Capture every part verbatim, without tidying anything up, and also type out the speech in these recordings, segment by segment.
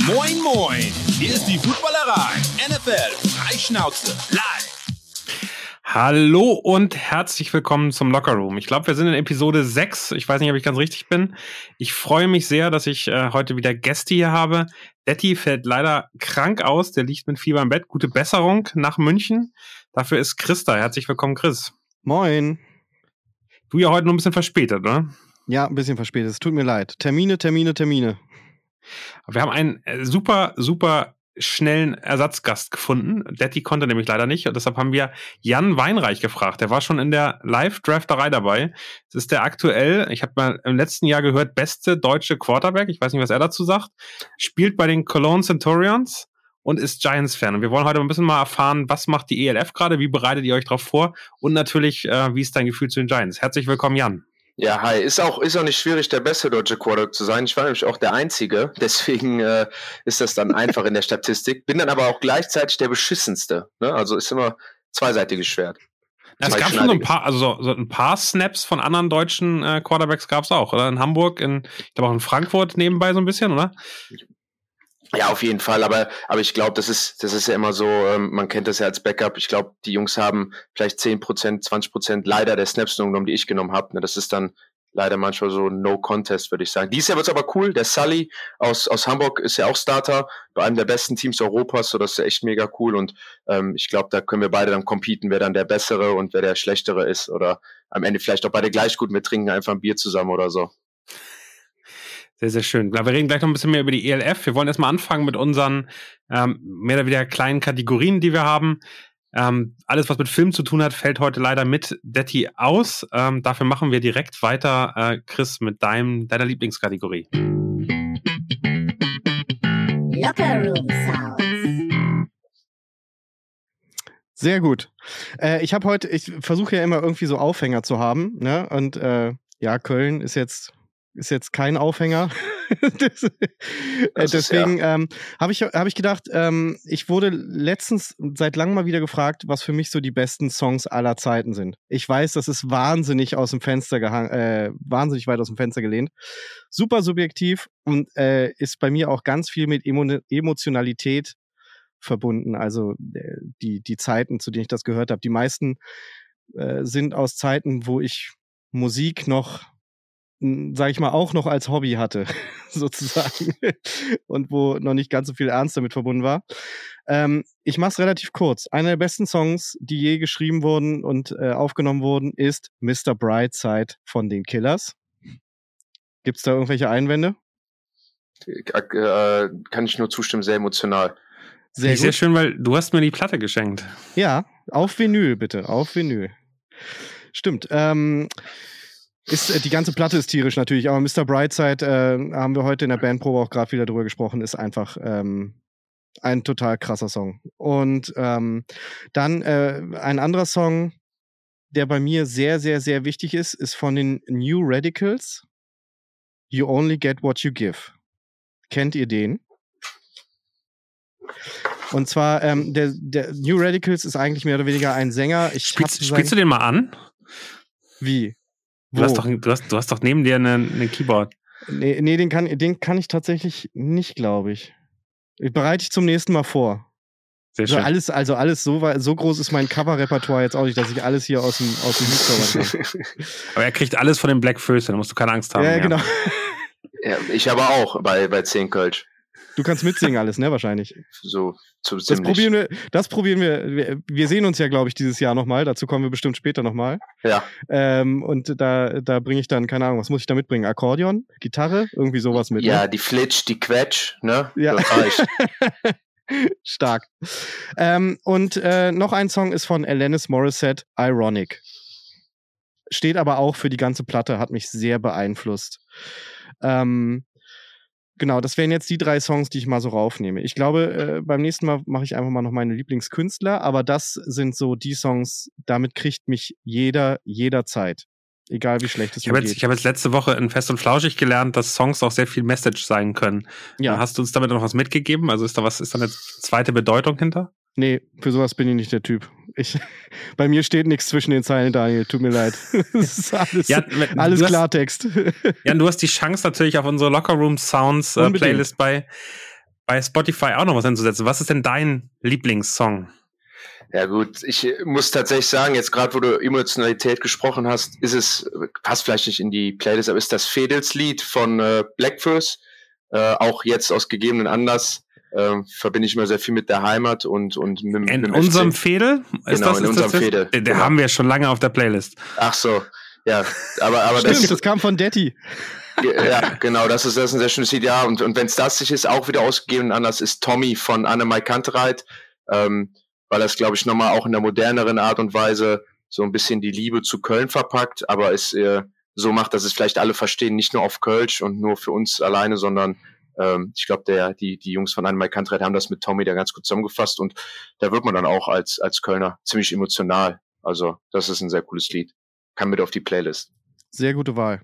Moin Moin, hier ist die Footballerei, N F L, Freischnauze, live. Hallo und herzlich willkommen zum Locker Room. Ich glaube, wir sind in Episode sechs. Ich weiß nicht, ob ich ganz richtig bin. Ich freue mich sehr, dass ich äh, heute wieder Gäste hier habe. Detti fällt leider krank aus. Der liegt mit Fieber im Bett. Gute Besserung nach München. Dafür ist Chris da. Herzlich willkommen, Chris. Moin. Du ja heute nur ein bisschen verspätet, oder? Ja, ein bisschen verspätet. Es tut mir leid. Termine, Termine, Termine. Wir haben einen super, super schnellen Ersatzgast gefunden. Detti konnte nämlich leider nicht und deshalb haben wir Jan Weinreich gefragt. Der war schon in der Live-Drafterei dabei. Das ist der aktuell, ich habe mal im letzten Jahr gehört, beste deutsche Quarterback. Ich weiß nicht, was er dazu sagt. Spielt bei den Cologne Centurions und ist Giants-Fan. Und wir wollen heute ein bisschen mal erfahren, was macht die E L F gerade, wie bereitet ihr euch darauf vor und natürlich, äh, wie ist dein Gefühl zu den Giants? Herzlich willkommen, Jan. Ja, hi. Ist auch, ist auch nicht schwierig, der beste deutsche Quarterback zu sein. Ich war nämlich auch der Einzige. Deswegen äh, ist das dann einfach in der Statistik. Bin dann aber auch gleichzeitig der beschissenste. Ne? Also ist immer zweiseitiges Schwert. Ja, es gab schon so ein paar, also so, so ein paar Snaps von anderen deutschen äh, Quarterbacks gab es auch, oder? In Hamburg, in, ich glaube auch in Frankfurt nebenbei so ein bisschen, oder? Ja, auf jeden Fall, aber aber ich glaube, das ist das ist ja immer so, ähm, man kennt das ja als Backup. Ich glaube, die Jungs haben vielleicht zehn Prozent, zwanzig Prozent leider der Snaps nur genommen, die ich genommen habe. Ne, das ist dann leider manchmal so No Contest, würde ich sagen. Dieses Jahr wird's aber cool. Der Sully aus aus Hamburg ist ja auch Starter bei einem der besten Teams Europas, so das ist ja echt mega cool und ähm, ich glaube, da können wir beide dann competen, wer dann der Bessere und wer der Schlechtere ist oder am Ende vielleicht auch beide gleich gut. Wir trinken einfach ein Bier zusammen oder so. Sehr, sehr schön. Wir reden gleich noch ein bisschen mehr über die E L F. Wir wollen erstmal anfangen mit unseren ähm, mehr oder weniger kleinen Kategorien, die wir haben. Ähm, alles, was mit Film zu tun hat, fällt heute leider mit Detti aus. Ähm, dafür machen wir direkt weiter, äh, Chris, mit deinem, deiner Lieblingskategorie. Locker Room Sounds. Sehr gut. Äh, ich habe heute, ich versuche ja immer irgendwie so Aufhänger zu haben, ne? Und äh, ja, Köln ist jetzt ist jetzt kein Aufhänger. das, äh, deswegen ja. ähm, habe ich, hab ich gedacht, ähm, ich wurde letztens seit langem mal wieder gefragt, was für mich so die besten Songs aller Zeiten sind. Ich weiß, das ist wahnsinnig aus dem Fenster gehangen, äh, wahnsinnig weit aus dem Fenster gelehnt. Super subjektiv und äh, ist bei mir auch ganz viel mit Emo- Emotionalität verbunden. Also äh, die, die Zeiten, zu denen ich das gehört habe. Die meisten äh, sind aus Zeiten, wo ich Musik noch sage ich mal, auch noch als Hobby hatte, sozusagen, und wo noch nicht ganz so viel Ernst damit verbunden war. Ähm, ich mache es relativ kurz. Einer der besten Songs, die je geschrieben wurden und äh, aufgenommen wurden, ist Mister Brightside von den Killers. Gibt's da irgendwelche Einwände? Äh, kann ich nur zustimmen, sehr emotional. Sehr, gut. Sehr schön, weil du hast mir die Platte geschenkt. Ja, auf Vinyl, bitte, auf Vinyl. Stimmt, ähm, Ist, die ganze Platte ist tierisch natürlich, aber Mister Brightside, äh, haben wir heute in der Bandprobe auch gerade wieder drüber gesprochen, ist einfach ähm, ein total krasser Song. Und ähm, dann äh, ein anderer Song, der bei mir sehr, sehr, sehr wichtig ist, ist von den New Radicals. You Only Get What You Give. Kennt ihr den? Und zwar, ähm, der, der New Radicals ist eigentlich mehr oder weniger ein Sänger. Ich Spielst, spielst du den mal an? Wie? Du hast, doch, du, hast, du hast doch neben dir ein Keyboard. Nee, nee den, kann, den kann ich tatsächlich nicht, glaube ich. Bereite ich zum nächsten Mal vor. Sehr schön. Also alles, also alles so, so groß ist mein Cover-Repertoire jetzt auch nicht, dass ich alles hier aus dem, aus dem Hut zaubern kann. Aber er kriegt alles von den Black Föß, da musst du keine Angst haben. Ja, ja. Genau. Ja, ich aber auch bei, bei zehn Kölsch. Du kannst mitsingen alles, ne, wahrscheinlich. So, zu das probieren wir, das probieren wir, wir, wir sehen uns ja, glaube ich, dieses Jahr nochmal, dazu kommen wir bestimmt später nochmal. Ja. Ähm, und da, da bringe ich dann, keine Ahnung, was muss ich da mitbringen? Akkordeon? Gitarre? Irgendwie sowas mit, Ja, ne? die Flitsch, die Quetsch, ne? Ja. Stark. Ähm, und äh, noch ein Song ist von Alanis Morissette, Ironic. Steht aber auch für die ganze Platte, hat mich sehr beeinflusst. Ähm, Genau, das wären jetzt die drei Songs, die ich mal so raufnehme. Ich glaube, äh, beim nächsten Mal mache ich einfach mal noch meine Lieblingskünstler, aber das sind so die Songs, damit kriegt mich jeder, jederzeit. Egal wie schlecht es ich mir jetzt, geht. Ich habe jetzt letzte Woche in Fest und Flauschig gelernt, dass Songs auch sehr viel Message sein können. Ja. Hast du uns damit noch was mitgegeben? Also ist da was, ist da eine zweite Bedeutung hinter? Nee, für sowas bin ich nicht der Typ. Ich, bei mir steht nichts zwischen den Zeilen, Daniel. Tut mir leid. Das ist alles, ja, alles hast, Klartext. Ja, und du hast die Chance natürlich auf unsere Locker Room Sounds äh, Playlist bei bei Spotify auch noch was hinzusetzen. Was ist denn dein Lieblingssong? Ja gut, ich muss tatsächlich sagen, jetzt gerade, wo du Emotionalität gesprochen hast, ist es, passt vielleicht nicht in die Playlist, aber ist das Fedels-Lied von äh, Blackfurs, äh, auch jetzt aus gegebenen Anlass, äh, verbinde ich immer sehr viel mit der Heimat und und mit, In mit dem unserem F C. Fedel? Ist Genau, das, in ist unserem das Fedel. Der, der Genau. haben wir schon lange auf der Playlist. Ach so, ja, aber aber Stimmt, das, das kam von Detti. ja, genau, das ist, das ist ein sehr schönes Lied, ja, und, und wenn es das nicht ist, auch wieder ausgegeben anders, ist Tommy von Annemai Kantereit, ähm, weil das, glaube ich, nochmal auch in der moderneren Art und Weise so ein bisschen die Liebe zu Köln verpackt, aber es äh, so macht, dass es vielleicht alle verstehen, nicht nur auf Kölsch und nur für uns alleine, sondern ähm, ich glaube, der die die Jungs von Annemai Kantereit haben das mit Tommy da ganz gut zusammengefasst und da wird man dann auch als als Kölner ziemlich emotional, also das ist ein sehr cooles Lied, kann mit auf die Playlist. Sehr gute Wahl.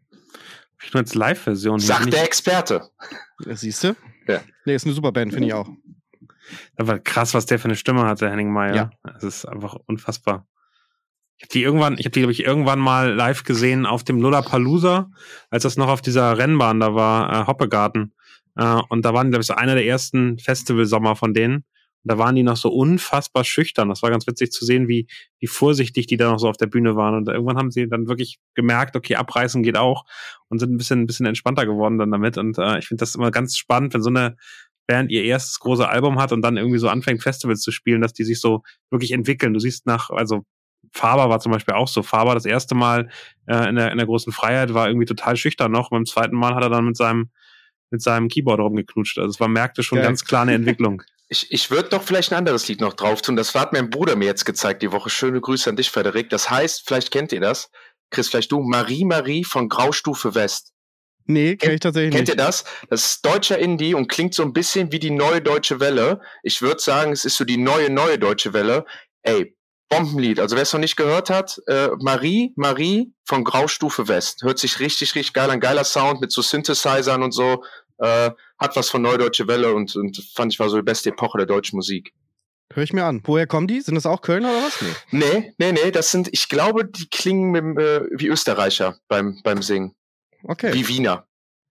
Ich nur als Live-Version. Sagt der Experte. Siehst du? Ja. Nee, ist eine super Band, finde ich auch. Aber krass, was der für eine Stimme hat, der Henning Meyer. Ja. Das ist einfach unfassbar. Ich habe die irgendwann, ich habe die, glaube ich, irgendwann mal live gesehen auf dem Lollapalooza, als das noch auf dieser Rennbahn da war, äh, Hoppegarten. Äh, und da waren, glaube ich, so einer der ersten Festivalsommer von denen. Und da waren die noch so unfassbar schüchtern. Das war ganz witzig zu sehen, wie, wie vorsichtig die da noch so auf der Bühne waren. Und irgendwann haben sie dann wirklich gemerkt, okay, abreißen geht auch. Und sind ein bisschen, ein bisschen entspannter geworden dann damit. Und äh, ich finde das immer ganz spannend, wenn so eine Band ihr erstes großes Album hat und dann irgendwie so anfängt, Festivals zu spielen, dass die sich so wirklich entwickeln. Du siehst nach, also Faber war zum Beispiel auch so. Faber das erste Mal äh, in, der, in der großen Freiheit war irgendwie total schüchtern noch. Beim zweiten Mal hat er dann mit seinem, mit seinem Keyboard rumgeknutscht. Also es war, merkte schon Geil. ganz klar eine Entwicklung. Ich, ich würde doch vielleicht ein anderes Lied noch drauf tun. Das hat mein Bruder mir jetzt gezeigt die Woche. Schöne Grüße an dich, Frederik. Das heißt, vielleicht kennt ihr das. Chris, vielleicht du. Marie Marie von Graustufe West. Nee, kenn ich tatsächlich Kennt nicht. ihr das? Das ist deutscher Indie und klingt so ein bisschen wie die neue Deutsche Welle. Ich würde sagen, es ist so die neue, neue Deutsche Welle. Ey, Bombenlied. Also wer es noch nicht gehört hat, äh, Marie Marie von Graustufe West. Hört sich richtig, richtig geil an. Geiler Sound mit so Synthesizern und so. Äh, hat was von Neue Deutsche Welle und, und fand ich war so die beste Epoche der deutschen Musik. Hör ich mir an. Woher kommen die? Sind das auch Kölner oder was? Nee. Nee, nee, nee, das sind, ich glaube, die klingen mit, äh, wie Österreicher beim, beim Singen. Okay. Wie Wiener.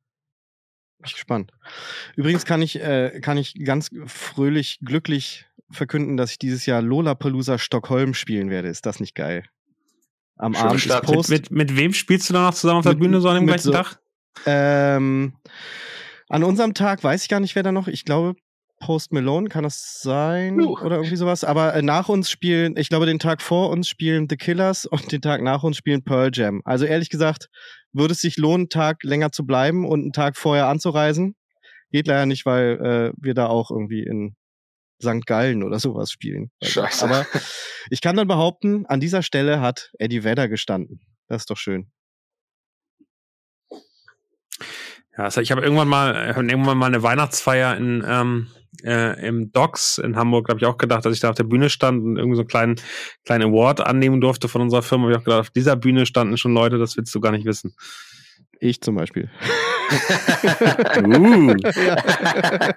Bin ich gespannt. Übrigens kann ich, äh, kann ich ganz fröhlich, glücklich verkünden, dass ich dieses Jahr Lollapalooza Stockholm spielen werde. Ist das nicht geil? Am Schöne Abend ist Stadt. Post. Mit, mit wem spielst du da noch zusammen auf der Mit- Bühne so an dem mit gleichen so- Tag? Ähm, an unserem Tag weiß ich gar nicht, wer da noch. Ich glaube, Post Malone kann das sein Uh. oder irgendwie sowas. Aber äh, nach uns spielen, ich glaube, den Tag vor uns spielen The Killers und den Tag nach uns spielen Pearl Jam. Also ehrlich gesagt, würde es sich lohnen, einen Tag länger zu bleiben und einen Tag vorher anzureisen? Geht leider nicht, weil äh, wir da auch irgendwie in Sankt Gallen oder sowas spielen. Scheiße. Aber ich kann dann behaupten, an dieser Stelle hat Eddie Vedder gestanden. Das ist doch schön. Ja, also ich habe irgendwann mal, äh, irgendwann mal eine Weihnachtsfeier in ähm, äh, im Docks in Hamburg, habe ich auch gedacht, dass ich da auf der Bühne stand und irgendwie so einen kleinen, kleinen Award annehmen durfte von unserer Firma. Habe ich auch gedacht, auf dieser Bühne standen schon Leute, das willst du gar nicht wissen. Ich zum Beispiel. Uh. Ja.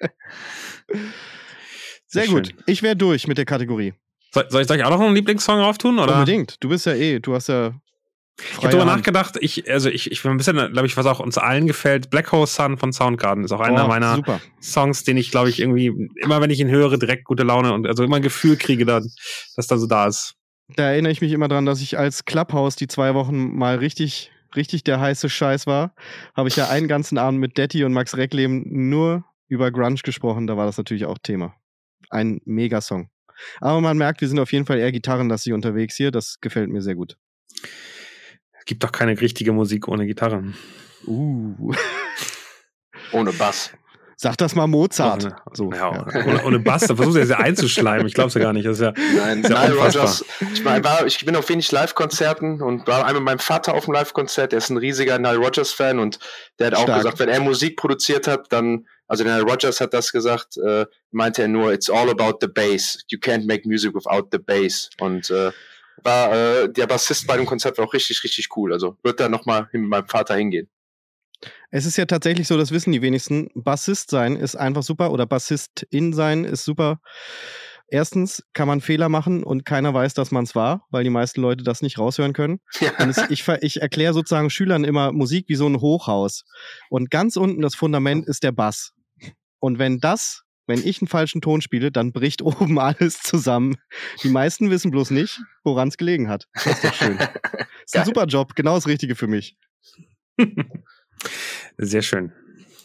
Sehr Sehr gut. schön. Ich wäre durch mit der Kategorie. Soll, soll ich soll ich auch noch einen Lieblingssong auftun? Oder? Unbedingt. Du bist ja eh, du hast ja Ich habe darüber Hand. nachgedacht, ich, also ich, ich bin ein bisschen, glaube ich, was auch uns allen gefällt. Black Hole Sun von Soundgarden ist auch einer Oh, meiner super. Songs, den ich, glaube ich, irgendwie, immer wenn ich ihn höre, direkt gute Laune und also immer ein Gefühl kriege, dann, dass da so da ist. Da erinnere ich mich immer dran, dass ich als Clubhouse die zwei Wochen mal richtig, richtig der heiße Scheiß war. Habe ich ja einen ganzen Abend mit Detti und Max Reckleben nur über Grunge gesprochen. Da war das natürlich auch Thema. Ein Megasong. Aber man merkt, wir sind auf jeden Fall eher gitarrenlastig unterwegs hier. Das gefällt mir sehr gut. Es gibt doch keine richtige Musik ohne Gitarre. Uh. Ohne Bass. Sag das mal Mozart. Ohne, So, ja, ja. Ohne, ohne Bass, da versucht er ja einzuschleimen. Ich glaube es ja gar nicht. Das ist ja, Nein, ist ja Nile unfassbar. Rodgers. Ich, mein, war, ich bin auf wenig Live-Konzerten und war einmal mit meinem Vater auf einem Live-Konzert. Der ist ein riesiger Nile Rodgers-Fan und der hat auch Stark. gesagt, wenn er Musik produziert hat, dann, also der Nile Rodgers hat das gesagt, äh, meinte er nur, it's all about the bass. You can't make music without the bass. Und äh, war äh, der Bassist bei dem Konzert war auch richtig, richtig cool. Also wird da nochmal mit meinem Vater hingehen. Es ist ja tatsächlich so, das wissen die wenigsten. Bassist sein ist einfach super oder Bassistin sein ist super. Erstens kann man Fehler machen und keiner weiß, dass man es war, weil die meisten Leute das nicht raushören können. Ja. Und es, ich, ver- ich erkläre sozusagen Schülern immer Musik wie so ein Hochhaus. Und ganz unten das Fundament ist der Bass. Und wenn das, wenn ich einen falschen Ton spiele, dann bricht oben alles zusammen. Die meisten wissen bloß nicht, woran es gelegen hat. Das ist doch schön. Das ist ein super Job, genau das Richtige für mich. Sehr schön.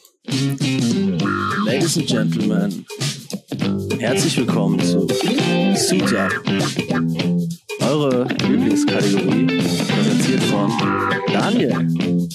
Ladies and Gentlemen, herzlich willkommen zu Suit Up, eure Lieblingskategorie, präsentiert von Daniel.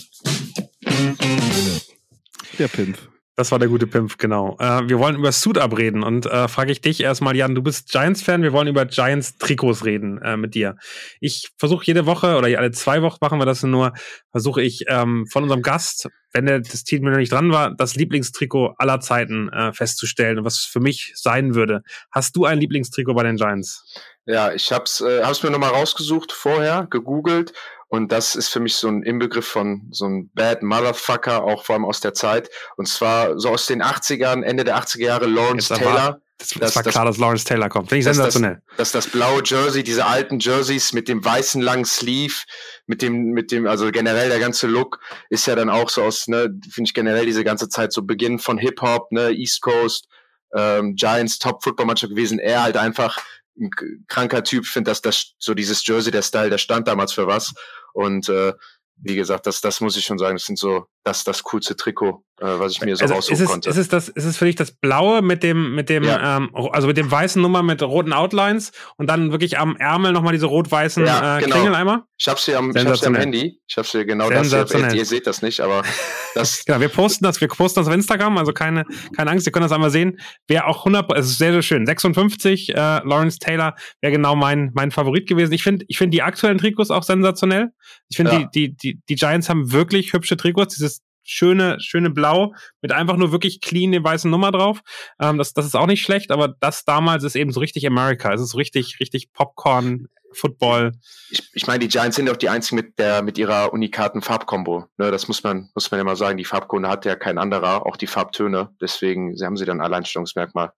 Der Pimp. Das war der gute Pimp, genau. Äh, wir wollen über Suit Up reden und äh, frage ich dich erstmal, Jan, du bist Giants-Fan, wir wollen über Giants-Trikots reden äh, mit dir. Ich versuche jede Woche oder alle zwei Wochen machen wir das nur, versuche ich ähm, von unserem Gast, wenn der, das Team noch nicht dran war, das Lieblingstrikot aller Zeiten äh, festzustellen, was für mich sein würde. Hast du ein Lieblingstrikot bei den Giants? Ja, ich hab's, äh, hab's mir nochmal rausgesucht vorher, gegoogelt. Und das ist für mich so ein Inbegriff von so einem Bad Motherfucker, auch vor allem aus der Zeit. Und zwar so aus den achtzigern, Ende der achtziger Jahre, Lawrence Jetzt Taylor. War, das, das, das war klar, dass Lawrence Taylor kommt. Finde ich das, sensationell. Das, das, das blaue Jersey, diese alten Jerseys mit dem weißen langen Sleeve, mit dem, mit dem, also generell der ganze Look ist ja dann auch so aus, ne, finde ich generell diese ganze Zeit so Beginn von Hip-Hop, ne, East Coast, ähm, Giants, Top-Football-Mannschaft gewesen. Er halt einfach ein kranker Typ, finde, dass das so dieses Jersey, der Style, der stand damals für was. Und äh, wie gesagt, das, das muss ich schon sagen, das sind so das, das coolste Trikot, äh, was ich mir so also raussuchen ist es, konnte. Ist es, das, ist es für dich das Blaue mit dem, mit dem, ja. ähm, also mit dem weißen Nummer mit roten Outlines und dann wirklich am Ärmel nochmal diese rot-weißen ja, äh, genau. Klingeleimer? Ich hab's hier am, ich hab's hier am Handy. Ich hab's hier genau das hier. Ihr, ihr seht das nicht, aber das. Genau, wir posten das, wir posten das auf Instagram, also keine, keine Angst, ihr könnt das einmal sehen. Wäre auch hundert, es ist sehr, sehr schön. sechsundfünfzig, äh, Lawrence Taylor wäre genau mein, mein Favorit gewesen. Ich finde, ich finde die aktuellen Trikots auch sensationell. Ich finde, ja. die, die, die, die Giants haben wirklich hübsche Trikots. Dieses schöne, schöne Blau mit einfach nur wirklich clean der weißen Nummer drauf. Ähm, das, das ist auch nicht schlecht, aber das damals ist eben so richtig America. Es ist so richtig, richtig Popcorn, Football. Ich, ich meine, die Giants sind auch die einzigen mit der, mit ihrer unikaten Farbkombo. Ne, das muss man, muss man ja mal sagen. Die Farbkombo hat ja kein anderer, auch die Farbtöne. Deswegen haben sie dann ein Alleinstellungsmerkmal.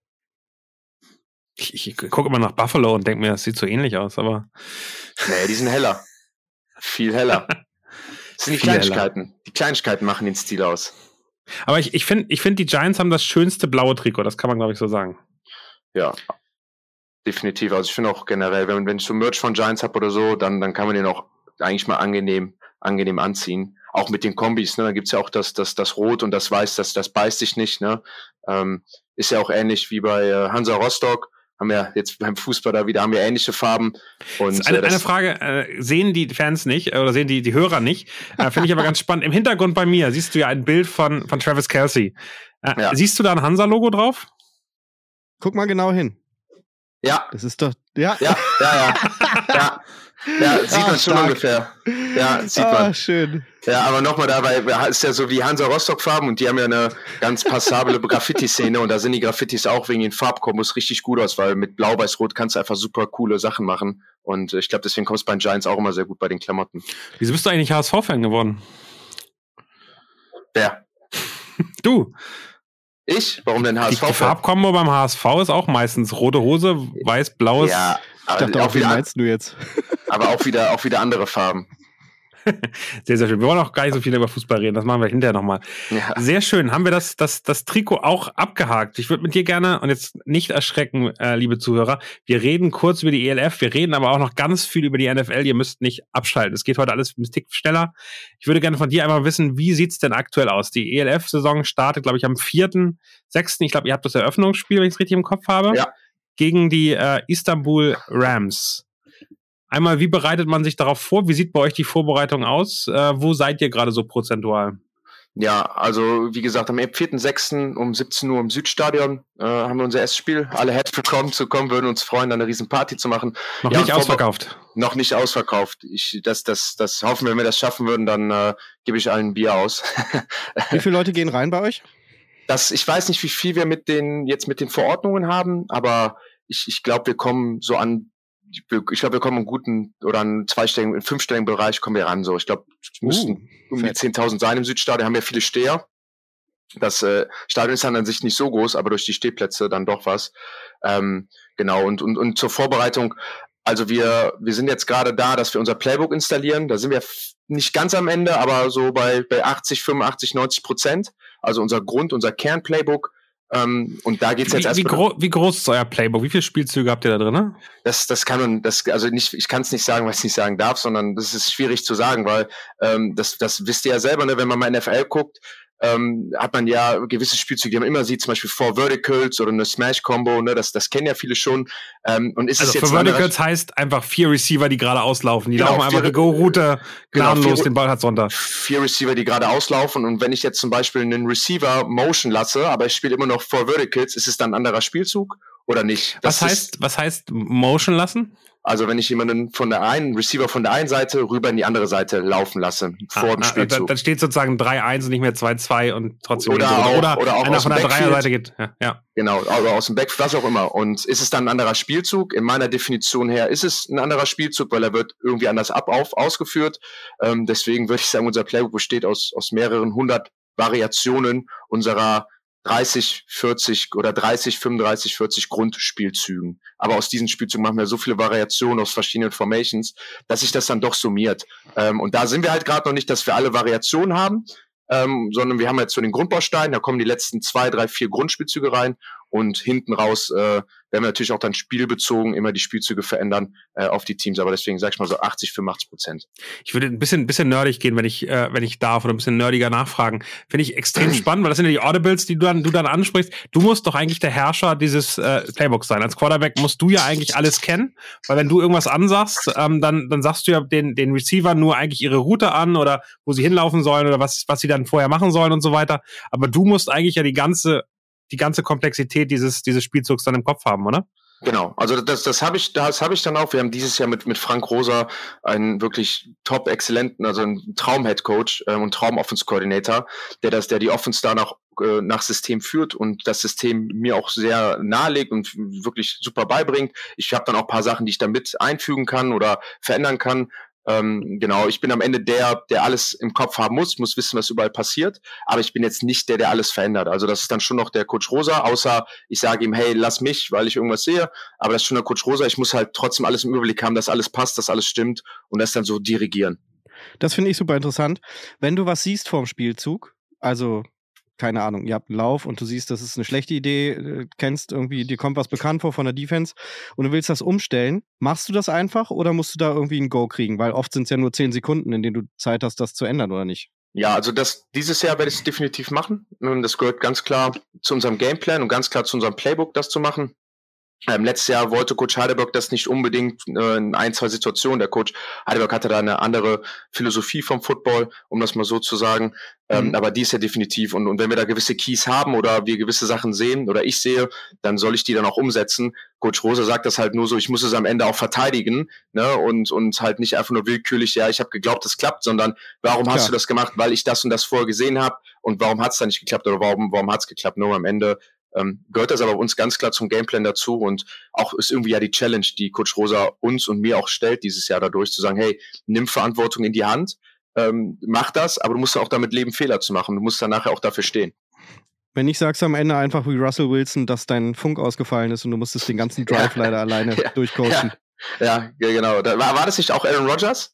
Ich, ich, ich gucke immer nach Buffalo und denke mir, das sieht so ähnlich aus, aber. Nee, die sind heller. Viel heller. Das sind die Kleinigkeiten. Heller. Die Kleinigkeiten machen den Stil aus. Aber ich, ich finde, ich finde, die Giants haben das schönste blaue Trikot. Das kann man, glaube ich, so sagen. Ja. Definitiv. Also ich finde auch generell, wenn, wenn ich so Merch von Giants habe oder so, dann, dann kann man den auch eigentlich mal angenehm, angenehm anziehen. Auch mit den Kombis, ne? Da gibt's ja auch das, das, das Rot und das Weiß, das, das beißt sich nicht, ne? Ähm, ist ja auch ähnlich wie bei äh, Hansa Rostock. Haben wir jetzt beim Fußball da wieder, haben wir ähnliche Farben. Und, eine, äh, eine Frage, äh, sehen die Fans nicht, oder sehen die, die Hörer nicht, äh, finde ich aber ganz spannend. Im Hintergrund bei mir siehst du ja ein Bild von, von Travis Kelce. Äh, ja. Siehst du da ein Hansa-Logo drauf? Guck mal genau hin. Ja. Das ist doch, ja. Ja, ja, ja. ja. Ja, sieht ah, man schon stark. Ungefähr. Ja, sieht ah, man. Schön. Ja, aber nochmal dabei, ist ja so wie Hansa Rostock-Farben und die haben ja eine ganz passable Graffiti-Szene und da sind die Graffitis auch wegen den Farbkombos richtig gut aus, weil mit Blau-Weiß-Rot kannst du einfach super coole Sachen machen und ich glaube, deswegen kommst du bei den Giants auch immer sehr gut bei den Klamotten. Wieso bist du eigentlich H S V-Fan geworden? Wer? Du. Ich? Warum denn H S V? Die, die Farbkombo beim H S V ist auch meistens rote Hose, weiß, blaues. Ja, aber ich dachte auch, wie meinst du jetzt? Aber auch wieder, auch wieder andere Farben. Sehr, sehr schön. Wir wollen auch gar nicht so viel über Fußball reden. Das machen wir hinterher nochmal. Ja. Sehr schön. Haben wir das, das, das Trikot auch abgehakt? Ich würde mit dir gerne, und jetzt nicht erschrecken, äh, liebe Zuhörer, wir reden kurz über die E L F, wir reden aber auch noch ganz viel über die N F L. Ihr müsst nicht abschalten. Es geht heute alles ein Tick schneller. Ich würde gerne von dir einmal wissen, wie sieht's denn aktuell aus? Die E L F-Saison startet, glaube ich, am vierten sechsten Ich glaube, ihr habt das Eröffnungsspiel, wenn ich es richtig im Kopf habe. Ja. Gegen die äh, Istanbul Rams. Einmal, wie bereitet man sich darauf vor? Wie sieht bei euch die Vorbereitung aus? Äh, wo seid ihr gerade so prozentual? Ja, also wie gesagt, am vierten sechsten um siebzehn Uhr im Südstadion äh, haben wir unser erstes Spiel. Alle herzlich willkommen zu kommen, würden uns freuen, da eine riesen Party zu machen. Noch ja, nicht ausverkauft? Noch nicht ausverkauft. Ich, das, das, das hoffen wir, wenn wir das schaffen würden, dann äh, gebe ich allen ein Bier aus. Wie viele Leute gehen rein bei euch? Das, ich weiß nicht, wie viel wir mit den jetzt mit den Verordnungen haben, aber ich, ich glaube, wir kommen so an Ich glaube, wir kommen einen guten oder einen zweistelligen, einen fünfstelligen Bereich kommen wir ran. So, ich glaube, es müssten uh, um die zehntausend sein im Südstadion. Haben wir viele Steher. Das äh, Stadion ist dann an sich nicht so groß, aber durch die Stehplätze dann doch was. Ähm, genau. Und und und zur Vorbereitung. Also wir, wir sind jetzt gerade da, dass wir unser Playbook installieren. Da sind wir nicht ganz am Ende, aber so bei, bei achtzig, fünfundachtzig, neunzig Prozent. Also unser Grund, unser Kern-Playbook. Ähm, und da geht's jetzt erstmal. Wie, gro- wie groß ist euer Playbook? Wie viele Spielzüge habt ihr da drin? Ne? Das, das kann man, das, also nicht, ich kann es nicht sagen, was ich nicht sagen darf, sondern das ist schwierig zu sagen, weil ähm, das, das wisst ihr ja selber, ne? Wenn man mal N F L guckt, ähm, hat man ja gewisse Spielzüge, die man immer sieht, zum Beispiel Four Verticals oder eine Smash-Combo, ne? Das, das kennen ja viele schon. Ähm, und ist also es jetzt für Verticals heißt einfach vier Receiver, die gerade auslaufen. Die genau, laufen einfach die Go-Route gnadenlos, genau, den Ball hat's runter. Vier Receiver, die gerade auslaufen. Und wenn ich jetzt zum Beispiel einen Receiver motion lasse, aber ich spiele immer noch Four Verticals, ist es dann ein anderer Spielzug oder nicht? Das was heißt, ist, was heißt motion lassen? Also wenn ich jemanden von der einen, Receiver von der einen Seite rüber in die andere Seite laufen lasse, vor ah, dem Spielzug. Dann steht sozusagen drei eins und nicht mehr zwei zwei und trotzdem oder auch, oder, oder auch einer aus von der Dreierseite geht. Ja, ja. Genau, oder aus dem Backfield, was auch immer. Und ist es dann ein anderer Spielzug? In meiner Definition her ist es ein anderer Spielzug, weil er wird irgendwie anders ab auf, ausgeführt. Ähm, deswegen würde ich sagen, unser Playbook besteht aus, aus mehreren hundert Variationen unserer dreißig, vierzig oder dreißig, fünfunddreißig, vierzig Grundspielzügen. Aber aus diesen Spielzügen machen wir so viele Variationen aus verschiedenen Formations, dass sich das dann doch summiert. Ähm, und da sind wir halt gerade noch nicht, dass wir alle Variationen haben, ähm, sondern wir haben jetzt so den Grundbaustein, da kommen die letzten zwei, drei, vier Grundspielzüge rein und hinten raus äh, werden wir natürlich auch dann spielbezogen immer die Spielzüge verändern äh, auf die Teams. Aber deswegen sag ich mal so achtzig, fünfundachtzig Prozent. Ich würde ein bisschen, bisschen nerdig gehen, wenn ich, äh, wenn ich darf, oder ein bisschen nerdiger nachfragen. Finde ich extrem spannend, weil das sind ja die Audibles, die du dann, du dann ansprichst. Du musst doch eigentlich der Herrscher dieses äh, Playbooks sein. Als Quarterback musst du ja eigentlich alles kennen, weil wenn du irgendwas ansagst, ähm, dann, dann sagst du ja den, den Receiver nur eigentlich ihre Route an oder wo sie hinlaufen sollen oder was, was sie dann vorher machen sollen und so weiter. Aber du musst eigentlich ja die ganze die ganze Komplexität dieses dieses Spielzugs dann im Kopf haben, oder? Genau, also das das habe ich das habe ich dann auch. Wir haben dieses Jahr mit mit Frank Rosa einen wirklich top exzellenten, also einen Traum Head Coach äh, und Traum Offense Coordinator, der das der die Offense danach äh, nach System führt und das System mir auch sehr nahelegt und wirklich super beibringt. Ich habe dann auch ein paar Sachen, die ich da mit einfügen kann oder verändern kann. Ähm, genau, ich bin am Ende der, der alles im Kopf haben muss, muss wissen, was überall passiert, aber ich bin jetzt nicht der, der alles verändert. Also das ist dann schon noch der Coach Rosa, außer ich sage ihm, hey, lass mich, weil ich irgendwas sehe, aber das ist schon der Coach Rosa. Ich muss halt trotzdem alles im Überblick haben, dass alles passt, dass alles stimmt und das dann so dirigieren. Das finde ich super interessant. Wenn du was siehst vorm Spielzug, also keine Ahnung, ihr habt einen Lauf und du siehst, das ist eine schlechte Idee, kennst irgendwie, dir kommt was bekannt vor von der Defense und du willst das umstellen, machst du das einfach oder musst du da irgendwie ein Go kriegen? Weil oft sind es ja nur zehn Sekunden, in denen du Zeit hast, das zu ändern, oder nicht? Ja, also das dieses Jahr werde ich es definitiv machen. Das gehört ganz klar zu unserem Gameplan und ganz klar zu unserem Playbook, das zu machen. Ähm, letztes Jahr wollte Coach Heidelberg das nicht unbedingt äh, in ein, zwei Situationen. Der Coach Heidelberg hatte da eine andere Philosophie vom Football, um das mal so zu sagen. Ähm, mhm. Aber die ist ja definitiv. Und, und wenn wir da gewisse Keys haben oder wir gewisse Sachen sehen oder ich sehe, dann soll ich die dann auch umsetzen. Coach Rosa sagt das halt nur so, ich muss es am Ende auch verteidigen, ne? Und, und halt nicht einfach nur willkürlich, ja, ich habe geglaubt, es klappt, sondern warum hast ja. du das gemacht? Weil ich das und das vorher gesehen habe. Und warum hat es dann nicht geklappt oder warum, warum hat es geklappt? Nur am Ende Ähm, gehört das aber bei uns ganz klar zum Gameplan dazu und auch ist irgendwie ja die Challenge, die Coach Rosa uns und mir auch stellt dieses Jahr dadurch, zu sagen, hey, nimm Verantwortung in die Hand, ähm, mach das, aber du musst auch damit leben, Fehler zu machen. Du musst dann nachher auch dafür stehen. Wenn ich sag's am Ende einfach wie Russell Wilson, dass dein Funk ausgefallen ist und du musstest den ganzen Drive ja. leider alleine ja. durchcoachen. Ja, ja, genau. Da, war, war das nicht auch Aaron Rodgers?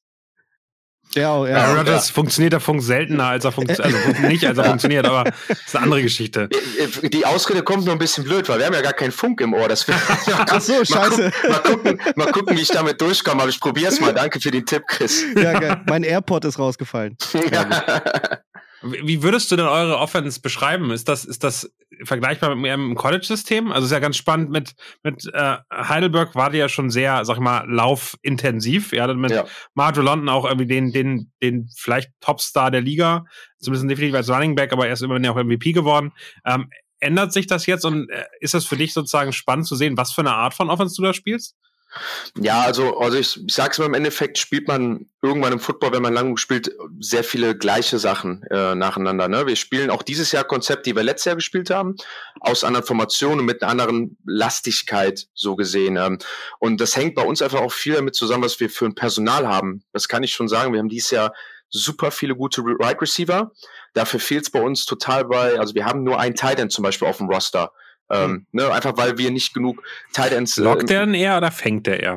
Ja, oh, ja. Aaron Rodgers ja. funktioniert der Funk seltener, als er funktioniert. Also nicht, als er ja. funktioniert, aber das ist eine andere Geschichte. Die Ausrede kommt nur ein bisschen blöd, weil wir haben ja gar keinen Funk im Ohr. Das Ach so, scheiße. Mal gucken, mal gucken, wie ich damit durchkomme. Aber ich probiere es mal. Danke für den Tipp, Chris. Ja, geil. Mein AirPod ist rausgefallen. Ja. Wie würdest du denn eure Offense beschreiben? Ist das, ist das vergleichbar mit einem College-System? Also ist ja ganz spannend, mit, mit äh, Heidelberg war die ja schon sehr, sag ich mal, laufintensiv. Ihr hattet mit ja. Marjo London auch irgendwie den, den, den vielleicht Topstar der Liga, zumindest definitiv als Running Back, aber er ist immerhin auch M V P geworden. Ähm, ändert sich das jetzt und äh, ist das für dich sozusagen spannend zu sehen, was für eine Art von Offense du da spielst? Ja, also, also ich, ich sag's mal, im Endeffekt spielt man irgendwann im Football, wenn man lang spielt, sehr viele gleiche Sachen äh, nacheinander. Ne? Wir spielen auch dieses Jahr Konzept, die wir letztes Jahr gespielt haben, aus anderen Formationen und mit einer anderen Lastigkeit so gesehen. Ähm, und das hängt bei uns einfach auch viel damit zusammen, was wir für ein Personal haben. Das kann ich schon sagen. Wir haben dieses Jahr super viele gute Wide Receiver. Dafür fehlt's bei uns total bei, also wir haben nur einen Tight End zum Beispiel auf dem Roster. Ähm, mhm. ne, einfach weil wir nicht genug Tight Ends. Lockt der denn eher oder fängt der eher?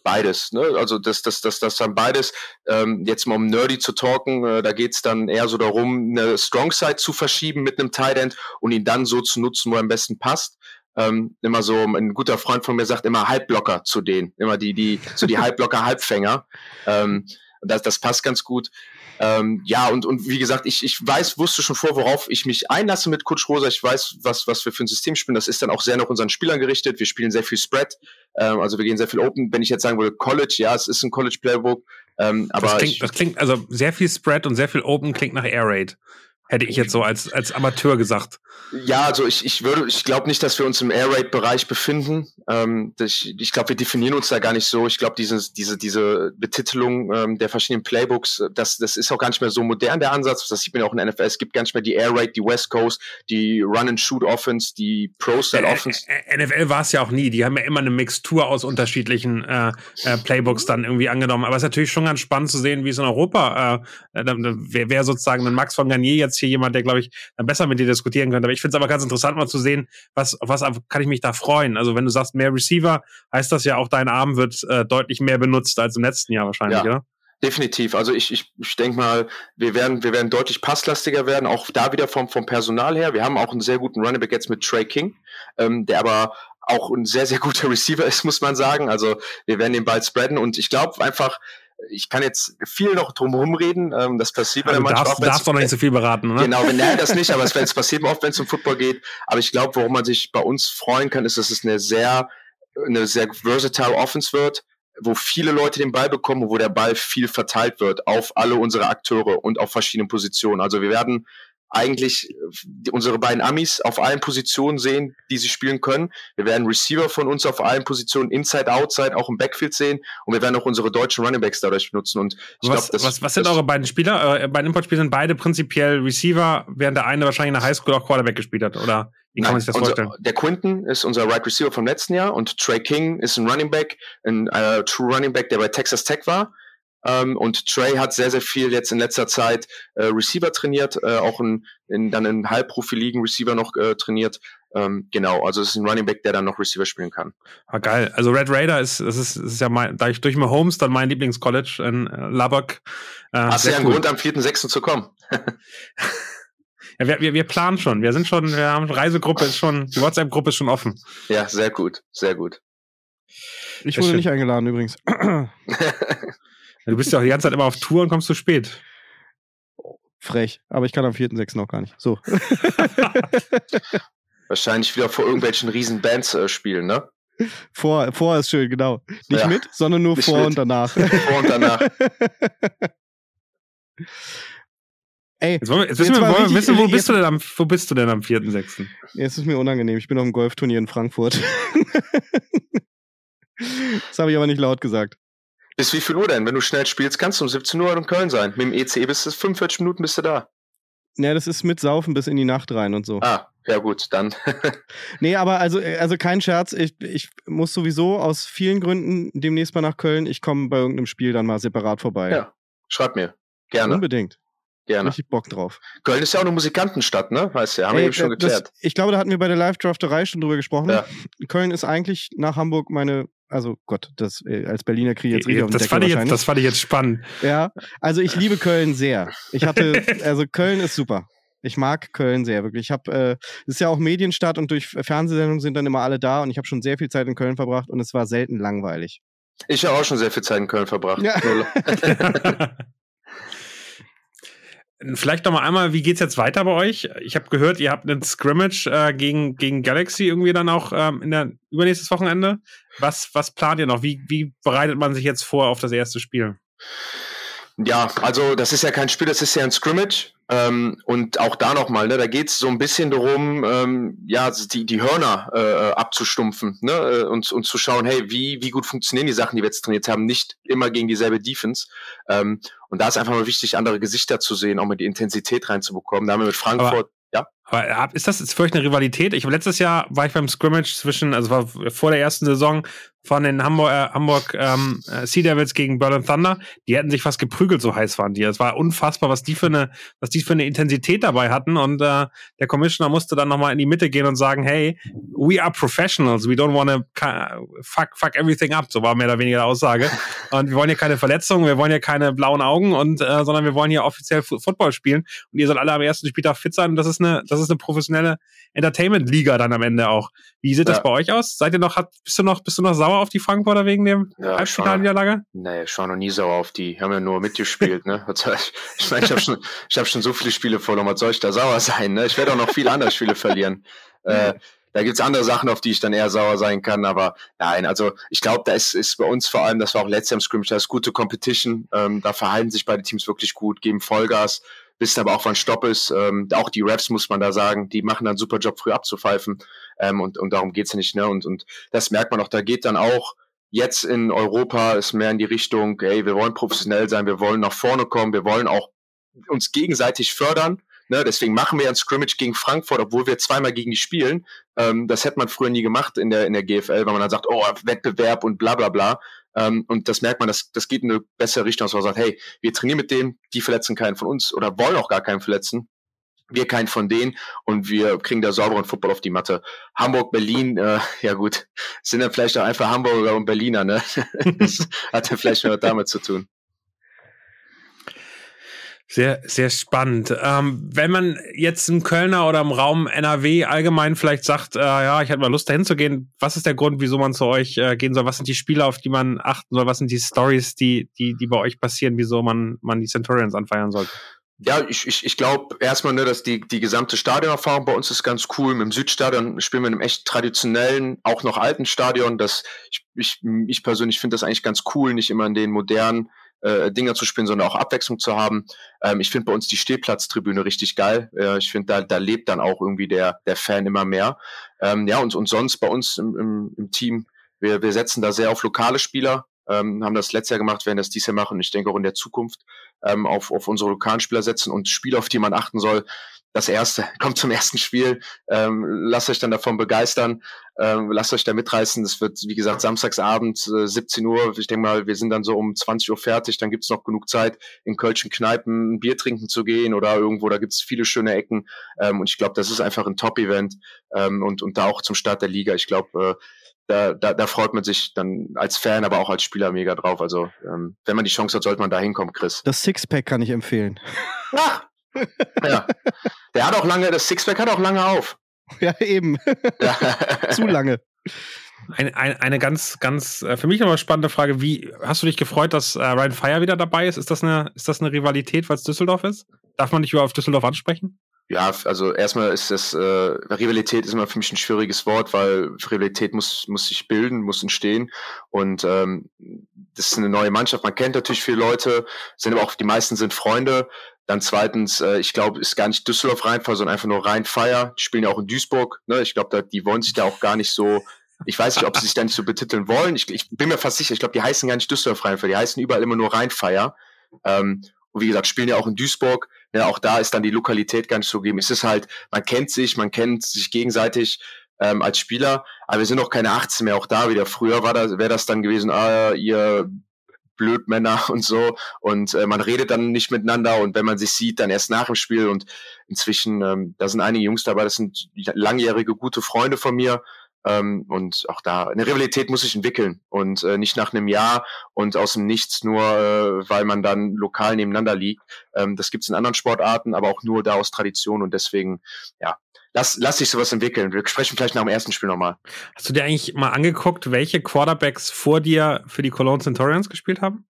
beides. Ne? Also das, das, das, das dann beides. Ähm, jetzt mal um nerdy zu talken, äh, da geht's dann eher so darum, eine Strong Side zu verschieben mit einem Tight End und ihn dann so zu nutzen, wo er am besten passt. Ähm, immer so, ein guter Freund von mir sagt immer Halbblocker zu denen. Immer die, die, so die Halbblocker, Halbfänger. Ähm, das, das passt ganz gut. Ähm, ja, und, und wie gesagt, ich, ich weiß, wusste schon vor, worauf ich mich einlasse mit Coach Rosa. Ich weiß, was, was wir für ein System spielen. Das ist dann auch sehr nach unseren Spielern gerichtet. Wir spielen sehr viel Spread. Ähm, also wir gehen sehr viel Open. Wenn ich jetzt sagen würde, College, ja, es ist ein College Playbook. Ähm, aber das klingt, ich, das klingt, also sehr viel Spread und sehr viel Open klingt nach Air Raid. Hätte ich jetzt so als, als Amateur gesagt. Ja, also ich, ich würde, ich glaube nicht, dass wir uns im Air Raid Bereich befinden. Ähm, ich ich glaube, wir definieren uns da gar nicht so. Ich glaube, diese, diese, diese Betitelung ähm, der verschiedenen Playbooks, das, das ist auch gar nicht mehr so modern, der Ansatz. Das sieht man auch in der N F L. Es gibt gar nicht mehr die Air Raid, die West Coast, die Run-and-Shoot-Offense, die Pro-Style-Offense. N F L war es ja auch nie. Die haben ja immer eine Mixtur aus unterschiedlichen äh, äh, Playbooks dann irgendwie angenommen. Aber es ist natürlich schon ganz spannend zu sehen, wie es in Europa, äh, wer, wer sozusagen, ein Max von Garnier jetzt hier jemand, der, glaube ich, dann besser mit dir diskutieren könnte. Aber ich finde es aber ganz interessant, mal zu sehen, was, auf was kann ich mich da freuen. Also wenn du sagst, mehr Receiver, heißt das ja auch, dein Arm wird äh, deutlich mehr benutzt als im letzten Jahr wahrscheinlich, ja. oder? Definitiv. Also ich, ich, ich denke mal, wir werden, wir werden deutlich passlastiger werden, auch da wieder vom, vom Personal her. Wir haben auch einen sehr guten Running Back jetzt mit Trey King, ähm, der aber auch ein sehr, sehr guter Receiver ist, muss man sagen. Also wir werden den Ball spreaden und ich glaube einfach, ich kann jetzt viel noch drumherum reden, ähm, das passiert also mir manchmal darfst, auch. darfst doch nicht so viel beraten, oder? Genau, wenn nein, das nicht, aber es, es passiert mir oft, wenn es um Football geht. Aber ich glaube, worum man sich bei uns freuen kann, ist, dass es eine sehr, eine sehr versatile Offense wird, wo viele Leute den Ball bekommen und wo der Ball viel verteilt wird auf alle unsere Akteure und auf verschiedenen Positionen. Also wir werden eigentlich unsere beiden Amis auf allen Positionen sehen, die sie spielen können. Wir werden Receiver von uns auf allen Positionen, Inside, Outside, auch im Backfield sehen. Und wir werden auch unsere deutschen Runningbacks dadurch benutzen. Und ich was, glaub, das, was, was sind das, eure beiden Spieler? Eure beiden Importspieler sind beide prinzipiell Receiver, während der eine wahrscheinlich in der Highschool auch Quarterback gespielt hat, oder? Wie kann man sich das unser, vorstellen? Der Quinton ist unser Right Receiver vom letzten Jahr und Trey King ist ein Running Back, ein uh, True Running Back, der bei Texas Tech war. Um, und Trey hat sehr, sehr viel jetzt in letzter Zeit äh, Receiver trainiert, äh, auch in, in, dann in Halbprofi-Ligen Receiver noch äh, trainiert. Ähm, genau, also es ist ein Running Back, der dann noch Receiver spielen kann. Ah, geil. Also Red Raider ist, das ist, das ist ja mein, da ich durch Mahomes dann mein Lieblingscollege in äh, Lubbock. Äh, Hast du ja einen cool. Grund, am vierten sechsten zu kommen. Ja, wir, wir, wir planen schon. Wir sind schon, wir haben Reisegruppe ist schon, die WhatsApp-Gruppe ist schon offen. Ja, sehr gut, sehr gut. Ich wurde nicht eingeladen übrigens. Du bist ja auch die ganze Zeit immer auf Tour und kommst zu spät. Frech, aber ich kann am vierten sechsten noch gar nicht. So. Wahrscheinlich wieder vor irgendwelchen riesen Bands äh, spielen, ne? Vor, vor ist schön, genau. Nicht ja, mit, sondern nur vor mit. Und danach. Vor und danach. Ey, jetzt wollen wir, jetzt wissen wir, wollen richtig, wissen, wo bist du denn am, wo bist du denn am vierten sechsten? Jetzt ist mir unangenehm. Ich bin auf dem Golfturnier in Frankfurt. Das habe ich aber nicht laut gesagt. Bis wie viel Uhr denn? Wenn du schnell spielst, kannst du um siebzehn Uhr in Köln sein. Mit dem E C E bist du fünfundvierzig Minuten bist du da. Ja, das ist mit Saufen bis in die Nacht rein und so. Ah, ja gut, dann. Nee, aber also, also kein Scherz. Ich, ich muss sowieso aus vielen Gründen demnächst mal nach Köln. Ich komme bei irgendeinem Spiel dann mal separat vorbei. Ja, schreib mir. Gerne. Unbedingt. Gerne. Richtig Bock drauf. Köln ist ja auch eine Musikantenstadt, ne? Weißt du, haben Ey, wir eben schon geklärt. Das, ich glaube, da hatten wir bei der Live-Drafterei schon drüber gesprochen. Ja. Köln ist eigentlich nach Hamburg meine, also Gott, das äh, als Berliner kriege ich jetzt richtig auf den das Deckel fand ich wahrscheinlich. jetzt, Das fand ich jetzt spannend. Ja, also ich liebe Köln sehr. Ich hatte, also Köln ist super. Ich mag Köln sehr, wirklich. Ich habe, äh, es ist ja auch Medienstadt und durch Fernsehsendungen sind dann immer alle da und ich habe schon sehr viel Zeit in Köln verbracht und es war selten langweilig. Ich habe auch schon sehr viel Zeit in Köln verbracht. Ja. Vielleicht noch mal einmal, wie geht's jetzt weiter bei euch? Ich habe gehört, ihr habt einen Scrimmage äh, gegen, gegen Galaxy irgendwie dann auch ähm, in der übernächstes Wochenende. Was, was plant ihr noch? Wie, wie bereitet man sich jetzt vor auf das erste Spiel? Ja, also das ist ja kein Spiel, das ist ja ein Scrimmage. Ähm, und auch da nochmal, ne, da geht's so ein bisschen darum, ähm, ja, die, die Hörner äh, abzustumpfen, ne, und, und zu schauen, hey, wie, wie gut funktionieren die Sachen, die wir jetzt trainiert haben, nicht immer gegen dieselbe Defense. Ähm, und da ist einfach mal wichtig, andere Gesichter zu sehen, auch mal die Intensität reinzubekommen. Da haben wir mit Frankfurt, aber, ja. Aber ist das jetzt für euch eine Rivalität? Ich habe letztes Jahr war ich beim Scrimmage zwischen, also war vor der ersten Saison, von den Hamburg, äh, Hamburg ähm, Sea Devils gegen Berlin Thunder. Die hätten sich fast geprügelt, so heiß waren die. Es war unfassbar, was die für eine, was die für eine Intensität dabei hatten. Und äh, der Commissioner musste dann nochmal in die Mitte gehen und sagen, hey, we are professionals, we don't want to fuck, fuck everything up. So war mehr oder weniger die Aussage. Und wir wollen hier keine Verletzungen, wir wollen hier keine blauen Augen, und äh, sondern wir wollen hier offiziell F- Football spielen. Und ihr sollt alle am ersten Spieltag fit sein. Und das ist eine, das ist eine professionelle Entertainment-Liga dann am Ende auch. Wie sieht das Ja. bei euch aus? Seid ihr noch, hat, bist du noch, bist du noch sauer auf die Frankfurter wegen dem Ja, Halbfinalniederlage? Nee, ich war noch nie sauer auf die. Haben ja nur mitgespielt, ne? Was soll ich ich meine, ich habe schon, ich hab schon so viele Spiele verloren. Was soll ich da sauer sein, ne? Ich werde auch noch viele andere Spiele verlieren. Äh, da gibt's andere Sachen, auf die ich dann eher sauer sein kann, aber nein, also ich glaube, da ist, ist bei uns vor allem, das war auch letztes Jahr im Scrimmage, da ist gute Competition, ähm, da verhalten sich beide Teams wirklich gut, geben Vollgas, wissen aber auch, wann Stopp ist. Ähm, auch die Refs, muss man da sagen, die machen dann einen super Job, früh abzupfeifen, ähm, und, und darum geht's ja nicht, ne? Und, und das merkt man auch, da geht dann auch jetzt in Europa ist mehr in die Richtung, ey, wir wollen professionell sein, wir wollen nach vorne kommen, wir wollen auch uns gegenseitig fördern. Ne, deswegen machen wir ein Scrimmage gegen Frankfurt, obwohl wir zweimal gegen die spielen. Ähm, das hätte man früher nie gemacht in der in der G F L, weil man dann sagt, oh, Wettbewerb und bla bla bla. Ähm, und das merkt man, das, das geht in eine bessere Richtung, dass man sagt, hey, wir trainieren mit denen, die verletzen keinen von uns oder wollen auch gar keinen verletzen. Wir keinen von denen, und wir kriegen da sauberen Football auf die Matte. Hamburg, Berlin, äh, ja gut, sind dann vielleicht auch einfach Hamburger und Berliner, ne? Das hat ja vielleicht noch damit zu tun. Sehr, sehr spannend. Ähm, wenn man jetzt im Kölner oder im Raum N R W allgemein vielleicht sagt, äh, ja, ich hätte mal Lust dahin zu gehen, was ist der Grund, wieso man zu euch äh, gehen soll? Was sind die Spiele, auf die man achten soll? Was sind die Stories, die, die, die bei euch passieren, wieso man, man die Centurions anfeiern sollte? Ja, ich, ich, ich glaube erstmal, ne, dass die, die gesamte Stadionerfahrung bei uns ist ganz cool. Mit dem Südstadion spielen wir in einem echt traditionellen, auch noch alten Stadion. Das, ich, ich, ich persönlich finde das eigentlich ganz cool, nicht immer in den modernen äh, Dinger zu spielen, sondern auch Abwechslung zu haben. Ähm, ich finde bei uns die Stehplatztribüne richtig geil. Äh, ich finde, da, da lebt dann auch irgendwie der, der Fan immer mehr. Ähm, ja, und, und sonst bei uns im, im, im Team, wir, wir setzen da sehr auf lokale Spieler. Ähm, haben das letztes Jahr gemacht, werden das dieses Jahr machen. Ich denke auch in der Zukunft ähm, auf, auf unsere lokalen Spieler setzen und Spieler, auf die man achten soll. Das erste, kommt zum ersten Spiel, ähm, lasst euch dann davon begeistern, ähm, lasst euch da mitreißen. Das wird, wie gesagt, samstagsabend, äh, siebzehn Uhr. Ich denke mal, wir sind dann so um zwanzig Uhr fertig, dann gibt's noch genug Zeit, in kölschen Kneipen ein Bier trinken zu gehen oder irgendwo, da gibt's viele schöne Ecken. Ähm, und ich glaube, das ist einfach ein Top-Event, ähm, und, und da auch zum Start der Liga. Ich glaube, äh, Da, da, da freut man sich dann als Fan, aber auch als Spieler mega drauf. Also ähm, wenn man die Chance hat, sollte man da hinkommen, Chris. Das Sixpack kann ich empfehlen. Ach, ja. Der hat auch lange, das Sixpack hat auch lange auf. Ja, eben. Ja. Zu lange. Eine, eine, eine ganz, ganz, äh, für mich nochmal spannende Frage. Wie, hast du dich gefreut, dass äh, Ryan Fire wieder dabei ist? Ist das eine, ist das eine Rivalität, weil es Düsseldorf ist? Darf man dich über auf Düsseldorf ansprechen? Ja, also erstmal ist das, äh, Rivalität ist immer für mich ein schwieriges Wort, weil Rivalität muss, muss sich bilden, muss entstehen, und ähm, das ist eine neue Mannschaft. Man kennt natürlich viele Leute, sind aber auch, die meisten sind Freunde. Dann zweitens, äh, ich glaube, ist gar nicht Düsseldorf Rheinfire, sondern einfach nur Rhein-Fire. Die spielen ja auch in Duisburg, ne? Ich glaube, da, die wollen sich da auch gar nicht so, ich weiß nicht, ob sie sich da nicht so betiteln wollen. Ich, ich bin mir fast sicher, ich glaube, die heißen gar nicht Düsseldorf Rheinfire, die heißen überall immer nur Rhein-Fire. Ähm, und wie gesagt, spielen ja auch in Duisburg. Ja, auch da ist dann die Lokalität gar nicht so gegeben. Es ist halt, man kennt sich, man kennt sich gegenseitig ähm, als Spieler, aber wir sind noch keine achtzehn mehr, auch da wieder. Früher war das, wäre das dann gewesen, ah, ihr Blödmänner und so, und äh, man redet dann nicht miteinander, und wenn man sich sieht, dann erst nach dem Spiel, und inzwischen, ähm, da sind einige Jungs dabei, das sind langjährige gute Freunde von mir. Ähm, und auch da, eine Rivalität muss sich entwickeln, und äh, nicht nach einem Jahr und aus dem Nichts, nur äh, weil man dann lokal nebeneinander liegt. Ähm, das gibt's in anderen Sportarten, aber auch nur da aus Tradition, und deswegen, ja, lass, lass sich sowas entwickeln. Wir sprechen vielleicht nach dem ersten Spiel nochmal. Hast du dir eigentlich mal angeguckt, welche Quarterbacks vor dir für die Cologne Centurions gespielt haben?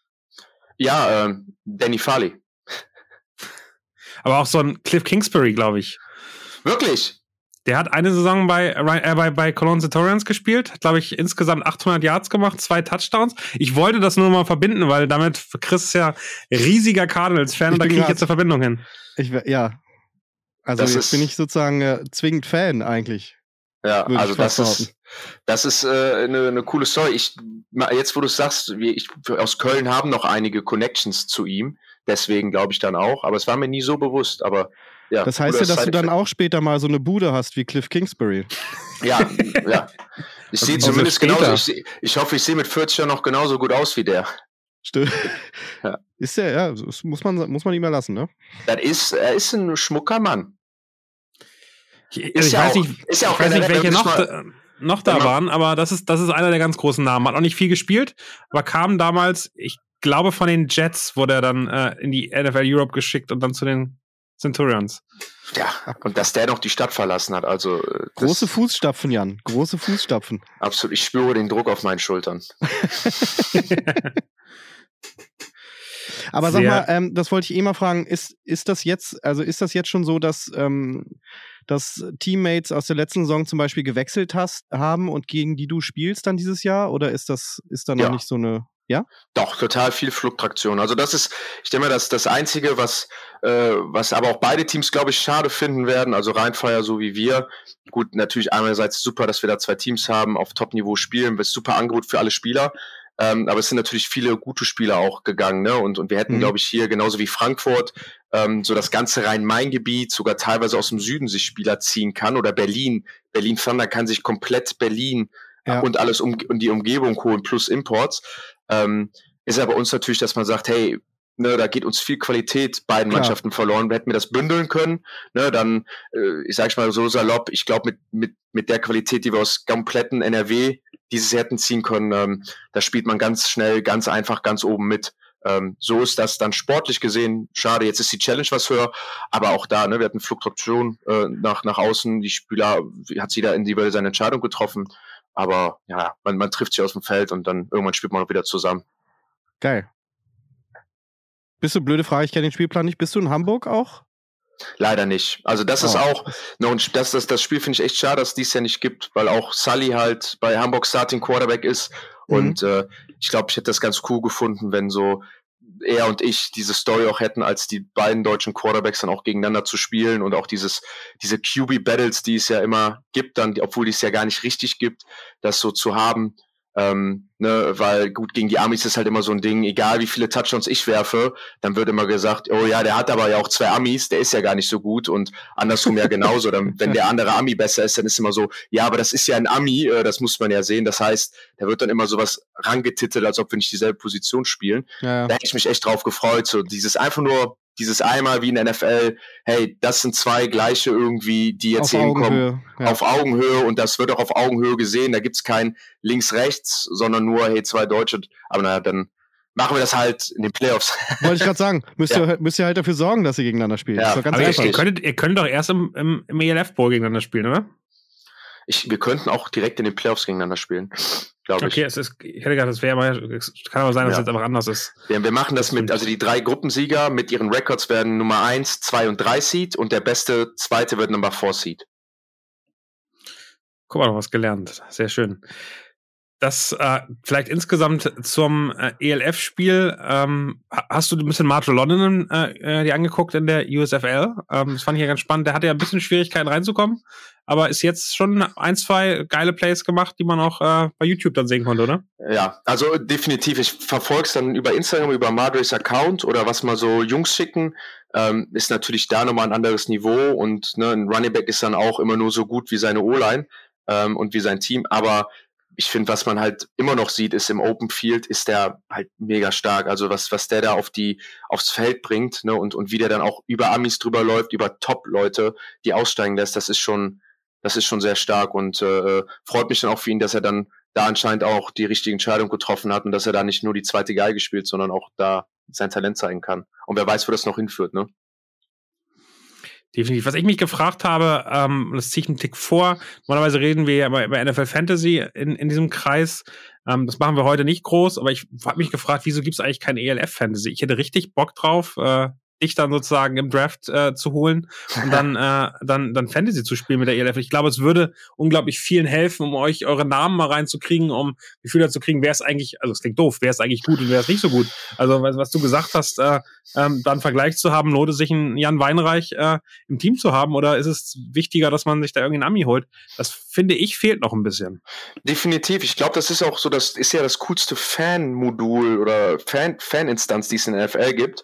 Ja, äh, Danny Farley. Aber auch so ein Cliff Kingsbury, glaube ich. Wirklich? Der hat eine Saison bei, äh, bei, bei Cologne Centurions gespielt, hat, glaube ich, insgesamt achthundert Yards gemacht, zwei Touchdowns. Ich wollte das nur mal verbinden, weil damit, Chris ist ja riesiger Cardinals-Fan, und da kriege ich jetzt eine Verbindung hin. Ich, ja. Also das jetzt ist, bin ich sozusagen äh, zwingend Fan eigentlich. Ja, also das ist, das ist äh, eine, eine coole Story. Ich, jetzt, wo du es sagst, wir, ich, aus Köln haben noch einige Connections zu ihm, deswegen glaube ich dann auch, aber es war mir nie so bewusst, aber ja, das heißt ja, dass du dann auch später mal so eine Bude hast wie Cliff Kingsbury. Ja, ja. Ich sehe zumindest genauso, ich, seh, ich hoffe, ich sehe mit vierzig Jahren noch genauso gut aus wie der. Stimmt. Ja. Ist der, ja, das muss man, muss man ihm ja lassen, ne? Das ist, er ist ein schmucker Mann. Ich, ist ich ja weiß auch, nicht, ist ja auch ich weiß nicht, welche noch, da, noch da waren, aber das ist, das ist einer der ganz großen Namen. Hat auch nicht viel gespielt, aber kam damals, ich glaube, von den Jets wurde er dann äh, in die N F L Europe geschickt und dann zu den Centurions. Ja, und dass der noch die Stadt verlassen hat, also große Fußstapfen, Jan, große Fußstapfen. Absolut, ich spüre den Druck auf meinen Schultern. Aber sag Sehr. mal, ähm, das wollte ich eh mal fragen, ist, ist das jetzt, also ist das jetzt schon so, dass, ähm, dass Teammates aus der letzten Saison zum Beispiel gewechselt hast, haben und gegen die du spielst dann dieses Jahr? Oder ist das, ist da noch ja. nicht so eine, ja? Doch, total viel Fluktuation. Also das ist, ich denke mal, das ist das Einzige, was, äh, was aber auch beide Teams, glaube ich, schade finden werden. Also Rheinfire so wie wir. Gut, natürlich einerseits super, dass wir da zwei Teams haben, auf Top-Niveau spielen, das ist super Angebot für alle Spieler. Ähm, aber es sind natürlich viele gute Spieler auch gegangen, ne? Und, und wir hätten, mhm. glaube ich, hier genauso wie Frankfurt ähm, so das ganze Rhein-Main-Gebiet, sogar teilweise aus dem Süden sich Spieler ziehen kann. Oder Berlin. Berlin Thunder kann sich komplett Berlin ja. und alles um und die Umgebung holen, plus Imports. Ähm, ist aber uns natürlich, dass man sagt, hey, ne, da geht uns viel Qualität beiden Klar. Mannschaften verloren. Wir hätten wir das bündeln können, ne, dann, äh, ich sag mal so salopp, ich glaube, mit, mit, mit der Qualität, die wir aus kompletten N R W dieses Jahr hätten ziehen können, ähm, da spielt man ganz schnell, ganz einfach, ganz oben mit. Ähm, so ist das dann sportlich gesehen. Schade, jetzt ist die Challenge was höher, aber auch da, ne, wir hatten Fluktuation äh, nach, nach außen. Die Spieler, hat jeder individuell seine Entscheidung getroffen. Aber ja, man, man trifft sich aus dem Feld und dann irgendwann spielt man auch wieder zusammen. Geil. Bist du, blöde Frage, ich kenne den Spielplan nicht. Bist du in Hamburg auch? Leider nicht. Also das oh. ist auch, no, das, das, das Spiel finde ich echt schade, dass es dies ja nicht gibt, weil auch Sully halt bei Hamburg Starting Quarterback ist. Mhm. Und äh, ich glaube, ich hätte das ganz cool gefunden, wenn so er und ich diese Story auch hätten, als die beiden deutschen Quarterbacks dann auch gegeneinander zu spielen und auch dieses diese Q B-Battles, die es ja immer gibt, dann, obwohl die es ja gar nicht richtig gibt, das so zu haben. Ähm, ne, weil gut, gegen die Amis ist halt immer so ein Ding, egal wie viele Touchdowns ich werfe, dann wird immer gesagt, oh ja, der hat aber ja auch zwei Amis, der ist ja gar nicht so gut und andersrum ja genauso. Dann, wenn der andere Ami besser ist, dann ist immer so, ja, aber das ist ja ein Ami, äh, das muss man ja sehen. Das heißt, da wird dann immer sowas rangetitelt, als ob wir nicht dieselbe Position spielen. Ja, ja. Da hätte ich mich echt drauf gefreut, so dieses einfach nur dieses einmal wie in der N F L, hey, das sind zwei gleiche irgendwie, die jetzt hier hinkommen, ja. auf Augenhöhe und das wird auch auf Augenhöhe gesehen, da gibt's kein links-rechts, sondern nur, hey, zwei Deutsche, aber naja, dann machen wir das halt in den Playoffs. Wollte ich gerade sagen, müsst, ja. ihr, müsst ihr halt dafür sorgen, dass ihr gegeneinander spielt. Ja. Das ist doch ganz aber einfach. Ihr könnt, ihr könnt doch erst im, im, im E L F-Bowl gegeneinander spielen, oder? Ich, wir könnten auch direkt in den Playoffs gegeneinander spielen, glaube ich. Okay, es ist, ich hätte gedacht, das wäre mal, es kann aber sein, dass ja. es jetzt einfach anders ist. Ja, wir machen das mit, also die drei Gruppensieger mit ihren Records werden Nummer eins, zwei und drei Seed und der beste zweite wird Nummer vier Seed. Guck mal, noch was gelernt. Sehr schön. Das äh, vielleicht insgesamt zum äh, E L F-Spiel. Ähm, hast du ein bisschen Marjo London äh, dir angeguckt in der U S F L? Ähm, das fand ich ja ganz spannend. Der hatte ja ein bisschen Schwierigkeiten reinzukommen, aber ist jetzt schon ein, zwei geile Plays gemacht, die man auch äh, bei YouTube dann sehen konnte, oder? Ja, also definitiv. Ich verfolge es dann über Instagram, über Marjo's Account oder was mal so Jungs schicken. Ähm, ist natürlich da nochmal ein anderes Niveau und ne, ein Running Back ist dann auch immer nur so gut wie seine O-Line ähm, und wie sein Team, aber ich finde, was man halt immer noch sieht, ist im Open Field ist der halt mega stark. Also was was der da auf die aufs Feld bringt, ne, und und wie der dann auch über Amis drüber läuft, über Top-Leute, die aussteigen lässt, das ist schon das ist schon sehr stark und äh, freut mich dann auch für ihn, dass er dann da anscheinend auch die richtige Entscheidung getroffen hat und dass er da nicht nur die zweite Geige spielt, sondern auch da sein Talent zeigen kann. Und wer weiß, wo das noch hinführt, ne? Definitiv. Was ich mich gefragt habe, ähm, das ziehe ich einen Tick vor, normalerweise reden wir ja über, über N F L Fantasy in, in diesem Kreis. Ähm, das machen wir heute nicht groß, aber ich habe mich gefragt, wieso gibt es eigentlich kein E L F Fantasy? Ich hätte richtig Bock drauf, äh, dich dann sozusagen im Draft äh, zu holen und dann äh, dann dann Fantasy zu spielen mit der E L F. Ich glaube, es würde unglaublich vielen helfen, um euch eure Namen mal reinzukriegen, um Gefühl dazu kriegen, wer ist eigentlich, also es klingt doof, wer ist eigentlich gut und wer ist nicht so gut. Also was, was du gesagt hast, äh, ähm, dann Vergleich zu haben, lohnt es sich einen Jan Weinreich äh, im Team zu haben oder ist es wichtiger, dass man sich da irgendwie einen Ami holt? Das finde ich fehlt noch ein bisschen. Definitiv. Ich glaube, das ist auch so, das ist ja das coolste Fan-Modul oder Fan- Fan-Instanz, die es in der N F L gibt.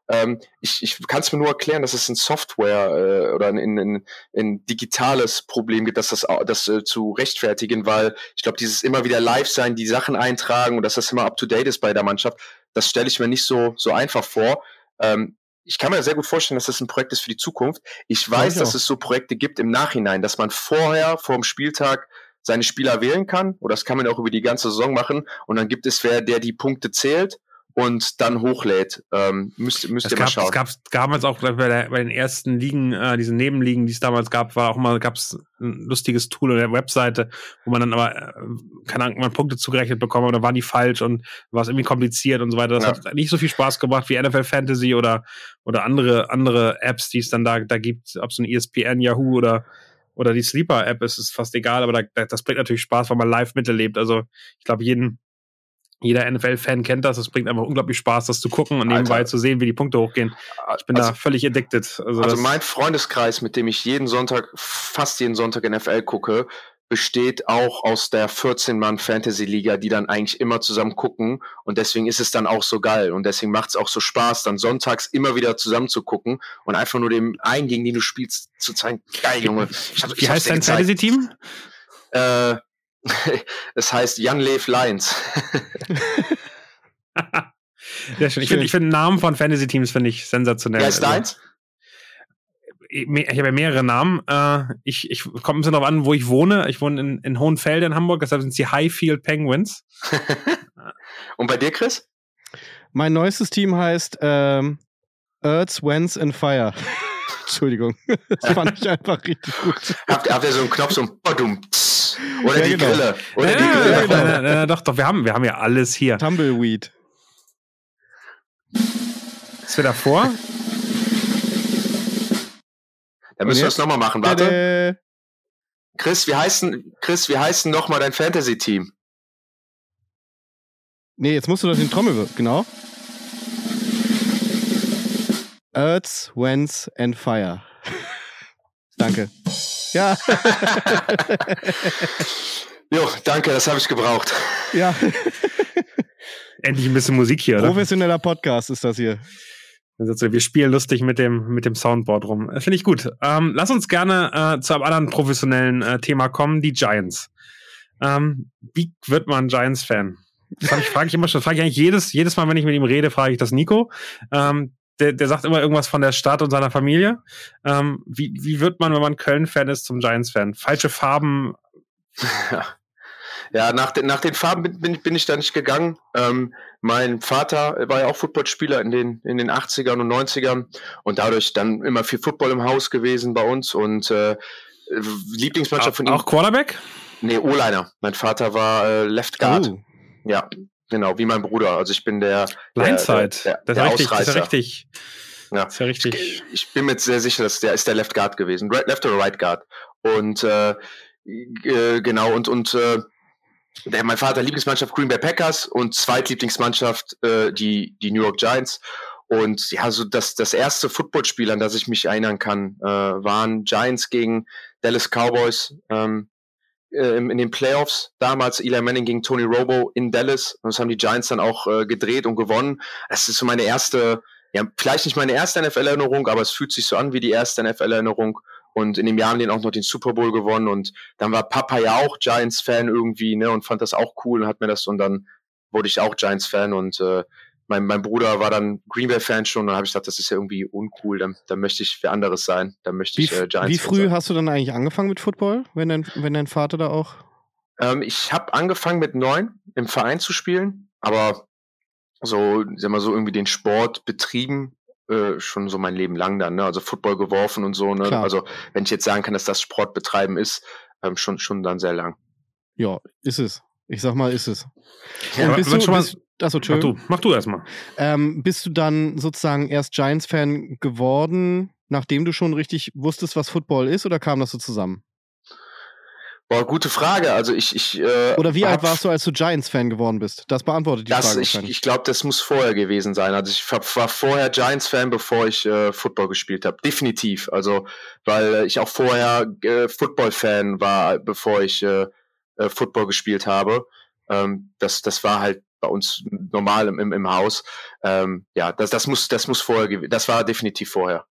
Ähm, ich ich kann es mir nur erklären, dass es ein Software äh, oder ein, ein, ein digitales Problem gibt, dass das, das äh, zu rechtfertigen, weil ich glaube, dieses immer wieder live sein, die Sachen eintragen und dass das immer up to date ist bei der Mannschaft, das stelle ich mir nicht so so einfach vor. Ähm, ich kann mir sehr gut vorstellen, dass das ein Projekt ist für die Zukunft. Ich weiß, ich dass es so Projekte gibt im Nachhinein, dass man vorher vor dem Spieltag seine Spieler wählen kann, oder das kann man auch über die ganze Saison machen, und dann gibt es wer, der die Punkte zählt und dann hochlädt. Ähm, müsst müsst ihr mal schauen. Es gab damals auch bei, der, bei den ersten Ligen, äh, diese Nebenligen, die es damals gab, war auch mal, gab es ein lustiges Tool auf der Webseite, wo man dann aber, äh, keine Ahnung, man Punkte zugerechnet bekommen, aber da waren die falsch und war es irgendwie kompliziert und so weiter. Das ja. hat nicht so viel Spaß gemacht wie N F L Fantasy oder oder andere andere Apps, die es dann da da gibt, ob so ein E S P N, Yahoo oder oder die Sleeper-App, ist es fast egal, aber da, das bringt natürlich Spaß, weil man live miterlebt. Also ich glaube, jeden Jeder N F L-Fan kennt das. Es bringt einfach unglaublich Spaß, das zu gucken und nebenbei Alter. zu sehen, wie die Punkte hochgehen. Ich bin also, da völlig addicted. Also, also mein Freundeskreis, mit dem ich jeden Sonntag, fast jeden Sonntag N F L gucke, besteht auch aus der vierzehn-Mann-Fantasy-Liga, die dann eigentlich immer zusammen gucken. Und deswegen ist es dann auch so geil. Und deswegen macht es auch so Spaß, dann sonntags immer wieder zusammen zu gucken und einfach nur dem einen, gegen den du spielst, zu zeigen. Geil, Junge. Ich hab, wie ich heißt dein Fantasy-Team? Äh... Es heißt Jan Lev Lions. Sehr schön. Ich finde ich find Namen von Fantasy-Teams finde ich sensationell. Wer ist deins? Ich, ich habe ja mehrere Namen. Ich, ich komme ein bisschen darauf an, wo ich wohne. Ich wohne in, in Hohenfelde in Hamburg, deshalb sind es die Highfield Penguins. Und bei dir, Chris? Mein neuestes Team heißt ähm, Earths, Winds and Fire. Entschuldigung. Das fand ich einfach richtig gut. Habt, habt ihr so einen Knopf, so ein Badum, oder ja, die genau. Grille? Oder ja, die Grille? Ja, ja, ja, ja, doch, doch, wir haben, wir haben ja alles hier. Tumbleweed. Ist wir davor? Da müssen wir es nochmal machen, warte. Tada. Chris, wie heißen, Chris, wie heißen nochmal dein Fantasy-Team? Nee, jetzt musst du das in Trommel, genau. Earths, Winds and Fire. Danke. Ja. Jo, danke, das habe ich gebraucht. Ja. Endlich ein bisschen Musik hier, oder? Professioneller Podcast ist das hier. Wir spielen lustig mit dem, mit dem Soundboard rum. Finde ich gut. Ähm, lass uns gerne äh, zu einem anderen professionellen äh, Thema kommen, die Giants. Ähm, wie wird man Giants-Fan? Das frage ich, frag ich immer schon. Das frage ich eigentlich jedes, jedes Mal, wenn ich mit ihm rede, frage ich das Nico. Ähm, Der, der sagt immer irgendwas von der Stadt und seiner Familie. Ähm, wie, wie wird man, wenn man Köln-Fan ist, zum Giants-Fan? Falsche Farben? Ja, nach, de, nach den Farben bin, bin, bin ich da nicht gegangen. Ähm, mein Vater war ja auch Footballspieler in den, in den achtzigern und neunzigern und dadurch dann immer viel Football im Haus gewesen bei uns und äh, Lieblingsmannschaft auch, von ihm. Auch Quarterback? Nee, O-Liner. Mein Vater war äh, Left Guard. Oh. Ja. Genau, wie mein Bruder. Also ich bin der Blindside. Der, der, der, das, ist richtig, Ausreißer. das ist ja richtig. Ja. Das ist ja richtig. Ich, ich bin mir sehr sicher, dass der ist der Left Guard gewesen. Right, Left oder Right Guard. Und äh, äh, genau, und, und äh, der, mein Vater Lieblingsmannschaft Green Bay Packers und Zweitlieblingsmannschaft äh, die, die New York Giants. Und ja, so das, das erste Footballspiel, an das ich mich erinnern kann, äh, waren Giants gegen Dallas Cowboys. Ähm, in den Playoffs damals, Eli Manning gegen Tony Romo in Dallas, und das haben die Giants dann auch äh, gedreht und gewonnen. Das ist so meine erste, ja, vielleicht nicht meine erste N F L-Erinnerung, aber es fühlt sich so an wie die erste N F L-Erinnerung, und in dem Jahr haben die auch noch den Super Bowl gewonnen, und dann war Papa ja auch Giants-Fan irgendwie, ne, und fand das auch cool und hat mir das, und dann wurde ich auch Giants-Fan, und äh, Mein, mein Bruder war dann Green Bay-Fan schon, und dann habe ich gedacht, das ist ja irgendwie uncool, dann, dann möchte ich für anderes sein, dann möchte wie, ich äh, Giants Wie früh sein. hast du dann eigentlich angefangen mit Football, wenn dein, wenn dein Vater da auch... Ähm, ich habe angefangen mit neun im Verein zu spielen, aber so, sag mal so irgendwie den Sport betrieben, äh, schon so mein Leben lang dann, ne? Also Football geworfen und so, ne? Klar. Also wenn ich jetzt sagen kann, dass das Sport betreiben ist, ähm, schon, schon dann sehr lang. Ja, ist es. Ich sag mal, ist es. Ja, Und bist aber du, schon mal- bist, achso, Mach du, mach du erstmal. Ähm, bist du dann sozusagen erst Giants-Fan geworden, nachdem du schon richtig wusstest, was Football ist, oder kam das so zusammen? Boah, gute Frage. Also ich, ich äh, Oder wie alt hab- warst du, als du Giants-Fan geworden bist? Das beantwortet die Das, Frage ich wahrscheinlich. ich glaube, das muss vorher gewesen sein. Also ich war war vorher Giants-Fan, bevor ich äh, Football gespielt habe. Definitiv. Also, weil äh, ich auch vorher äh, Football-Fan war, bevor ich äh, äh, Football gespielt habe. Ähm, das, das war halt bei uns normal im, im, im Haus. Ähm, ja, das, das muss, das muss vorher gewesen, das war definitiv vorher.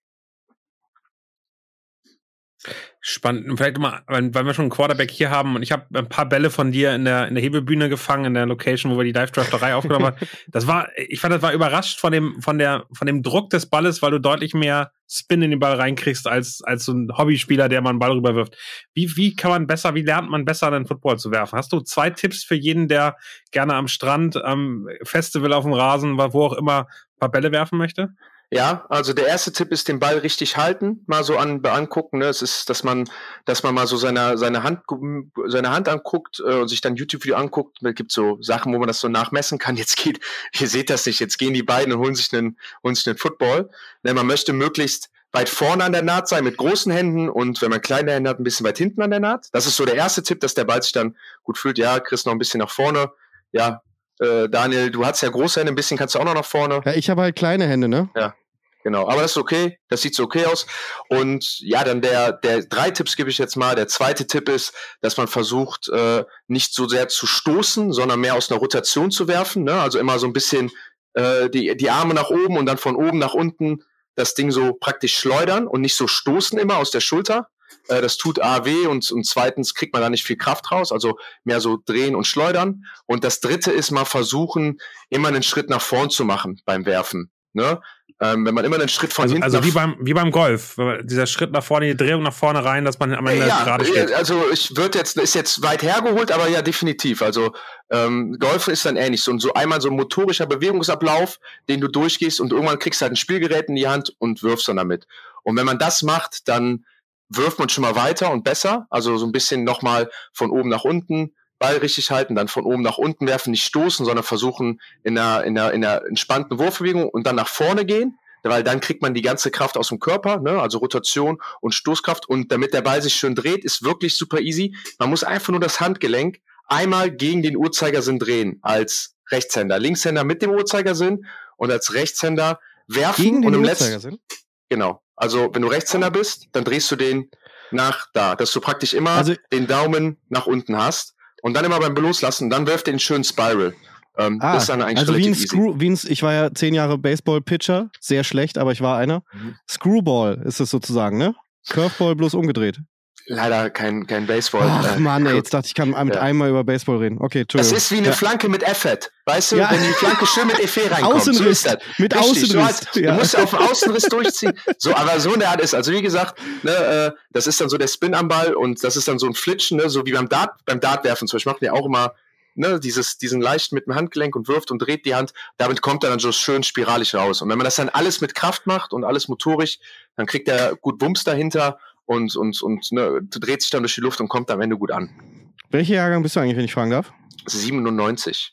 Spannend. Vielleicht mal, weil wir schon einen Quarterback hier haben und ich habe ein paar Bälle von dir in der in der Hebebühne gefangen, in der Location, wo wir die Live-Drafterei aufgenommen haben. Das war, ich fand, das war überrascht von dem von der von dem Druck des Balles, weil du deutlich mehr Spin in den Ball reinkriegst als als so ein Hobbyspieler, der mal einen Ball rüberwirft. Wie wie kann man besser, wie lernt man besser, einen Football zu werfen? Hast du zwei Tipps für jeden, der gerne am Strand, am Festival auf dem Rasen, wo auch immer, ein paar Bälle werfen möchte? Ja, also der erste Tipp ist, den Ball richtig halten, mal so an, angucken. Ne? Es ist, dass man, dass man mal so seine seine Hand seine Hand anguckt äh, und sich dann YouTube-Video anguckt. Es gibt so Sachen, wo man das so nachmessen kann. Jetzt geht, ihr seht das nicht. Jetzt gehen die beiden und holen sich einen holen sich einen Football. Ne? Man möchte möglichst weit vorne an der Naht sein mit großen Händen und wenn man kleine Hände hat, ein bisschen weit hinten an der Naht. Das ist so der erste Tipp, dass der Ball sich dann gut fühlt. Ja, Chris noch ein bisschen nach vorne. Ja. Äh, Daniel, du hast ja große Hände, ein bisschen kannst du auch noch nach vorne. Ja, ich habe halt kleine Hände, ne? Ja, genau. Aber das ist okay, das sieht so okay aus. Und ja, dann der, der drei Tipps gebe ich jetzt mal. Der zweite Tipp ist, dass man versucht, äh, nicht so sehr zu stoßen, sondern mehr aus einer Rotation zu werfen. Ne? Also immer so ein bisschen äh, die, die Arme nach oben und dann von oben nach unten das Ding so praktisch schleudern und nicht so stoßen immer aus der Schulter. Das tut A weh und, und zweitens kriegt man da nicht viel Kraft raus, also mehr so drehen und schleudern. Und das dritte ist mal versuchen, immer einen Schritt nach vorn zu machen beim Werfen. Ne? Ähm, wenn man immer einen Schritt von also, hinten also nach wie beim wie beim Golf, dieser Schritt nach vorne, die Drehung nach vorne rein, dass man am Ende ja, gerade steht. Also ich würde jetzt ist jetzt weit hergeholt, aber ja definitiv. Also ähm, Golfen ist dann ähnlich so und so einmal so ein motorischer Bewegungsablauf, den du durchgehst und irgendwann kriegst du halt ein Spielgerät in die Hand und wirfst dann damit. Und wenn man das macht, dann wirft man schon mal weiter und besser, also so ein bisschen nochmal von oben nach unten, Ball richtig halten, dann von oben nach unten werfen, nicht stoßen, sondern versuchen in einer, in einer, in einer entspannten Wurfbewegung und dann nach vorne gehen, weil dann kriegt man die ganze Kraft aus dem Körper, ne? Also Rotation und Stoßkraft und damit der Ball sich schön dreht, ist wirklich super easy. Man muss einfach nur das Handgelenk einmal gegen den Uhrzeigersinn drehen als Rechtshänder, Linkshänder mit dem Uhrzeigersinn und als Rechtshänder werfen gegen den und im Uhrzeigersinn? letzten Genau. Also, wenn du Rechtshänder bist, dann drehst du den nach da, dass du praktisch immer also, den Daumen nach unten hast und dann immer beim Loslassen, dann wirft den schönen Spiral. Ähm, ah, das ist dann eigentlich also wie ein relativ Screw, wie ein, ich war ja zehn Jahre Baseball-Pitcher, sehr schlecht, aber ich war einer. Mhm. Screwball ist es sozusagen, ne? Curveball bloß umgedreht. Leider kein, kein Baseball. Ach äh, Mann, ey, jetzt dachte ich, kann mit ja. einmal über Baseball reden. Okay, Entschuldigung. Das ist wie eine ja. Flanke mit Effet. Weißt du, ja. wenn die Flanke schön mit Effet reinkommt. Außenriss. So ist das. Mit Richtig, Außenriss. So als, ja. Du musst auf den Außenriss durchziehen. So, aber so eine Art ist, also wie gesagt, ne, äh, das ist dann so der Spin am Ball und das ist dann so ein Flitschen, ne, so wie beim Dart, beim Dartwerfen zum Beispiel, machen wir auch immer, ne, dieses, diesen leicht mit dem Handgelenk und wirft und dreht die Hand. Damit kommt er dann so schön spiralig raus. Und wenn man das dann alles mit Kraft macht und alles motorisch, dann kriegt er gut Wumms dahinter. Und, und, und ne, dreht sich dann durch die Luft und kommt am Ende gut an. Welcher Jahrgang bist du eigentlich, wenn ich fragen darf? siebenundneunzig.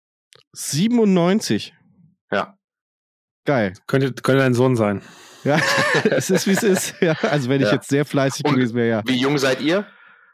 siebenundneunzig? Ja. Geil. Könnte, könnte dein Sohn sein. Ja, es ist, wie es ist. Ja, also wenn ich ja. jetzt sehr fleißig und gewesen wäre, ja. Wie jung seid ihr?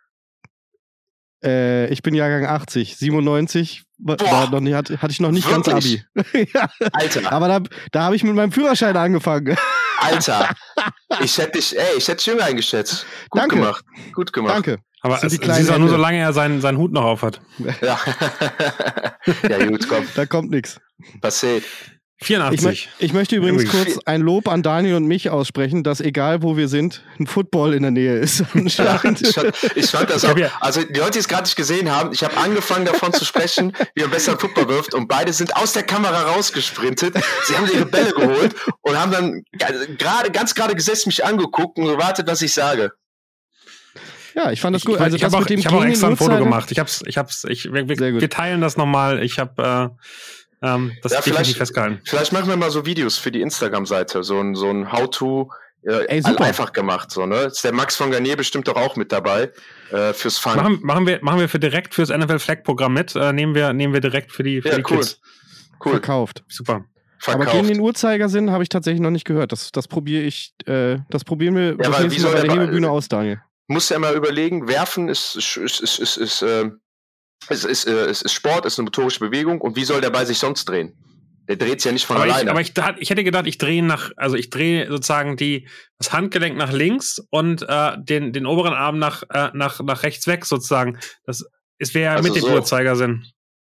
Äh, ich bin Jahrgang achtzig. siebenundneunzig war noch nicht, hatte, hatte ich noch nicht Wirklich? ganz Abi. Ja. Alter. Aber da, da habe ich mit meinem Führerschein angefangen. Alter, ich hätte dich, ey, ich hätte dich jünger eingeschätzt. Gut Danke. gemacht. Gut gemacht. Danke. Aber es ist auch nur, solange er seinen, seinen Hut noch auf hat. Ja. Ja, gut, komm. Da kommt nichts. Passiert. vierundachtzig. Ich, ich möchte übrigens kurz ein Lob an Daniel und mich aussprechen, dass egal wo wir sind, ein Football in der Nähe ist. Ja, ich, fand, ich fand das auch. Also die Leute, die es gerade nicht gesehen haben, ich habe angefangen davon zu sprechen, wie er besser Football wirft und beide sind aus der Kamera rausgesprintet. Sie haben ihre Bälle geholt und haben dann gerade ganz gerade gesessen, mich angeguckt und gewartet, was ich sage. Ja, ich fand das gut. Ich, also ich habe auch, ich hab auch extra ein Foto gemacht. Ich hab's, ich hab's, ich, wir, wir teilen das nochmal. Ich habe äh, ähm, das ja, definitiv festgehalten. Vielleicht machen wir mal so Videos für die Instagram-Seite, so ein so ein How-to äh, Ey, einfach gemacht, so ne. Ist der Max von Garnier bestimmt doch auch mit dabei äh, fürs Fun. Machen, machen wir, machen wir für direkt fürs N F L Flag Programm mit. Äh, nehmen wir, nehmen wir direkt für die, für ja, die cool. Kids. Cool. Verkauft. Super. Verkauft. Aber gegen den Uhrzeigersinn habe ich tatsächlich noch nicht gehört. Das, das probiere ich, äh, das probieren wir ja, das nächste Mal bei der Hebebühne aus, Daniel. Musst ja mal überlegen, werfen ist, ist, ist, ist, ist, ist, äh, ist, ist, äh, ist, ist Sport, ist eine motorische Bewegung und wie soll der Ball sich sonst drehen? Der dreht sich ja nicht von aber alleine. Ich, aber ich, ich hätte gedacht, ich drehe nach, also ich drehe sozusagen die, das Handgelenk nach links und äh, den, den oberen Arm nach, äh, nach, nach rechts weg sozusagen. Das wäre ja also mit dem so. Uhrzeigersinn.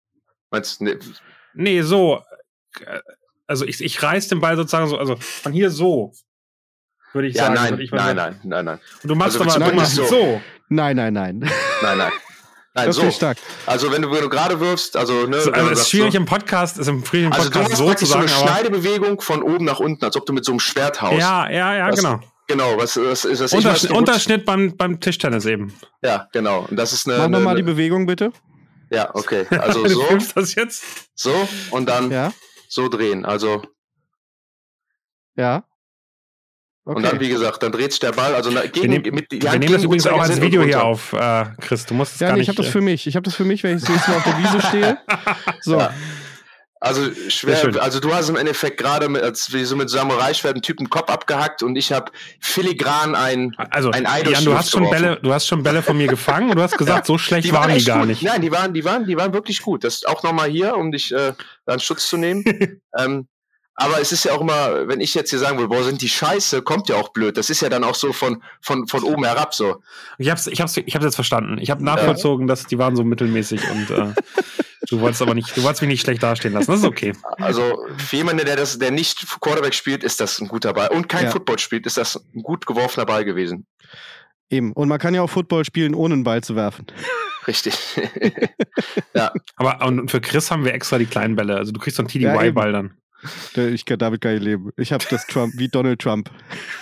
Meinst du, ne, Nee, so. Also ich, ich reiß den Ball sozusagen so, also von hier so, würde ich ja, sagen. nein, würde ich mal nein, sagen. nein, nein, nein. Und du machst Also aber, willst du du machst wirklich so. so? Nein, nein, nein. Nein, nein. Nein, Das so. ist stark. Also wenn du, wenn du gerade wirfst, also ne, So, wenn also du es ist sagst schwierig so, im Podcast, ist im schwierig im also du Podcast hast so zu praktisch so sagen, eine aber Schneidebewegung von oben nach unten, als ob du mit so einem Schwert haust. ja, ja, ja, was, genau. Genau, was, was ist das? Ich Unterschnitt, weiß nicht, Unterschnitt beim, beim Tischtennis eben. Ja, genau. Und das ist eine. Mach eine, nochmal eine die Bewegung, bitte. Ja, okay. Also du so, filmst das jetzt? so und dann Ja, so drehen. Also ja. Okay. und dann, wie gesagt, dann dreht sich der Ball. Also na, gegen, Wir, nehm, mit, die wir Hand nehmen das gegen übrigens auch als Uhrzeigersinn Video und hier runter. auf, äh, Chris. Du musst es ja, gar nee, nicht. ich habe das äh, für mich. Ich habe das für mich, wenn ich das nächste Mal auf der Wiese stehe. So. Ja. Also Sehr schwer, schön. also du hast im Endeffekt gerade mit, als wie so mit Samurai-Schwert einen Typen Kopf abgehackt und ich habe filigran ein, Also, ein Ei Jan, durchs du Luft hast schon geworfen. Bälle, du hast schon Bälle von mir gefangen und du hast gesagt, so schlecht waren die echt gar gut. nicht. Nein, die waren, die waren, die waren wirklich gut. Das auch nochmal hier, um dich äh, da in Schutz zu nehmen. ähm, aber es ist ja auch immer, wenn ich jetzt hier sagen will, boah, sind die scheiße, kommt ja auch blöd. Das ist ja dann auch so von, von, von oben herab so. Ich hab's, ich hab's, ich hab's jetzt verstanden. Ich habe nachvollzogen, dass die waren so mittelmäßig und äh, du wolltest aber nicht, du wolltest mich nicht schlecht dastehen lassen. Das ist okay. Also für jemanden, der das, der nicht Quarterback spielt, ist das ein guter Ball. Und kein Ja. Football spielt, ist das ein gut geworfener Ball gewesen. Eben. Und man kann ja auch Football spielen, ohne einen Ball zu werfen. Richtig. Ja. Aber und für Chris haben wir extra die kleinen Bälle. Also du kriegst so einen T D Ja, Y-Ball dann. Ich kann damit gar nicht leben. Ich habe das Trump, wie Donald Trump.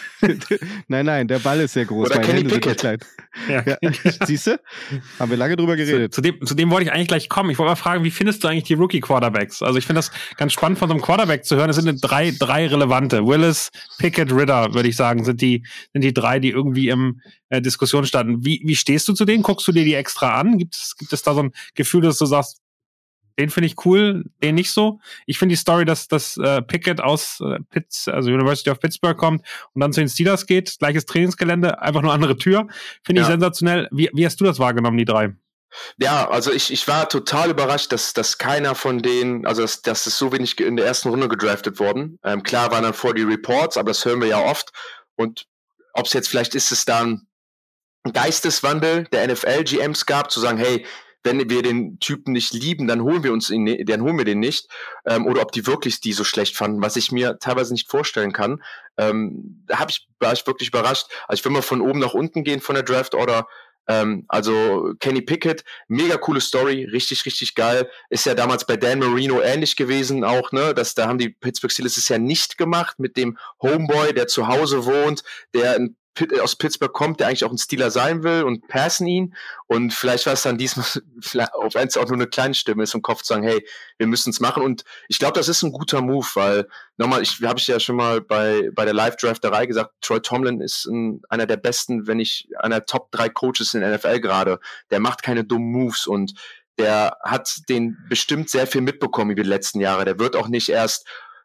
Nein, nein, der Ball ist sehr groß. Oder Meine Kenny Hände sind Ja. nicht klein. Ja. Siehst du? Haben wir lange drüber Zu, geredet. zu, dem, zu dem wollte ich eigentlich gleich kommen. Ich wollte mal fragen, wie findest du eigentlich die Rookie-Quarterbacks? Also ich finde das ganz spannend, von so einem Quarterback zu hören. Es sind drei, drei relevante. Willis, Pickett, Ridder, würde ich sagen, sind die, sind die drei, die irgendwie im äh, Diskussion standen. Wie, wie stehst du zu denen? Guckst du dir die extra an? Gibt es, gibt es da so ein Gefühl, dass du sagst, den finde ich cool, den nicht so? Ich finde die Story, dass, dass äh, Pickett aus äh, Pitts, also University of Pittsburgh kommt und dann zu den Steelers geht, gleiches Trainingsgelände, einfach nur andere Tür, finde ich Ja. sensationell. Wie, wie hast du das wahrgenommen, die drei? Ja, also ich, ich war total überrascht, dass, dass keiner von denen, also dass, dass es so wenig in der ersten Runde gedraftet worden. Ähm, klar waren dann vor die Reports, aber das hören wir ja oft. Und ob es jetzt vielleicht ist, es dann ein Geisteswandel der N F L-G Ms gab, zu sagen, hey, wenn wir den Typen nicht lieben, dann holen wir uns ihn, ne- dann holen wir den nicht. Ähm, oder ob die wirklich die so schlecht fanden, was ich mir teilweise nicht vorstellen kann. Ähm, da hab ich, war ich wirklich überrascht. Also ich will mal von oben nach unten gehen von der Draft Order. Ähm, also Kenny Pickett, mega coole Story, richtig, richtig geil. Ist ja damals bei Dan Marino ähnlich gewesen auch, ne? Das, da haben die Pittsburgh Steelers es ja nicht gemacht mit dem Homeboy, der zu Hause wohnt, der in Pitt, aus Pittsburgh kommt, der eigentlich auch ein Steeler sein will und passen ihn. Und vielleicht war es dann diesmal, auch wenn es auch nur eine kleine Stimme ist im Kopf, zu sagen, hey, wir müssen es machen. Und ich glaube, das ist ein guter Move, weil nochmal, ich habe ich ja schon mal bei, bei der Live-Drafterei gesagt, Troy Tomlin ist ein, einer der besten, wenn nicht einer Top drei Coaches in der N F L gerade. Der macht keine dummen Moves und der hat den bestimmt sehr viel mitbekommen über die letzten Jahre. Der wird auch nicht erst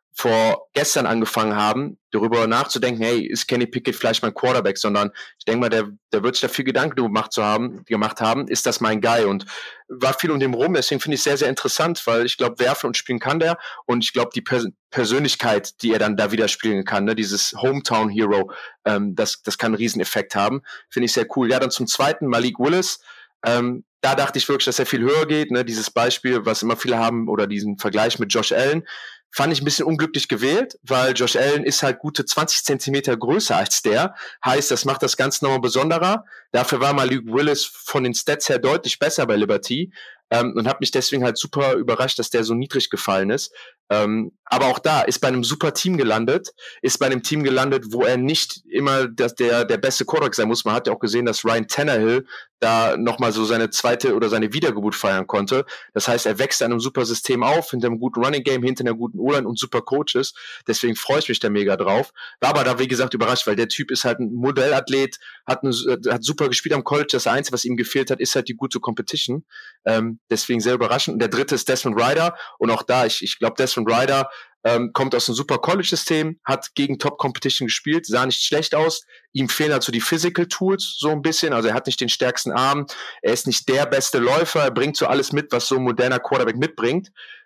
vor gestern angefangen haben, darüber nachzudenken, hey, ist Kenny Pickett vielleicht mein Quarterback, sondern ich denke mal, der, der wird sich da viel Gedanken gemacht zu haben, gemacht haben, ist das mein Guy? Und war viel um den rum, deswegen finde ich es sehr, sehr interessant, weil ich glaube, werfen und spielen kann der und ich glaube, die Pers- Persönlichkeit, die er dann da wieder spielen kann, ne, dieses Hometown Hero, ähm, das, das kann einen Rieseneffekt haben, finde ich sehr cool. Ja, dann zum zweiten, Malik Willis, ähm, da dachte ich wirklich, dass er viel höher geht, ne, dieses Beispiel, was immer viele haben, oder diesen Vergleich mit Josh Allen, fand ich ein bisschen unglücklich gewählt, weil Josh Allen ist halt gute zwanzig Zentimeter größer als der. Heißt, das macht das Ganze nochmal besonderer. Dafür war Malik Willis von den Stats her deutlich besser bei Liberty. Ähm, und hat mich deswegen halt super überrascht, dass der so niedrig gefallen ist. Ähm, aber auch da ist bei einem super Team gelandet, ist bei einem Team gelandet, wo er nicht immer das, der, der beste Quarterback sein muss. Man hat ja auch gesehen, dass Ryan Tannehill da nochmal so seine zweite oder seine Wiedergeburt feiern konnte. Das heißt, er wächst in einem super System auf, hinter einem guten Running Game, hinter einer guten O-Line und super Coaches. Deswegen freue ich mich da mega drauf. War aber da, wie gesagt, überrascht, weil der Typ ist halt ein Modellathlet, hat, eine, hat super gespielt am College. Das Einzige, was ihm gefehlt hat, ist halt die gute Competition. Ähm, deswegen sehr überraschend. Und der dritte ist Desmond Ridder. Und auch da, ich, ich glaube, Desmond Ridder ähm, kommt aus einem super College-System, hat gegen Top-Competition gespielt, sah nicht schlecht aus. Ihm fehlen halt so die Physical-Tools so ein bisschen. Also er hat nicht den stärksten Arm. Er ist nicht der beste Läufer. Er bringt so alles mit, was so ein moderner Quarterback mitbringt.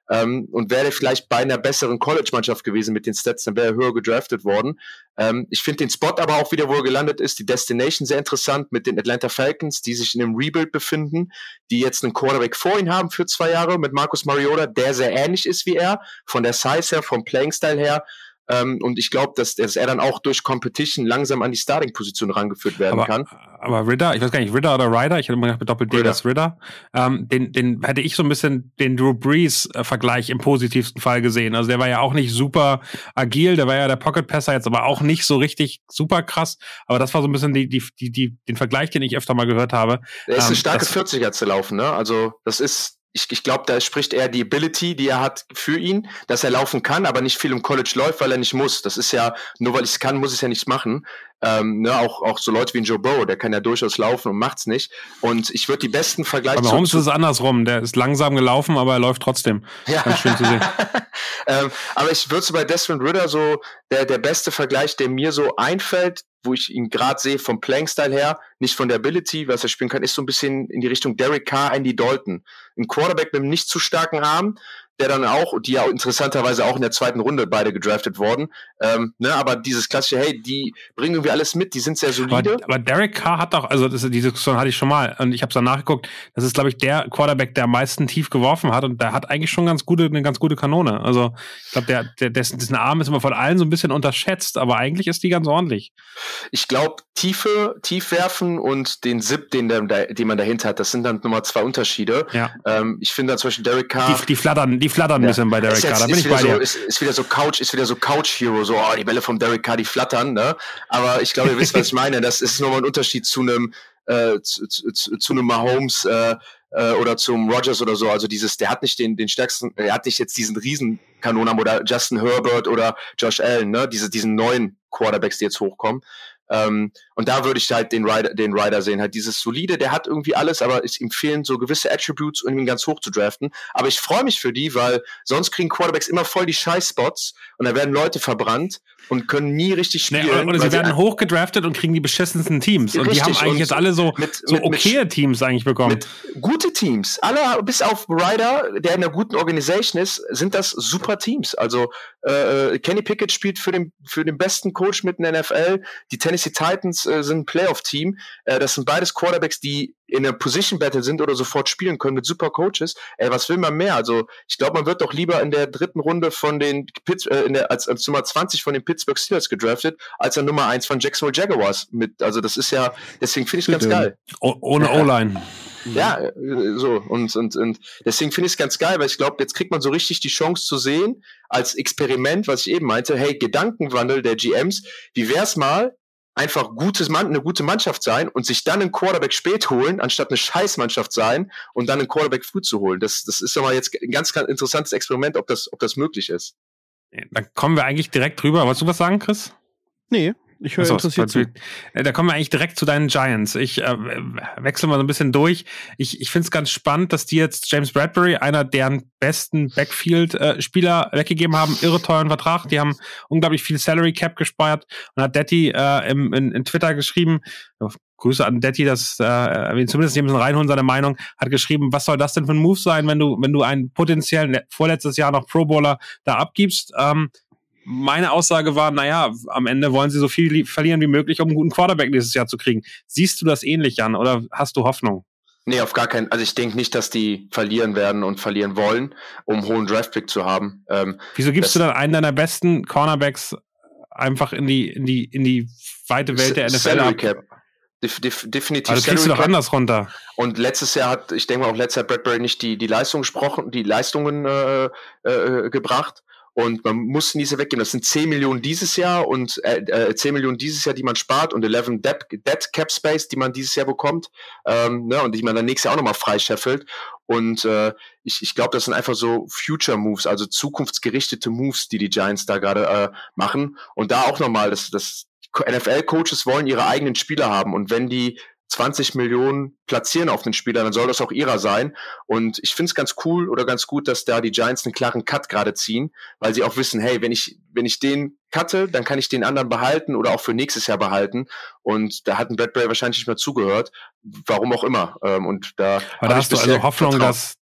Ähm, und wäre er vielleicht bei einer besseren College-Mannschaft gewesen mit den Stats, dann wäre er höher gedraftet worden. Ähm, ich finde den Spot aber auch wieder, wo er gelandet ist, die Destination sehr interessant mit den Atlanta Falcons, die sich in einem Rebuild befinden, die jetzt einen Quarterback vor ihm haben für zwei Jahre mit Marcus Mariota, der sehr ähnlich ist wie er, von der Size her, vom Playing-Style her. Ähm, und ich glaube, dass, dass er dann auch durch Competition langsam an die Starting-Position rangeführt werden aber, kann. Aber Ridder, ich weiß gar nicht, Ridder oder Ryder, ich hätte immer gedacht mit Doppel-D, das Ridder, ähm, den, den hätte ich so ein bisschen den Drew Brees-Vergleich im positivsten Fall gesehen. Also der war ja auch nicht super agil, der war ja der Pocket-Passer jetzt aber auch nicht so richtig super krass. Aber das war so ein bisschen die, die, die, die, den Vergleich, den ich öfter mal gehört habe. Er ist ähm, eine starke vierziger zu laufen, ne? Also das ist Ich, ich glaube, da spricht eher die Ability, die er hat für ihn, dass er laufen kann, aber nicht viel im College läuft, weil er nicht muss. Das ist ja, nur weil ich es kann, muss ich es ja nicht machen. Ähm, ne, auch, auch so Leute wie ein Joe Burrow, der kann ja durchaus laufen und macht's nicht. Und ich würde die besten Vergleiche... Aber Holmes ist es andersrum. Der ist langsam gelaufen, aber er läuft trotzdem. Ja. Ganz schön zu sehen. ähm, aber ich würde so bei Desmond Ridder so, der, der beste Vergleich, der mir so einfällt, wo ich ihn gerade sehe vom Playing-Style her, nicht von der Ability, was er spielen kann, ist so ein bisschen in die Richtung Derek Carr, Andy Dalton. Ein Quarterback mit einem nicht zu starken Arm, der dann auch, die ja interessanterweise auch in der zweiten Runde beide gedraftet worden, ähm, ne, aber dieses klassische, hey, die bringen irgendwie alles mit, die sind sehr solide. Aber, aber Derek Carr hat doch, also das, die Diskussion hatte ich schon mal und ich habe es dann nachgeguckt, das ist, glaube ich, der Quarterback, der am meisten tief geworfen hat und der hat eigentlich schon ganz gute, eine ganz gute Kanone. Also ich glaube, der, der dessen, dessen Arm ist immer von allen so ein bisschen unterschätzt, aber eigentlich ist die ganz ordentlich. Ich glaube, Tiefe, tief werfen und den Zip, den, der, den man dahinter hat, das sind dann nochmal zwei Unterschiede. Ja. Ähm, ich finde da zum Beispiel Derek Carr... Die, die flattern, die flattern ein ja. bisschen bei Derek Carr, da bin ich bei dir. So, ist, ist wieder so Couch, ist wieder so Couch-Hero, so, oh, die Bälle vom Derek Carr, die flattern, ne? Aber ich glaube, ihr wisst, was ich meine. Das ist nochmal ein Unterschied zu einem, äh, zu, zu, zu einem Mahomes, äh, äh, oder zum Rodgers oder so. Also dieses, der hat nicht den, den stärksten, er hat nicht jetzt diesen Riesenkanonen oder Justin Herbert oder Josh Allen, ne? Diese, diesen neuen Quarterbacks, die jetzt hochkommen. Ähm, und da würde ich halt den Rider, den Rider sehen, halt dieses solide, der hat irgendwie alles, aber es ihm fehlen so gewisse Attributes, um ihn ganz hoch zu draften. Aber ich freue mich für die, weil sonst kriegen Quarterbacks immer voll die Scheiß-Spots und da werden Leute verbrannt und können nie richtig spielen. Nee, oder sie werden hochgedraftet und kriegen die beschissensten Teams. Und die haben eigentlich und jetzt alle so, mit, so mit, okaye mit, Teams eigentlich bekommen. Mit gute Teams. Alle, bis auf Ryder, der in einer guten Organisation ist, sind das super Teams. Also äh, Kenny Pickett spielt für den, für den besten Coach mit in der N F L. Die Tennessee Titans äh, sind ein Playoff-Team. Äh, das sind beides Quarterbacks, die in einer Position Battle sind oder sofort spielen können mit super Coaches. Ey, was will man mehr? Also ich glaube, man wird doch lieber in der dritten Runde von den Pitts, äh, in der, als, als Nummer zwanzig von den Pittsburgh Steelers gedraftet, als an Nummer eins von Jacksonville Jaguars mit. Also das ist ja, deswegen finde ich es ganz geil. Oh, ohne O-Line. Ja, so. Und, und, und deswegen finde ich es ganz geil, weil ich glaube, jetzt kriegt man so richtig die Chance zu sehen, als Experiment, was ich eben meinte, hey, Gedankenwandel der G Ms, wie wär's mal, einfach gutes Mann, eine gute Mannschaft sein und sich dann einen Quarterback spät holen, anstatt eine Scheißmannschaft sein und dann einen Quarterback früh zu holen. Das, das ist doch mal jetzt ein ganz, ganz interessantes Experiment, ob das, ob das möglich ist. Dann kommen wir eigentlich direkt drüber. Wolltest du was sagen, Chris? Nee. Ich höre interessiert zu. Da kommen wir eigentlich direkt zu deinen Giants. Ich äh, wechsle mal so ein bisschen durch. Ich, ich finde es ganz spannend, dass die jetzt James Bradbury, einer deren besten Backfield-Spieler, äh, weggegeben haben. Irre teuren Vertrag. Die haben unglaublich viel Salary Cap gespart. Und hat Detti äh, im, in, in Twitter geschrieben, Grüße an Detti, dass äh, zumindest ein bisschen reinholen seine Meinung, hat geschrieben, was soll das denn für ein Move sein, wenn du wenn du einen potenziellen, vorletztes Jahr noch Pro Bowler da abgibst. Ähm, Meine Aussage war, naja, am Ende wollen sie so viel li- verlieren wie möglich, um einen guten Quarterback nächstes Jahr zu kriegen. Siehst du das ähnlich, Jan, oder hast du Hoffnung? Nee, auf gar keinen. Also ich denke nicht, dass die verlieren werden und verlieren wollen, um einen hohen Draftpick zu haben. Ähm, Wieso gibst du dann einen deiner besten Cornerbacks einfach in die in die in die weite Welt der N F L ab? Cap. Def, def, definitiv. Also kriegst du doch anders runter. Und letztes Jahr hat, ich denke mal auch letztes Jahr Bradbury nicht die die Leistung gesprochen, die Leistungen äh, äh, gebracht. Und man muss diese weggeben. Das sind zehn Millionen dieses Jahr und äh, zehn Millionen dieses Jahr, die man spart und elf Dead, Dead Cap Space, die man dieses Jahr bekommt, ähm, ne, und die man dann nächstes Jahr auch nochmal freischeffelt. Und äh, ich, ich glaube, das sind einfach so Future Moves, also zukunftsgerichtete Moves, die die Giants da gerade äh, machen. Und da auch nochmal, das, das N F L-Coaches wollen ihre eigenen Spieler haben. Und wenn die zwanzig Millionen platzieren auf den Spieler, dann soll das auch ihrer sein. Und ich finde es ganz cool oder ganz gut, dass da die Giants einen klaren Cut gerade ziehen, weil sie auch wissen, hey, wenn ich wenn ich den cutte, dann kann ich den anderen behalten oder auch für nächstes Jahr behalten. Und da hat ein Bradbury wahrscheinlich nicht mehr zugehört, warum auch immer. Und da Aber da hast du also Hoffnung, vertraut. dass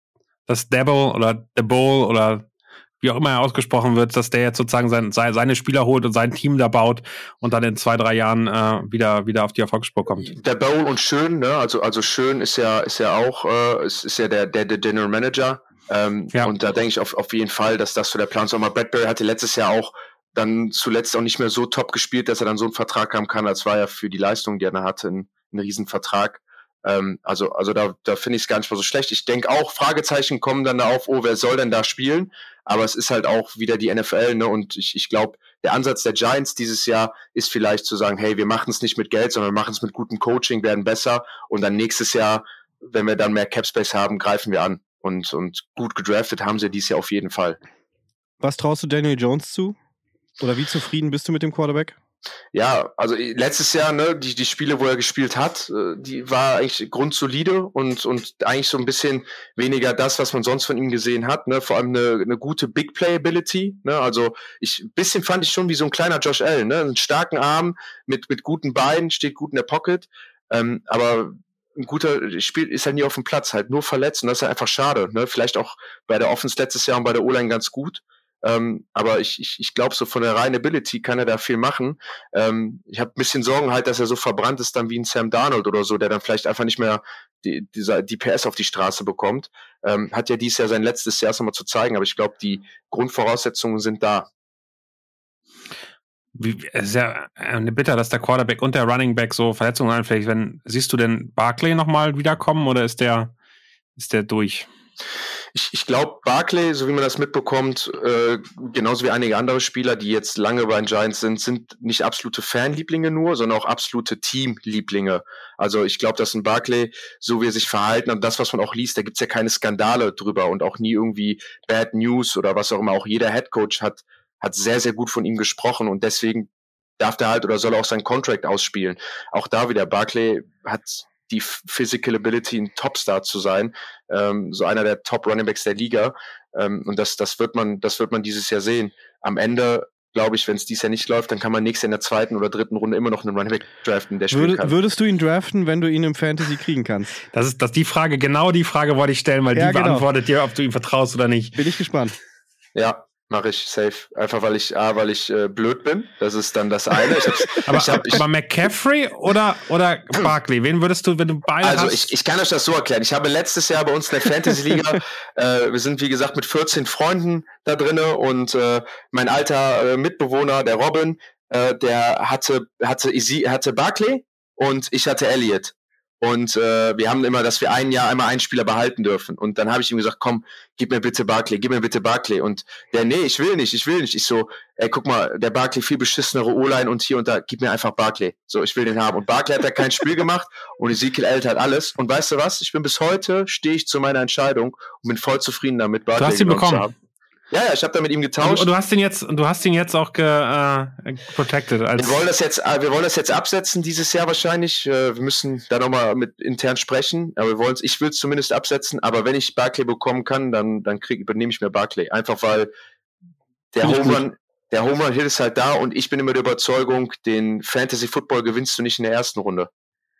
dass Debo oder Debo oder wie auch immer er ausgesprochen wird, dass der jetzt sozusagen sein, seine Spieler holt und sein Team da baut und dann in zwei, drei Jahren äh, wieder, wieder auf die Erfolgsspur kommt. Der Bowl und Schön, ne? Also, also Schön ist ja, ist ja auch, äh, ist, ist ja der, der, der General Manager. Ähm, ja. Und da denke ich auf, auf jeden Fall, dass das so der Plan ist. Aber Bradbury hatte letztes Jahr auch dann zuletzt auch nicht mehr so top gespielt, dass er dann so einen Vertrag haben kann. Das war ja für die Leistung, die er da hatte, ein, ein Riesenvertrag. Ähm, also, also da, da finde ich es gar nicht mal so schlecht. Ich denke auch, Fragezeichen kommen dann da auf, oh, wer soll denn da spielen? Aber es ist halt auch wieder die N F L, ne? Und ich, ich glaube, der Ansatz der Giants dieses Jahr ist vielleicht zu sagen, hey, wir machen es nicht mit Geld, sondern wir machen es mit gutem Coaching, werden besser und dann nächstes Jahr, wenn wir dann mehr Capspace haben, greifen wir an. Und, und gut gedraftet haben sie dieses Jahr auf jeden Fall. Was traust du Daniel Jones zu? Oder wie zufrieden bist du mit dem Quarterback? Ja, also letztes Jahr, ne, die, die Spiele, wo er gespielt hat, die war eigentlich grundsolide und, und eigentlich so ein bisschen weniger das, was man sonst von ihm gesehen hat, ne, vor allem eine, eine gute Big Play-Ability, ne, also ich, ein bisschen fand ich schon wie so ein kleiner Josh Allen, ne, einen starken Arm mit, mit guten Beinen, steht gut in der Pocket, ähm, aber ein guter Spiel ist halt nie auf dem Platz, halt nur verletzt und das ist halt einfach schade, ne, vielleicht auch bei der Offense letztes Jahr und bei der O-Line ganz gut. Ähm, aber ich, ich, ich glaube, so von der reinen Ability kann er da viel machen. Ähm, ich habe ein bisschen Sorgen halt, dass er so verbrannt ist dann wie ein Sam Darnold oder so, der dann vielleicht einfach nicht mehr die, die, die P S auf die Straße bekommt. Ähm, hat ja dieses Jahr sein letztes Jahr nochmal zu zeigen, aber ich glaube, die Grundvoraussetzungen sind da. Wie, es ist ja eine bitter, dass der Quarterback und der Running Back so Verletzungen anfällig werden. Siehst du denn Barkley nochmal wiederkommen oder ist der, ist der durch? Ich, ich glaube, Barkley, so wie man das mitbekommt, äh, genauso wie einige andere Spieler, die jetzt lange bei den Giants sind, sind nicht absolute Fanlieblinge nur, sondern auch absolute Teamlieblinge. Also ich glaube, dass ein Barkley, so wie er sich verhalten und das, was man auch liest, da gibt's ja keine Skandale drüber und auch nie irgendwie Bad News oder was auch immer. Auch jeder Headcoach hat, hat sehr, sehr gut von ihm gesprochen und deswegen darf der halt oder soll auch seinen Contract ausspielen. Auch da wieder, Barkley hat die Physical Ability, ein Topstar zu sein, ähm, so einer der Top Runningbacks der Liga, ähm, und das, das wird man, das wird man dieses Jahr sehen. Am Ende, glaube ich, wenn es dieses Jahr nicht läuft, dann kann man nächstes Jahr in der zweiten oder dritten Runde immer noch einen Runningback draften, der spielen Würde, kann. Würdest du ihn draften, wenn du ihn im Fantasy kriegen kannst? Das ist, das die Frage, genau die Frage wollte ich stellen, weil ja, die genau. beantwortet dir, ob du ihm vertraust oder nicht. Bin ich gespannt. Ja. Mache ich safe. Einfach weil ich, A, weil ich äh, blöd bin. Das ist dann das eine. Ich hab's, aber, ich hab, ich, aber McCaffrey oder, oder Barkley? Wen würdest du, wenn du beide also hast? Also ich, ich kann euch das so erklären. Ich habe letztes Jahr bei uns in der Fantasy-Liga, äh, wir sind wie gesagt mit vierzehn Freunden da drinne und äh, mein alter äh, Mitbewohner, der Robin, äh, der hatte, hatte, hatte Barkley und ich hatte Elliott. Und äh, wir haben immer, dass wir ein Jahr einmal einen Spieler behalten dürfen. Und dann habe ich ihm gesagt, komm, gib mir bitte Barkley, gib mir bitte Barkley. Und der, nee, ich will nicht, ich will nicht. Ich so, ey, guck mal, der Barkley viel beschissenere O-Line und hier und da, gib mir einfach Barkley. So, ich will den haben. Und Barkley hat da kein Spiel gemacht und Ezekiel Elliott hat alles. Und weißt du was? Ich bin bis heute, stehe ich zu meiner Entscheidung und bin voll zufrieden damit, Barkley du hast ihn bekommen. zu haben. Ja, ja, ich habe da mit ihm getauscht. Und du hast ihn jetzt, du hast ihn jetzt auch ge, äh, protected. Als wir wollen das jetzt, wir wollen das jetzt absetzen dieses Jahr wahrscheinlich. Wir müssen da nochmal mit intern sprechen. Aber wir wollen es, ich will es zumindest absetzen. Aber wenn ich Barkley bekommen kann, dann, dann krieg, übernehme ich mir Barkley. Einfach weil der Home Run, der Home Run Hit ist halt da und ich bin immer der Überzeugung, den Fantasy Football gewinnst du nicht in der ersten Runde.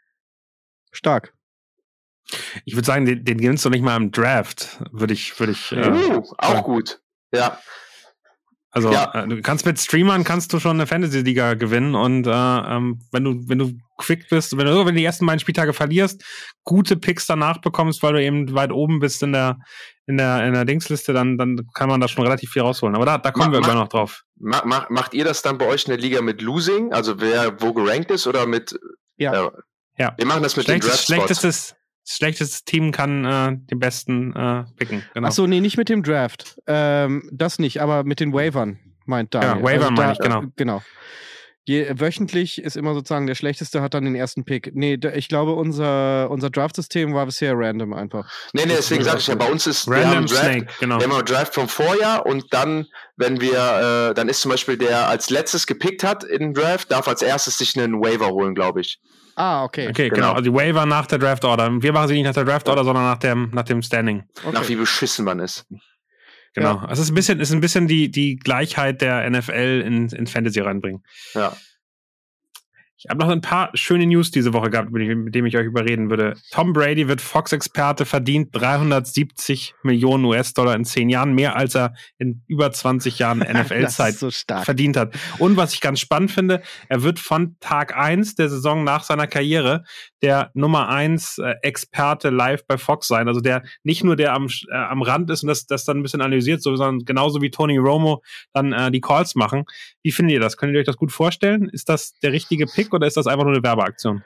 Stark. Ich würde sagen, den, den gewinnst du nicht mal im Draft, würde ich, würde ich. Uh, äh, auch sagen. Gut. Ja. Also ja. äh, du kannst mit Streamern kannst du schon eine Fantasy-Liga gewinnen und äh, ähm, wenn du wenn du quick bist, wenn du wenn du die ersten beiden Spieltage verlierst, gute Picks danach bekommst, weil du eben weit oben bist in der in der in der Dingsliste, dann dann kann man da schon relativ viel rausholen. Aber da da kommen mach, wir aber noch drauf. Mach, mach, macht ihr das dann bei euch in der Liga mit Losing, also wer wo gerankt ist oder mit? Ja. Äh, ja. Wir machen das mit Schlechtes, den Draft-Spots. Schlechtestes Das schlechteste Team kann äh, den besten äh, picken. Genau. Achso, nee, nicht mit dem Draft. Ähm, das nicht, aber mit den Waivern, meint Daniel. Ja, Waiver also meine da, ich, genau. Äh, genau. Je, wöchentlich ist immer sozusagen der Schlechteste hat dann den ersten Pick. Nee, da, ich glaube, unser, unser Draft-System war bisher random einfach. Nee, nee, deswegen sage ich ja, bei uns ist Random wir haben Snake, Draft, genau. Wir haben einen Draft vom Vorjahr und dann, wenn wir, äh, dann ist zum Beispiel der als letztes gepickt hat in den Draft, darf als erstes sich einen Waiver holen, glaube ich. Ah, okay. Okay, genau. genau. Also die Waiver nach der Draft Order. Wir machen sie nicht nach der Draft Order, sondern nach dem, nach dem Standing. Okay. Nach wie beschissen man ist. Genau. Ja. Also es ist ein bisschen, ist ein bisschen die, die Gleichheit der N F L in, in Fantasy reinbringen. Ja. Ich habe noch ein paar schöne News diese Woche gehabt, mit dem, mit dem ich euch überreden würde. Tom Brady wird Fox-Experte, verdient dreihundertsiebzig Millionen U S-Dollar in zehn Jahren, mehr als er in über zwanzig Jahren N F L-Zeit so verdient hat. Und was ich ganz spannend finde, er wird von Tag eins der Saison nach seiner Karriere der Nummer eins äh, Experte live bei Fox sein. Also der nicht nur der am, äh, am Rand ist und das, das dann ein bisschen analysiert, sondern genauso wie Tony Romo dann äh, die Calls machen. Wie findet ihr das? Könnt ihr euch das gut vorstellen? Ist das der richtige Pick oder ist das einfach nur eine Werbeaktion?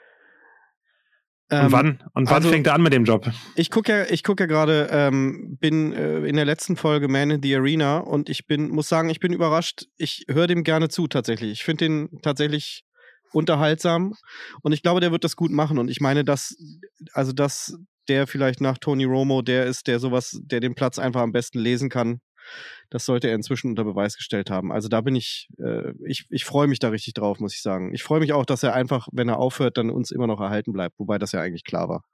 Ähm, und wann, und wann also, fängt er an mit dem Job? Ich gucke ja, ich gucke ja gerade, ähm, bin äh, in der letzten Folge Man in the Arena und ich bin, muss sagen, ich bin überrascht. Ich höre dem gerne zu tatsächlich. Ich finde den tatsächlich unterhaltsam und ich glaube, der wird das gut machen. Und ich meine, dass, also dass der vielleicht nach Tony Romo der ist, der sowas, der den Platz einfach am besten lesen kann. Das sollte er inzwischen unter Beweis gestellt haben. Also da bin ich, äh, ich, ich freue mich da richtig drauf, muss ich sagen. Ich freue mich auch, dass er einfach, wenn er aufhört, dann uns immer noch erhalten bleibt, wobei das ja eigentlich klar war.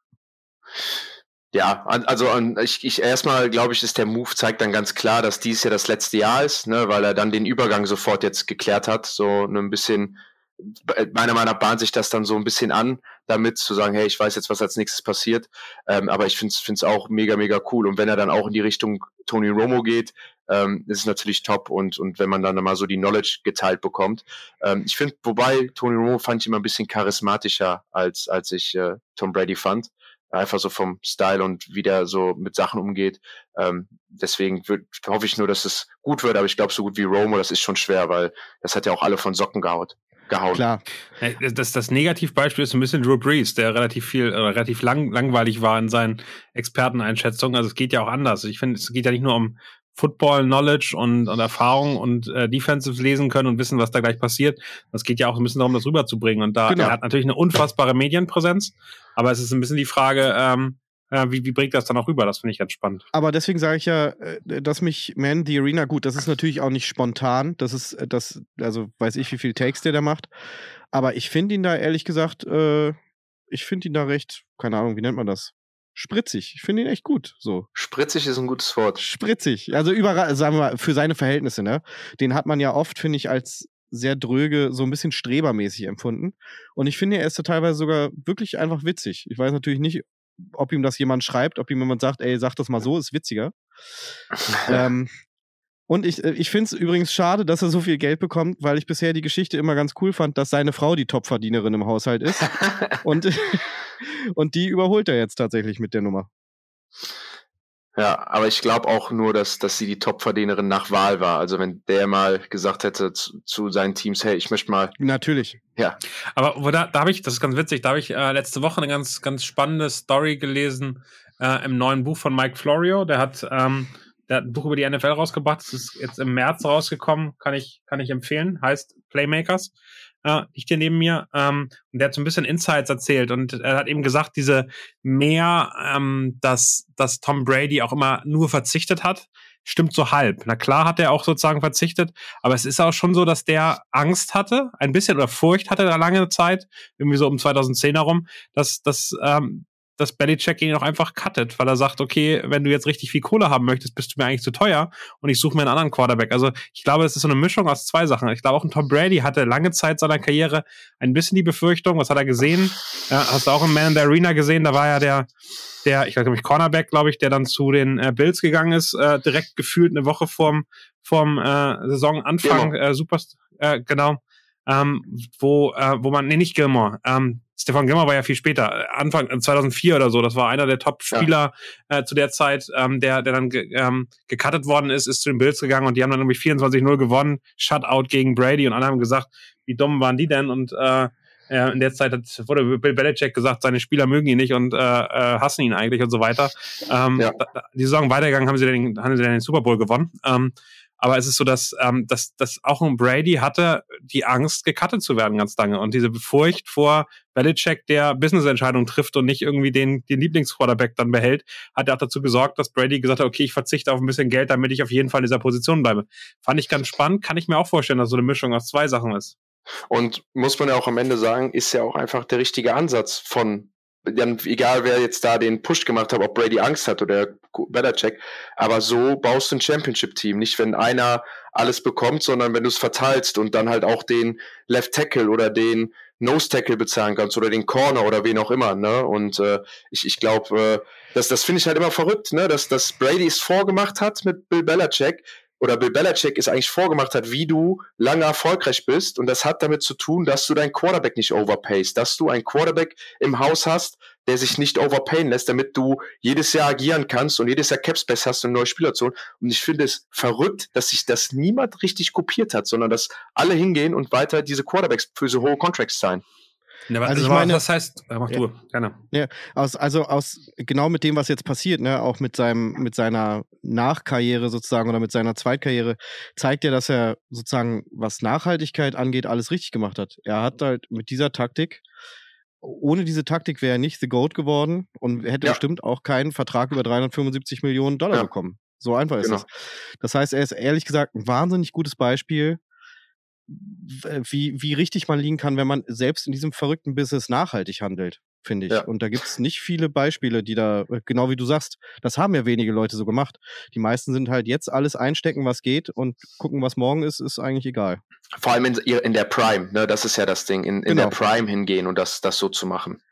Ja, also ich, ich erstmal glaube ich, ist der Move zeigt dann ganz klar, dass dies ja das letzte Jahr ist, ne, weil er dann den Übergang sofort jetzt geklärt hat, so ein bisschen. Meiner Meinung nach bahnt sich das dann so ein bisschen an, damit zu sagen, hey, ich weiß jetzt, was als nächstes passiert, ähm, aber ich finde es auch mega, mega cool und wenn er dann auch in die Richtung Tony Romo geht, ähm, ist es natürlich top und und wenn man dann mal so die Knowledge geteilt bekommt. Ähm, ich finde, wobei Tony Romo fand ich immer ein bisschen charismatischer, als als ich äh, Tom Brady fand. Einfach so vom Style und wie der so mit Sachen umgeht. Ähm, deswegen würd, hoffe ich nur, dass es gut wird, aber ich glaube, so gut wie Romo, das ist schon schwer, weil das hat ja auch alle von Socken gehaut. Gehauen. Klar. Das, das Negativbeispiel ist ein bisschen Drew Brees, der relativ viel, äh, relativ lang, langweilig war in seinen Experteneinschätzungen. Also es geht ja auch anders. Ich finde, es geht ja nicht nur um Football-Knowledge und, und Erfahrung und äh, Defensive lesen können und wissen, was da gleich passiert. Es geht ja auch ein bisschen darum, das rüberzubringen. Und da Genau. er hat natürlich eine unfassbare Medienpräsenz, aber es ist ein bisschen die Frage, ähm, äh, wie, wie bringt das dann auch rüber? Das finde ich ganz spannend. Aber deswegen sage ich ja, dass mich Man in the Arena, gut, das ist natürlich auch nicht spontan, das ist, das, also weiß ich, wie viel Takes der da macht, aber ich finde ihn da, ehrlich gesagt, äh, ich finde ihn da recht, keine Ahnung, wie nennt man das? Spritzig. Ich finde ihn echt gut, so. Spritzig ist ein gutes Wort. Spritzig. Also überall, sagen wir mal, für seine Verhältnisse, ne? Den hat man ja oft, finde ich, als sehr dröge, so ein bisschen strebermäßig empfunden. Und ich finde, er ist da teilweise sogar wirklich einfach witzig. Ich weiß natürlich nicht, ob ihm das jemand schreibt, ob ihm jemand sagt, ey, sag das mal so, ist witziger. ähm, und ich, ich finde es übrigens schade, dass er so viel Geld bekommt, weil ich bisher die Geschichte immer ganz cool fand, dass seine Frau die Topverdienerin im Haushalt ist. und, und die überholt er jetzt tatsächlich mit der Nummer. Ja, aber ich glaube auch nur, dass, dass sie die Topverdienerin nach Wahl war. Also wenn der mal gesagt hätte zu, zu seinen Teams, hey, ich möchte mal... Natürlich. Ja. Aber wo da, da habe ich, das ist ganz witzig, da habe ich äh, letzte Woche eine ganz, ganz spannende Story gelesen äh, im neuen Buch von Mike Florio. Der hat, ähm, der hat ein Buch über die N F L rausgebracht. Das ist jetzt im März rausgekommen, kann ich, kann ich empfehlen. Heißt Playmakers. Äh, liegt hier neben mir. Ähm, und der hat so ein bisschen Insights erzählt und er hat eben gesagt, diese mehr, ähm, dass, dass Tom Brady auch immer nur verzichtet hat, stimmt so halb. Na klar hat er auch sozusagen verzichtet, aber es ist auch schon so, dass der Angst hatte, ein bisschen oder Furcht hatte da lange Zeit, irgendwie so um zweitausendzehn herum, dass, dass, ähm, dass Belichick ihn auch einfach cuttet, weil er sagt, okay, wenn du jetzt richtig viel Kohle haben möchtest, bist du mir eigentlich zu teuer und ich suche mir einen anderen Quarterback. Also ich glaube, es ist so eine Mischung aus zwei Sachen. Ich glaube auch ein Tom Brady hatte lange Zeit seiner Karriere ein bisschen die Befürchtung, was hat er gesehen? Ja, hast du auch im Man in the Arena gesehen, da war ja der, der, ich glaube, Cornerback, glaube ich, der dann zu den äh, Bills gegangen ist, äh, direkt gefühlt eine Woche vorm, vorm äh, Saisonanfang, Gilmore. äh, super, äh, genau, ähm, wo, äh, wo man, nee, nicht Gilmore, ähm, Stefan Gilmore war ja viel später, Anfang zweitausendvier oder so, das war einer der Top-Spieler ja. äh, zu der Zeit, ähm, der der dann ge, ähm, gecuttet worden ist, ist zu den Bills gegangen und die haben dann irgendwie vierundzwanzig null gewonnen, Shutout gegen Brady und alle haben gesagt, wie dumm waren die denn und äh, äh, in der Zeit hat, wurde Bill Belichick gesagt, seine Spieler mögen ihn nicht und äh, äh, hassen ihn eigentlich und so weiter. Ähm, ja. da, die Saison weitergegangen, haben sie den, haben sie dann den Super Bowl gewonnen. Ähm, Aber es ist so, dass, ähm, dass, dass auch ein Brady hatte die Angst, gecuttet zu werden ganz lange. Und diese Furcht vor Belichick, der Business-Entscheidungen trifft und nicht irgendwie den, den Lieblingsquarterback dann behält, hat auch dazu gesorgt, dass Brady gesagt hat, okay, ich verzichte auf ein bisschen Geld, damit ich auf jeden Fall in dieser Position bleibe. Fand ich ganz spannend, kann ich mir auch vorstellen, dass so eine Mischung aus zwei Sachen ist. Und muss man ja auch am Ende sagen, ist ja auch einfach der richtige Ansatz von dann, egal wer jetzt da den Push gemacht hat, ob Brady Angst hat oder Belichick, aber so baust du ein Championship-Team. Nicht, wenn einer alles bekommt, sondern wenn du es verteilst und dann halt auch den Left Tackle oder den Nose-Tackle bezahlen kannst oder den Corner oder wen auch immer, ne? Und äh, ich, ich glaube, äh, das, das finde ich halt immer verrückt, ne? Dass, dass Brady es vorgemacht hat mit Bill Belichick, oder Bill Belichick es eigentlich vorgemacht hat, wie du lange erfolgreich bist. Und das hat damit zu tun, dass du deinen Quarterback nicht overpayst, dass du einen Quarterback im Haus hast, der sich nicht overpayen lässt, damit du jedes Jahr agieren kannst und jedes Jahr Cap-Space hast, um neue Spieler zu holen. Und ich finde es verrückt, dass sich das niemand richtig kopiert hat, sondern dass alle hingehen und weiter diese Quarterbacks für so hohe Contracts zahlen. Ja, also also ich meine, was heißt, mach du, ja. gerne. Ja, aus, also aus genau mit dem, was jetzt passiert, ne, auch mit seinem, mit seiner Nachkarriere sozusagen oder mit seiner Zweitkarriere, zeigt er, dass er sozusagen, was Nachhaltigkeit angeht, alles richtig gemacht hat. Er hat halt mit dieser Taktik, ohne diese Taktik wäre er nicht The GOAT geworden und hätte ja. bestimmt auch keinen Vertrag über dreihundertfünfundsiebzig Millionen Dollar ja. bekommen. So einfach ist es. Genau. Das heißt, er ist ehrlich gesagt ein wahnsinnig gutes Beispiel, wie, wie richtig man liegen kann, wenn man selbst in diesem verrückten Business nachhaltig handelt, finde ich. Ja. Und da gibt es nicht viele Beispiele, die da, genau wie du sagst, das haben ja wenige Leute so gemacht. Die meisten sind halt jetzt alles einstecken, was geht und gucken, was morgen ist, ist eigentlich egal. Vor allem in, in der Prime, ne, das ist ja das Ding, in, in genau. der Prime hingehen und das, das so zu machen.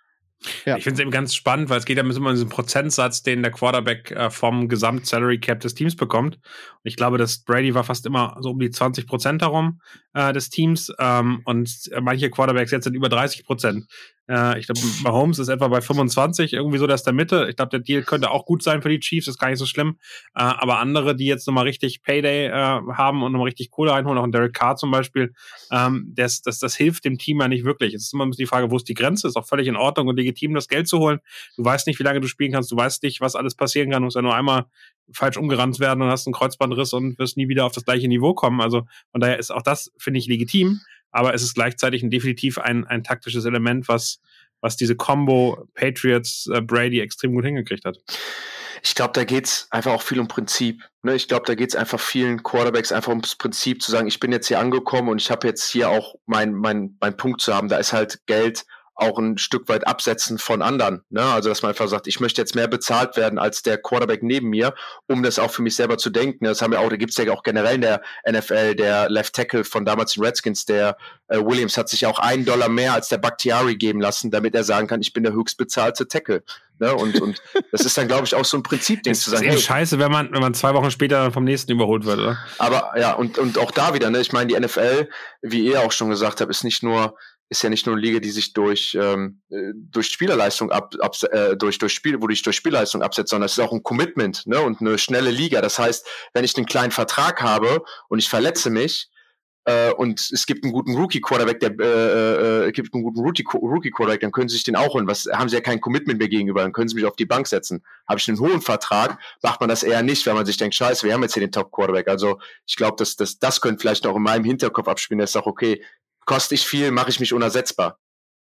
Ja. Ich finde es eben ganz spannend, weil es geht ja immer um diesen Prozentsatz, den der Quarterback äh, vom Gesamt-Salary Cap des Teams bekommt. Und ich glaube, dass Brady war fast immer so um die zwanzig Prozent herum äh, des Teams ähm, und manche Quarterbacks jetzt sind über dreißig Prozent. Äh, ich glaube, Mahomes ist etwa bei fünfundzwanzig, irgendwie so, der ist der Mitte. Ich glaube, der Deal könnte auch gut sein für die Chiefs, ist gar nicht so schlimm. Äh, aber andere, die jetzt nochmal richtig Payday äh, haben und nochmal richtig Kohle reinholen, auch ein Derek Carr zum Beispiel, ähm, das, das, das hilft dem Team ja nicht wirklich. Es ist immer die Frage, wo ist die Grenze? Ist auch völlig in Ordnung und legitim, das Geld zu holen. Du weißt nicht, wie lange du spielen kannst, du weißt nicht, was alles passieren kann. Du musst ja nur einmal falsch umgerannt werden und hast einen Kreuzbandriss und wirst nie wieder auf das gleiche Niveau kommen. Also von daher ist auch das, finde ich, legitim. Aber es ist gleichzeitig ein, definitiv ein, ein taktisches Element, was, was diese Combo Patriots-Brady äh, extrem gut hingekriegt hat. Ich glaube, da geht's einfach auch viel um Prinzip. Ne? Ich glaube, da geht's einfach vielen Quarterbacks einfach ums Prinzip zu sagen, ich bin jetzt hier angekommen und ich habe jetzt hier auch meinen mein, mein Punkt zu haben. Da ist halt Geld auch ein Stück weit absetzen von anderen. Ne? Also, dass man einfach sagt, ich möchte jetzt mehr bezahlt werden als der Quarterback neben mir, um das auch für mich selber zu denken. Das haben wir auch, da gibt's ja auch generell in der N F L, der Left Tackle von damals den Redskins, der äh, Williams, hat sich auch einen Dollar mehr als der Bakhtiari geben lassen, damit er sagen kann, ich bin der höchstbezahlte Tackle. Ne? Und, und das ist dann, glaube ich, auch so ein Prinzip-Ding zu sagen. Das ist hey, scheiße, wenn man, wenn man zwei Wochen später vom nächsten überholt wird, oder? Aber ja, und, und auch da wieder, ne? Ich meine, die N F L, wie ihr auch schon gesagt habt, ist nicht nur ist ja nicht nur eine Liga, die sich durch ähm, durch Spielerleistung ab, ab äh, durch durch Spiel, wo dich durch Spielleistung absetzt, sondern es ist auch ein Commitment, ne, und eine schnelle Liga. Das heißt, wenn ich einen kleinen Vertrag habe und ich verletze mich äh, und es gibt einen guten Rookie Quarterback, der äh, äh, gibt einen guten Rookie Rookie Quarterback, dann können sie sich den auch holen. Was haben sie ja kein Commitment mehr gegenüber, dann können sie mich auf die Bank setzen. Habe ich einen hohen Vertrag, macht man das eher nicht, wenn man sich denkt, scheiße, wir haben jetzt hier den Top Quarterback. Also ich glaube, dass das das könnte vielleicht auch in meinem Hinterkopf abspielen, dass ich sage, okay, koste ich viel, mache ich mich unersetzbar.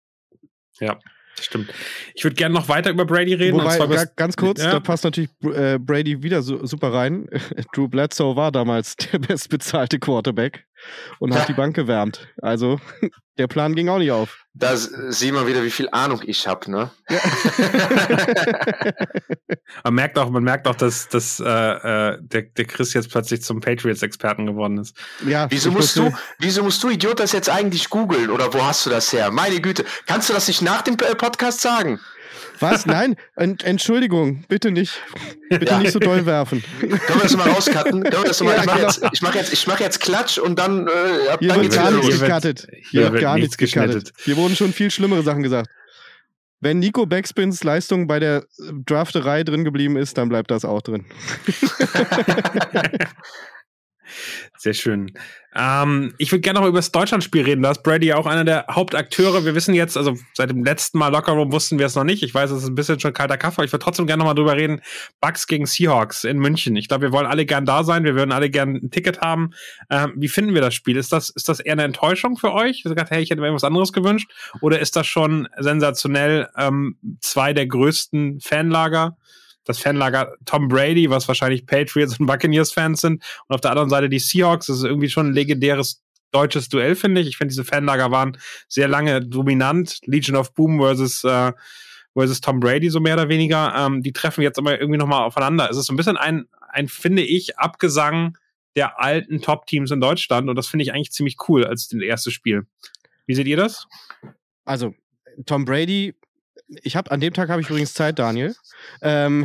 Ja, stimmt. Ich würde gerne noch weiter über Brady reden. Wobei, und zwar ganz kurz, ja. Da passt natürlich äh, Brady wieder so, super rein. Drew Bledsoe war damals der bestbezahlte Quarterback und ja. hat die Bank gewärmt. Also der Plan ging auch nicht auf. Da sieht man wieder, wie viel Ahnung ich habe, ne? Ja. man merkt auch, man merkt auch, dass, dass äh, der, der Chris jetzt plötzlich zum Patriots-Experten geworden ist. Ja, wieso musst du, wieso musst du, Idiot, das jetzt eigentlich googeln? Oder wo hast du das her? Meine Güte, kannst du das nicht nach dem Podcast sagen? Was? Nein? Ent- Entschuldigung, bitte nicht. Bitte ja. nicht so doll werfen. Können wir das mal rauscutten? Können wir das mal, ja, ich mache jetzt, ich mach jetzt, ich mach jetzt Klatsch und dann, äh, ab hier dann wird geht's gar wieder nichts los. gecuttet. Hier wird gar nichts gecuttet. Hier wurden schon viel schlimmere Sachen gesagt. Wenn Nico Backspins Leistung bei der Drafterei drin geblieben ist, dann bleibt das auch drin. Sehr schön. Ähm, ich würde gerne noch über das Deutschlandspiel reden. Da ist Brady ja auch einer der Hauptakteure. Wir wissen jetzt, also seit dem letzten Mal Lockerroom wussten wir es noch nicht. Ich weiß, es ist ein bisschen schon kalter Kaffee, aber ich würde trotzdem gerne noch mal drüber reden. Bucks gegen Seahawks in München. Ich glaube, wir wollen alle gern da sein. Wir würden alle gern ein Ticket haben. Ähm, wie finden wir das Spiel? Ist das, ist das eher eine Enttäuschung für euch? Ich gesagt, hey, ich hätte mir irgendwas anderes gewünscht. Oder ist das schon sensationell? Ähm, zwei der größten Fanlager. Das Fanlager Tom Brady, was wahrscheinlich Patriots und Buccaneers-Fans sind. Und auf der anderen Seite die Seahawks. Das ist irgendwie schon ein legendäres deutsches Duell, finde ich. Ich finde, diese Fanlager waren sehr lange dominant. Legion of Boom versus, äh, versus Tom Brady, so mehr oder weniger. Ähm, die treffen jetzt aber irgendwie nochmal aufeinander. Es ist so ein bisschen ein, ein, finde ich, Abgesang der alten Top-Teams in Deutschland. Und das finde ich eigentlich ziemlich cool als das erste Spiel. Wie seht ihr das? also Tom Brady, ich habe an dem Tag habe ich übrigens Zeit, Daniel. Ähm,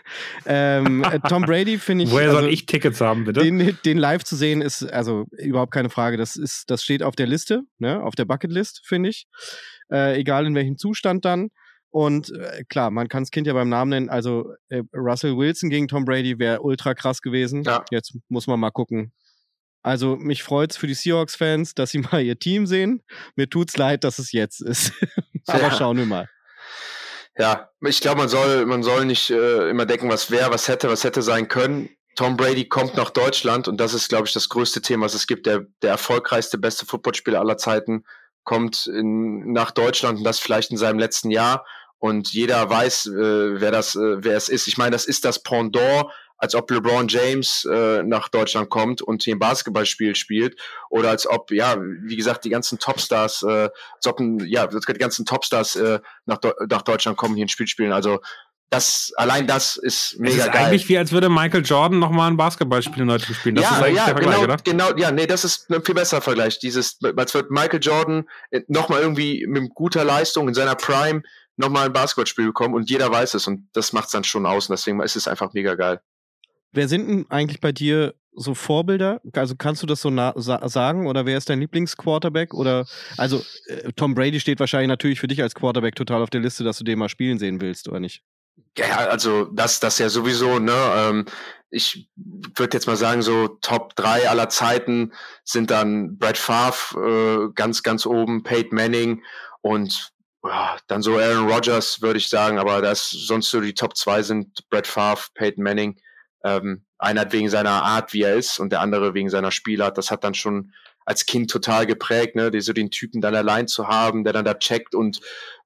ähm, Tom Brady finde ich. Woher also, soll ich Tickets haben, bitte? Den, den live zu sehen ist also überhaupt keine Frage. Das ist, das steht auf der Liste, ne, auf der Bucketlist, finde ich. Äh, egal in welchem Zustand dann. Und äh, klar, man kann das Kind ja beim Namen nennen. Also äh, Russell Wilson gegen Tom Brady wäre ultra krass gewesen. Ja. Jetzt muss man mal gucken. Also mich freut's für die Seahawks-Fans, dass sie mal ihr Team sehen. Mir tut's leid, dass es jetzt ist. Aber Ja. schauen wir mal. Ja, ich glaube, man soll, man soll nicht äh, immer denken, was wäre, was hätte, was hätte sein können. Tom Brady kommt nach Deutschland und das ist, glaube ich, das größte Thema, was es gibt. Der, der erfolgreichste, beste Footballspieler aller Zeiten kommt in, nach Deutschland und das vielleicht in seinem letzten Jahr. Und jeder weiß, äh, wer das, äh, wer es ist. Ich meine, das ist das Pendant, als ob LeBron James äh, nach Deutschland kommt und hier ein Basketballspiel spielt. Oder als ob, ja, wie gesagt, die ganzen Topstars, äh, als ob ein, ja, die ganzen Topstars äh, nach, De- nach Deutschland kommen, hier ein Spiel spielen. Also das, allein das ist mega Es ist geil. eigentlich wie, als würde Michael Jordan nochmal ein Basketballspiel in Deutschland spielen. Das ja, ist eigentlich ja, der Vergleich, genau, oder? genau, ja, nee, das ist ein viel besserer Vergleich. Dieses, als wird Michael Jordan nochmal irgendwie mit guter Leistung in seiner Prime nochmal ein Basketballspiel bekommen und jeder weiß es und das macht's dann schon aus und deswegen ist es einfach mega geil. Wer sind denn eigentlich bei dir so Vorbilder? Also kannst du das so na- sa- sagen? Oder wer ist dein Lieblingsquarterback? Oder also äh, Tom Brady steht wahrscheinlich natürlich für dich als Quarterback total auf der Liste, dass du den mal spielen sehen willst, oder nicht? Ja, also das, das ja sowieso, ne? Ähm, ich würde jetzt mal sagen, so Top drei aller Zeiten sind dann Brett Favre äh, ganz, ganz oben, Peyton Manning und ja, dann so Aaron Rodgers, würde ich sagen, aber das sonst so die Top zwei sind Brett Favre, Peyton Manning. Ähm, einer wegen seiner Art, wie er ist, und der andere wegen seiner Spielart. Das hat dann schon als Kind total geprägt, ne, die, so den Typen dann allein zu haben, der dann da checkt und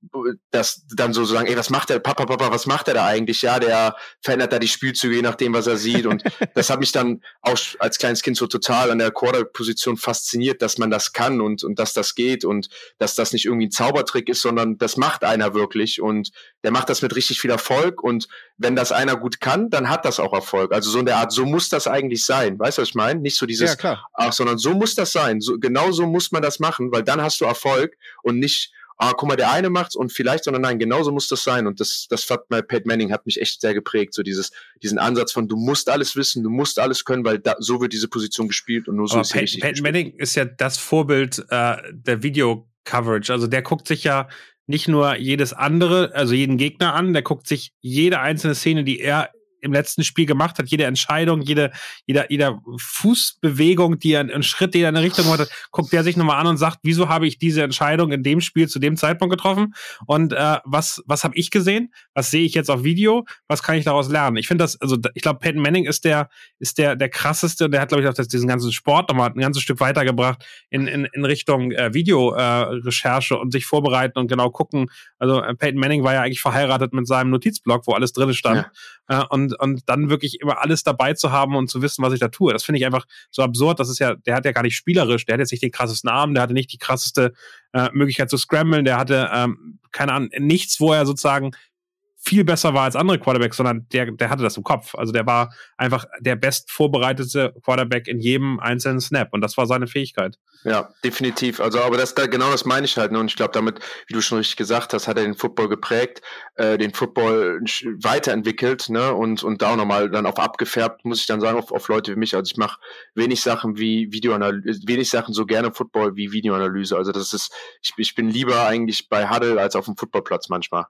das dann so sagen, ey, was macht der, Papa, Papa, was macht der da eigentlich? Ja, der verändert da die Spielzüge, je nachdem, was er sieht. Und das hat mich dann auch als kleines Kind so total an der Quarterback-Position fasziniert, dass man das kann und, und dass das geht und dass das nicht irgendwie ein Zaubertrick ist, sondern das macht einer wirklich und der macht das mit richtig viel Erfolg und wenn das einer gut kann, dann hat das auch Erfolg. Also so in der Art, so muss das eigentlich sein. Weißt du, was ich meine? Nicht so dieses, Ja, klar. ach, sondern so muss das sein. So, genau so muss man das machen, weil dann hast du Erfolg und nicht, ah, guck mal, der eine macht's und vielleicht, sondern nein, genauso muss das sein. Und das, das hat bei Peyton Manning hat mich echt sehr geprägt. So dieses, diesen Ansatz von, du musst alles wissen, du musst alles können, weil da, so wird diese Position gespielt und nur so Aber ist sie Pey- richtig Peyton gespielt. Manning ist ja das Vorbild äh, der Video-Coverage. Also der guckt sich ja nicht nur jedes andere, also jeden Gegner an, der guckt sich jede einzelne Szene, die er im letzten Spiel gemacht hat, jede Entscheidung, jede, jeder, jeder Fußbewegung, die er, einen Schritt, den er in eine Richtung gemacht hat, guckt der sich nochmal an und sagt, wieso habe ich diese Entscheidung in dem Spiel zu dem Zeitpunkt getroffen? Und äh, was, was habe ich gesehen? Was sehe ich jetzt auf Video? Was kann ich daraus lernen? Ich finde das, also ich glaube, Peyton Manning ist der, ist der, der krasseste und der hat, glaube ich, auch das, diesen ganzen Sport nochmal ein ganzes Stück weitergebracht in, in, in Richtung äh, Videorecherche äh, und sich vorbereiten und genau gucken. Also äh, Peyton Manning war ja eigentlich verheiratet mit seinem Notizblock, wo alles drin stand. Ja. Äh, und und dann wirklich immer alles dabei zu haben und zu wissen, was ich da tue. Das finde ich einfach so absurd. Das ist ja, der hat ja gar nicht spielerisch, der hat jetzt nicht den krassesten Arm, der hatte nicht die krasseste äh, Möglichkeit zu scramblen, der hatte, ähm, keine Ahnung, nichts, wo er sozusagen viel besser war als andere Quarterbacks, sondern der, der hatte das im Kopf. Also der war einfach der best vorbereitete Quarterback in jedem einzelnen Snap und das war seine Fähigkeit. Ja, definitiv. Also, aber das, da, genau das meine ich halt. Ne? Und ich glaube, damit, wie du schon richtig gesagt hast, hat er den Football geprägt, äh, den Football weiterentwickelt, ne, und, und da auch nochmal dann auf abgefärbt, muss ich dann sagen, auf, auf Leute wie mich. Also ich mache wenig Sachen wie Videoanalyse, wenig Sachen so gerne Football wie Videoanalyse. Also das ist, ich, ich bin lieber eigentlich bei Huddle als auf dem Footballplatz manchmal.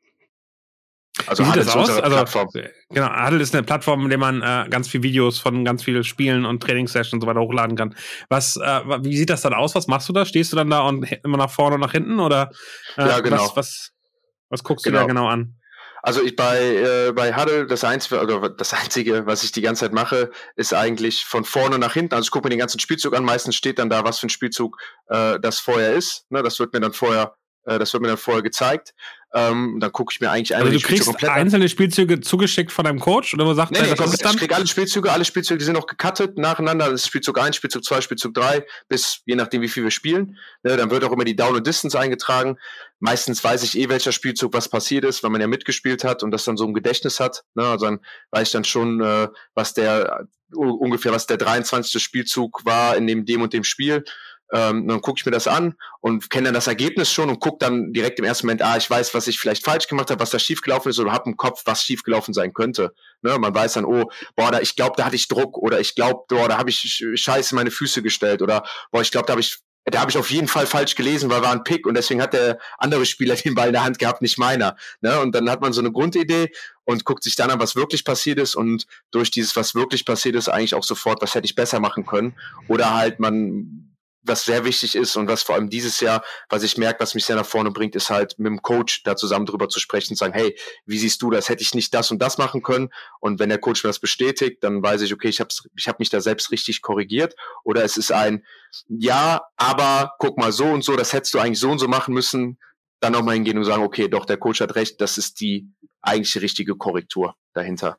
Also Wie sieht Huddle das ist aus? unsere Also, Plattform. genau, Huddle ist eine Plattform, in der man äh, ganz viele Videos von ganz vielen Spielen und Trainingssessions und so weiter hochladen kann. Was, äh, wie sieht das dann aus? Was machst du da? Stehst du dann da und immer nach vorne und nach hinten oder äh, Ja, genau. was, was, was guckst Genau. du da genau an? Also ich bei äh, bei Huddle das einzige oder das einzige, was ich die ganze Zeit mache, ist eigentlich von vorne nach hinten. Also ich gucke mir den ganzen Spielzug an. Meistens steht dann da, was für ein Spielzug äh, das vorher ist. Ne, das wird mir dann vorher, äh, das wird mir dann vorher gezeigt. Ähm, dann gucke ich mir eigentlich einmal Also die du Spielzüge kriegst komplett an. einzelne Spielzüge zugeschickt von deinem Coach oder wo sagt Nee, er, nee, das komplett, ist dann? ich krieg alle Spielzüge, alle Spielzüge, die sind noch gecuttet nacheinander. Das ist Spielzug eins, Spielzug zwei, Spielzug drei, bis je nachdem, wie viel wir spielen. Ne, dann wird auch immer die Down und Distance eingetragen. Meistens weiß ich eh, welcher Spielzug was passiert ist, weil man ja mitgespielt hat und das dann so im Gedächtnis hat. Ne, also dann weiß ich dann schon, äh, was der uh, ungefähr was der dreiundzwanzigste Spielzug war in dem dem und dem Spiel. Ähm, dann gucke ich mir das an und kenne dann das Ergebnis schon und gucke dann direkt im ersten Moment, ah, ich weiß, was ich vielleicht falsch gemacht habe, was da schiefgelaufen ist, oder habe im Kopf, was schiefgelaufen sein könnte. Ne? Man weiß dann, oh, boah, da, ich glaube, da hatte ich Druck, oder ich glaube, boah, da habe ich Scheiße meine Füße gestellt, oder boah, ich glaube, da habe ich Da habe ich auf jeden Fall falsch gelesen, weil war ein Pick und deswegen hat der andere Spieler den Ball in der Hand gehabt, nicht meiner. Ne? Und dann hat man so eine Grundidee und guckt sich dann an, was wirklich passiert ist, und durch dieses, was wirklich passiert ist, eigentlich auch sofort, was hätte ich besser machen können. Oder halt man, was sehr wichtig ist und was vor allem dieses Jahr, was ich merke, was mich sehr nach vorne bringt, ist halt mit dem Coach da zusammen drüber zu sprechen und sagen, hey, wie siehst du das? Hätte ich nicht das und das machen können? Und wenn der Coach mir das bestätigt, dann weiß ich, okay, ich habe ich hab mich da selbst richtig korrigiert. Oder es ist ein, ja, aber guck mal, so und so, das hättest du eigentlich so und so machen müssen. Dann nochmal hingehen und sagen, okay, doch, der Coach hat recht, das ist die eigentlich richtige Korrektur dahinter.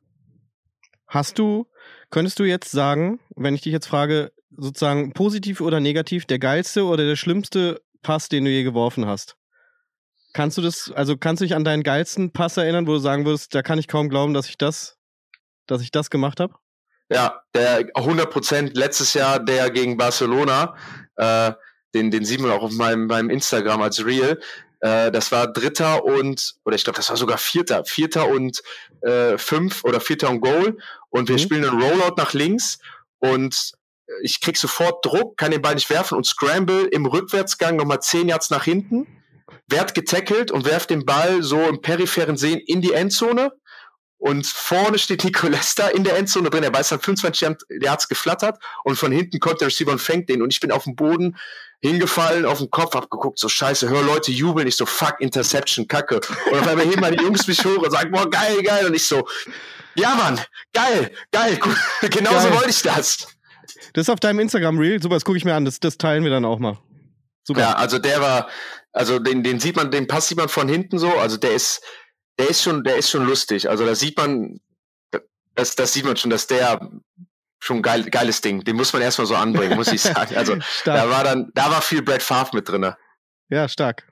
Hast du, könntest du jetzt sagen, wenn ich dich jetzt frage, sozusagen positiv oder negativ, der geilste oder der schlimmste Pass, den du je geworfen hast? Kannst du das, also kannst du dich an deinen geilsten Pass erinnern, wo du sagen würdest, da kann ich kaum glauben, dass ich das, dass ich das gemacht habe? Ja, der hundert Prozent letztes Jahr, der gegen Barcelona, äh, den, den sieht man auch auf meinem, meinem Instagram als Reel. Äh, das war Dritter und, oder ich glaube, das war sogar Vierter, Vierter und äh, Fünf oder Vierter und Goal. Und wir mhm. spielen einen Rollout nach links und ich krieg sofort Druck, kann den Ball nicht werfen und scramble im Rückwärtsgang nochmal zehn Yards nach hinten, werd getackelt und werf den Ball so im peripheren Sehen in die Endzone. Und vorne steht Nico Lester in der Endzone drin. Er weiß dann fünfundzwanzig Yards geflattert und von hinten kommt der Receiver und fängt den. Und ich bin auf dem Boden hingefallen, auf den Kopf, hab geguckt, so scheiße, hör Leute jubeln. Ich so, fuck, Interception, Kacke. Und auf einmal heben meine Jungs mich hoch und sagen, boah, geil, geil. Und ich so, ja Mann, geil, geil, genauso wollte ich das. Das ist auf deinem Instagram-Reel. Super, das gucke ich mir an. Das, das teilen wir dann auch mal. Super. Ja, also der war, also den, den sieht man, den Pass sieht man von hinten so. Also der ist, der ist schon, der ist schon lustig. Also da sieht man, das, das sieht man schon, dass der schon geil, geiles Ding. Den muss man erstmal so anbringen, muss ich sagen. Also da war dann, da war viel Brett Favre mit drin. Ja, stark.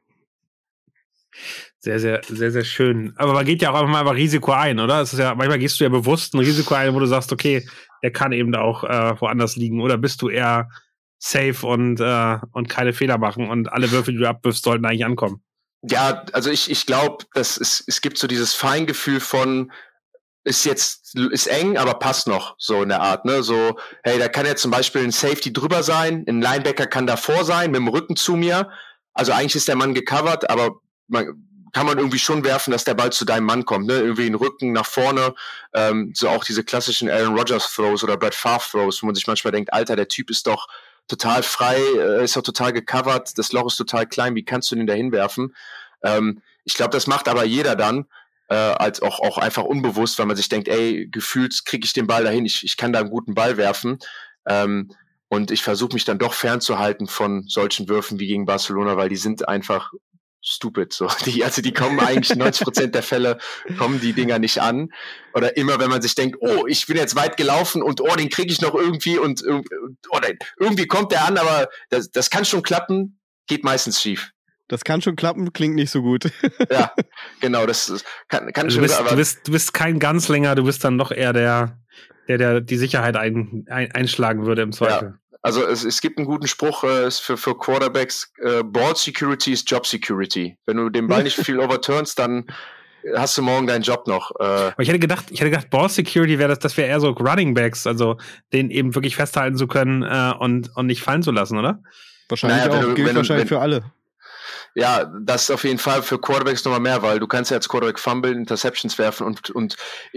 Sehr, sehr, sehr, sehr schön. Aber man geht ja auch einfach mal Risiko ein, oder? Es ist ja, manchmal gehst du ja bewusst ein Risiko ein, wo du sagst, okay, der kann eben auch äh, woanders liegen. Oder bist du eher safe und, äh, und keine Fehler machen und alle Würfel, die du abwirfst, sollten eigentlich ankommen? Ja, also ich, ich glaube, dass es, es gibt so dieses Feingefühl von, ist jetzt, ist eng, aber passt noch, so in der Art, ne, so, hey, da kann jetzt zum Beispiel ein Safety drüber sein, ein Linebacker kann davor sein, mit dem Rücken zu mir, also eigentlich ist der Mann gecovert, aber man, kann man irgendwie schon werfen, dass der Ball zu deinem Mann kommt, ne, irgendwie den Rücken nach vorne, ähm, so auch diese klassischen Aaron Rodgers Throws oder Brett Favre Throws, wo man sich manchmal denkt, Alter, der Typ ist doch total frei, äh, ist doch total gecovert, das Loch ist total klein, wie kannst du den da hinwerfen? Ähm, ich glaube, das macht aber jeder dann, äh, als auch, auch einfach unbewusst, weil man sich denkt, ey, gefühlt kriege ich den Ball dahin, ich, ich kann da einen guten Ball werfen. Ähm, und ich versuche mich dann doch fernzuhalten von solchen Würfen wie gegen Barcelona, weil die sind einfach stupid. So. Die, also die kommen eigentlich neunzig Prozent der Fälle, kommen die Dinger nicht an. Oder immer, wenn man sich denkt, oh, ich bin jetzt weit gelaufen und oh, den kriege ich noch irgendwie und oh, irgendwie kommt der an, aber das, das kann schon klappen, geht meistens schief. Das kann schon klappen, klingt nicht so gut. Ja, genau, das, das kann, kann also schon. Du bist, aber du, bist, du bist kein Ganzlänger, du bist dann doch eher der, der, der die Sicherheit ein, ein, einschlagen würde im Zweifel. Ja. Also es, es gibt einen guten Spruch äh, für, für Quarterbacks, äh, Ball Security ist Job Security. Wenn du den Ball nicht viel overturnst, dann hast du morgen deinen Job noch. Äh. Aber ich hätte gedacht, ich hätte gedacht, Ball Security wäre das, das wäre eher so Running Backs, also den eben wirklich festhalten zu können äh, und, und nicht fallen zu lassen, oder? Wahrscheinlich naja, auch, du, gilt wenn, wahrscheinlich wenn, für alle. Ja, das ist auf jeden Fall für Quarterbacks nochmal mehr, weil du kannst ja als Quarterback fummeln, Interceptions werfen und, und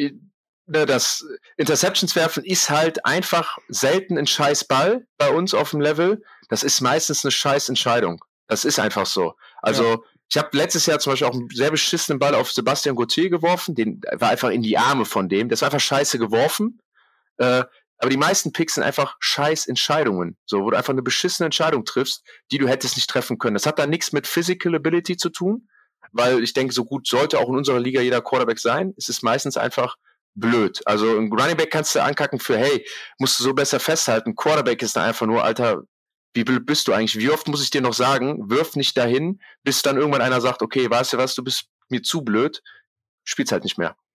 das Interceptions werfen ist halt einfach selten ein scheiß Ball bei uns auf dem Level. Das ist meistens eine scheiß Entscheidung. Das ist einfach so. Also ja. Ich habe letztes Jahr zum Beispiel auch einen sehr beschissenen Ball auf Sebastian Gauthier geworfen. Den war einfach in die Arme von dem. Das war einfach scheiße geworfen. Äh, aber die meisten Picks sind einfach scheiß Entscheidungen. So, wo du einfach eine beschissene Entscheidung triffst, die du hättest nicht treffen können. Das hat da nichts mit Physical Ability zu tun, weil ich denke, so gut sollte auch in unserer Liga jeder Quarterback sein. Es ist meistens einfach blöd. Also ein Running Back kannst du ankacken für, hey, musst du so besser festhalten. Quarterback ist dann einfach nur, Alter, wie blöd bist du eigentlich? Wie oft muss ich dir noch sagen, wirf nicht dahin, bis dann irgendwann einer sagt, okay, weißt du was, du bist mir zu blöd, spielst halt nicht mehr.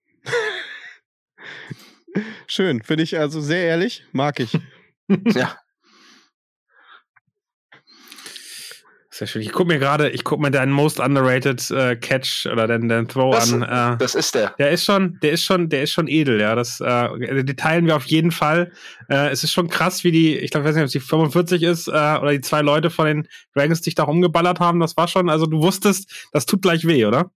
Schön, finde ich also sehr ehrlich, mag ich. Ja. Sehr schön. Ich gucke mir gerade, ich gucke mir deinen Most Underrated äh, Catch oder deinen, deinen Throw das, an. Äh, das ist der. Der ist schon, der ist schon, der ist schon edel, ja. Das, äh, die teilen wir auf jeden Fall. Äh, es ist schon krass, wie die, ich glaube, ich weiß nicht, ob es die fünfundvierzig ist, äh, oder die zwei Leute von den Dragons dich da rumgeballert haben. Das war schon, also du wusstest, das tut gleich weh, oder?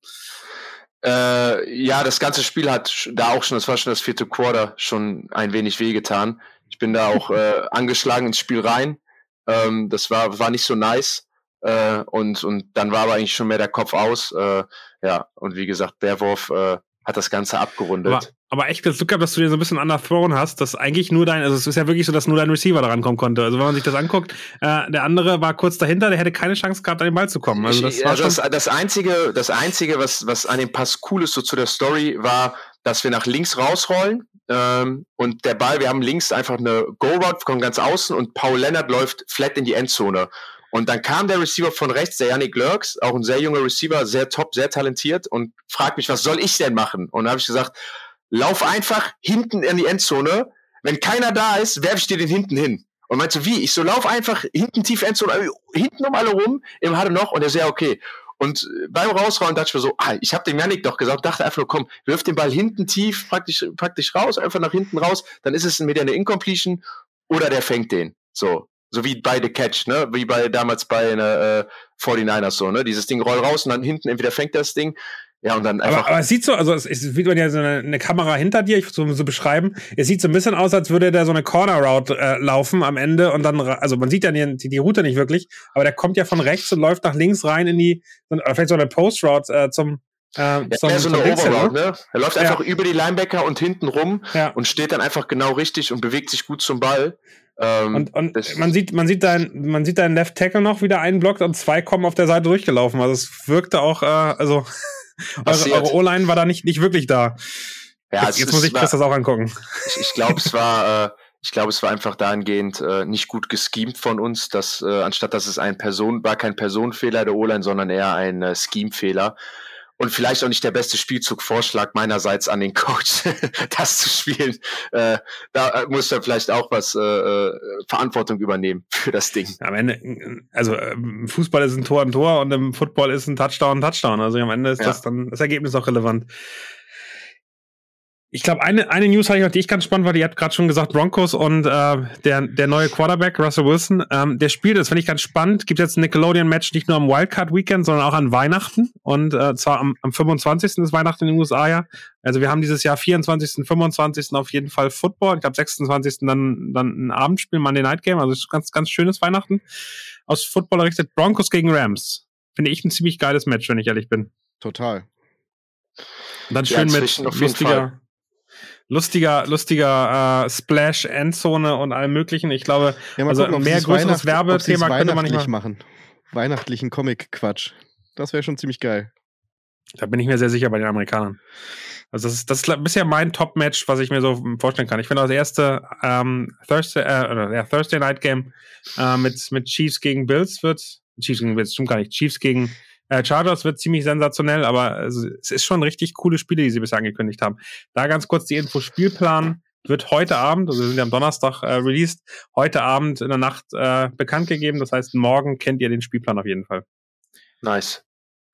Äh, ja, das ganze Spiel hat da auch schon, das war schon das vierte Quarter, schon ein wenig wehgetan. Ich bin da auch äh, angeschlagen ins Spiel rein. Ähm, das war, war nicht so nice. Äh, und, und dann war aber eigentlich schon mehr der Kopf aus. Äh, ja, und wie gesagt, der Wurf äh, hat das Ganze abgerundet. Aber, aber echt das Glück gehabt, dass du dir so ein bisschen underthrown hast, dass eigentlich nur dein, also es ist ja wirklich so, dass nur dein Receiver da rankommen konnte. Also wenn man sich das anguckt, äh, der andere war kurz dahinter, der hätte keine Chance gehabt, an den Ball zu kommen. Also das, ich, war also schon das, das Einzige, das Einzige, was, was an dem Pass cool ist, so zu der Story, war, dass wir nach links rausrollen. Ähm, und der Ball, wir haben links einfach eine Go-Route, kommen ganz außen und Paul Leonard läuft flat in die Endzone. Und dann kam der Receiver von rechts, der Yannick Lurks, auch ein sehr junger Receiver, sehr top, sehr talentiert und fragt mich, was soll ich denn machen? Und dann habe ich gesagt, lauf einfach hinten in die Endzone. Wenn keiner da ist, werfe ich dir den hinten hin. Und meinte, wie? Ich so, lauf einfach hinten tief Endzone, hinten um alle rum, im Hatte noch. Und er so, ja, okay. Und beim Rausrauen dachte ich mir so, ah, ich habe dem Yannick doch gesagt, dachte einfach nur, komm, wirf den Ball hinten tief, praktisch, praktisch raus, einfach nach hinten raus, dann ist es entweder eine Incompletion oder der fängt den. So. So wie bei The Catch, ne? Wie bei damals bei einer äh, forty-niners so, ne? Dieses Ding roll raus und dann hinten entweder fängt das Ding, ja, und dann einfach. Aber, aber es sieht so, also es, es sieht man ja so eine, eine Kamera hinter dir, ich würde es so beschreiben. Es sieht so ein bisschen aus, als würde der so eine Corner Route äh, laufen am Ende und dann, also man sieht ja die, die Route nicht wirklich, aber der kommt ja von rechts und läuft nach links rein in die, oder vielleicht so eine Post Route äh, zum Äh, ja, zum, so eine Overroute, ne? Er läuft einfach ja. über die Linebacker und hinten rum ja. und steht dann einfach genau richtig und bewegt sich gut zum Ball. Ähm, und und man sieht, man sieht dein, man sieht deinen Left Tackle noch wieder einblockt und zwei kommen auf der Seite durchgelaufen. Also es wirkte auch, äh, also eure, eure O-Line war da nicht, nicht wirklich da. Ja, jetzt, jetzt muss ich Chris das auch angucken. Ich, ich glaube, es war, äh, ich glaube, es war einfach dahingehend äh, nicht gut geschemt von uns, dass äh, anstatt dass es ein Person war, kein Personenfehler der O-Line, sondern eher ein äh, Scheme-Fehler. Und vielleicht auch nicht der beste Spielzugvorschlag meinerseits an den Coach, das zu spielen. Äh, da muss er vielleicht auch was äh, Verantwortung übernehmen für das Ding. Am Ende, also im Fußball ist ein Tor ein Tor und im Football ist ein Touchdown ein Touchdown. Also am Ende ist ja. das dann das Ergebnis auch relevant. Ich glaube, eine, eine News hatte ich noch, die ich ganz spannend war, die hat gerade schon gesagt, Broncos und äh, der, der neue Quarterback, Russell Wilson, ähm, der spielt, das finde ich ganz spannend, gibt jetzt ein Nickelodeon-Match nicht nur am Wildcard-Weekend, sondern auch an Weihnachten und äh, zwar am, am fünfundzwanzigsten ist Weihnachten in den U S A ja. Also wir haben dieses Jahr vierundzwanzigsten, fünfundzwanzigsten auf jeden Fall Football, ich glaube sechsundzwanzigsten dann dann ein Abendspiel, Monday Night Game, also es ist ganz, ganz schönes Weihnachten. Aus Football errichtet Broncos gegen Rams. Finde ich ein ziemlich geiles Match, wenn ich ehrlich bin. Total. Und dann schön ja, mit lustiger... Lustiger, lustiger äh, Splash, Endzone und allem möglichen. Ich glaube, ja, also gucken, mehr größeres Werbethema könnte man nicht machen. machen. Weihnachtlichen Comic-Quatsch. Das wäre schon ziemlich geil. Da bin ich mir sehr sicher bei den Amerikanern. Also das ist, das ist bisher mein Top-Match, was ich mir so vorstellen kann. Ich finde das erste ähm, Thursday, äh, oder, ja, Thursday Night Game äh, mit, mit Chiefs gegen Bills wird, Chiefs gegen Bills, stimmt gar nicht, Chiefs gegen äh, Chargers wird ziemlich sensationell, aber also, es ist schon richtig coole Spiele, die sie bisher angekündigt haben. Da ganz kurz die Info, Spielplan wird heute Abend, also wir sind ja am Donnerstag äh, released, heute Abend in der Nacht äh, bekannt gegeben. Das heißt, morgen kennt ihr den Spielplan auf jeden Fall. Nice.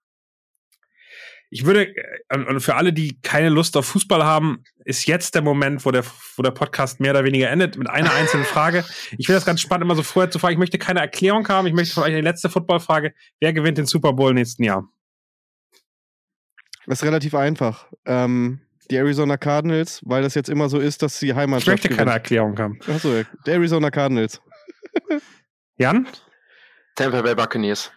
Ich würde, und für alle, die keine Lust auf Fußball haben, ist jetzt der Moment, wo der, wo der Podcast mehr oder weniger endet, mit einer einzelnen Frage. Ich finde das ganz spannend, immer so vorher zu fragen. Ich möchte keine Erklärung haben. Ich möchte von euch die letzte Footballfrage. Wer gewinnt den Super Bowl nächsten Jahr? Das ist relativ einfach. Ähm, die Arizona Cardinals, weil das jetzt immer so ist, dass die Heimat. Ich möchte keine Erklärung haben. Achso, die Arizona Cardinals. Jan? Tampa Bay Buccaneers.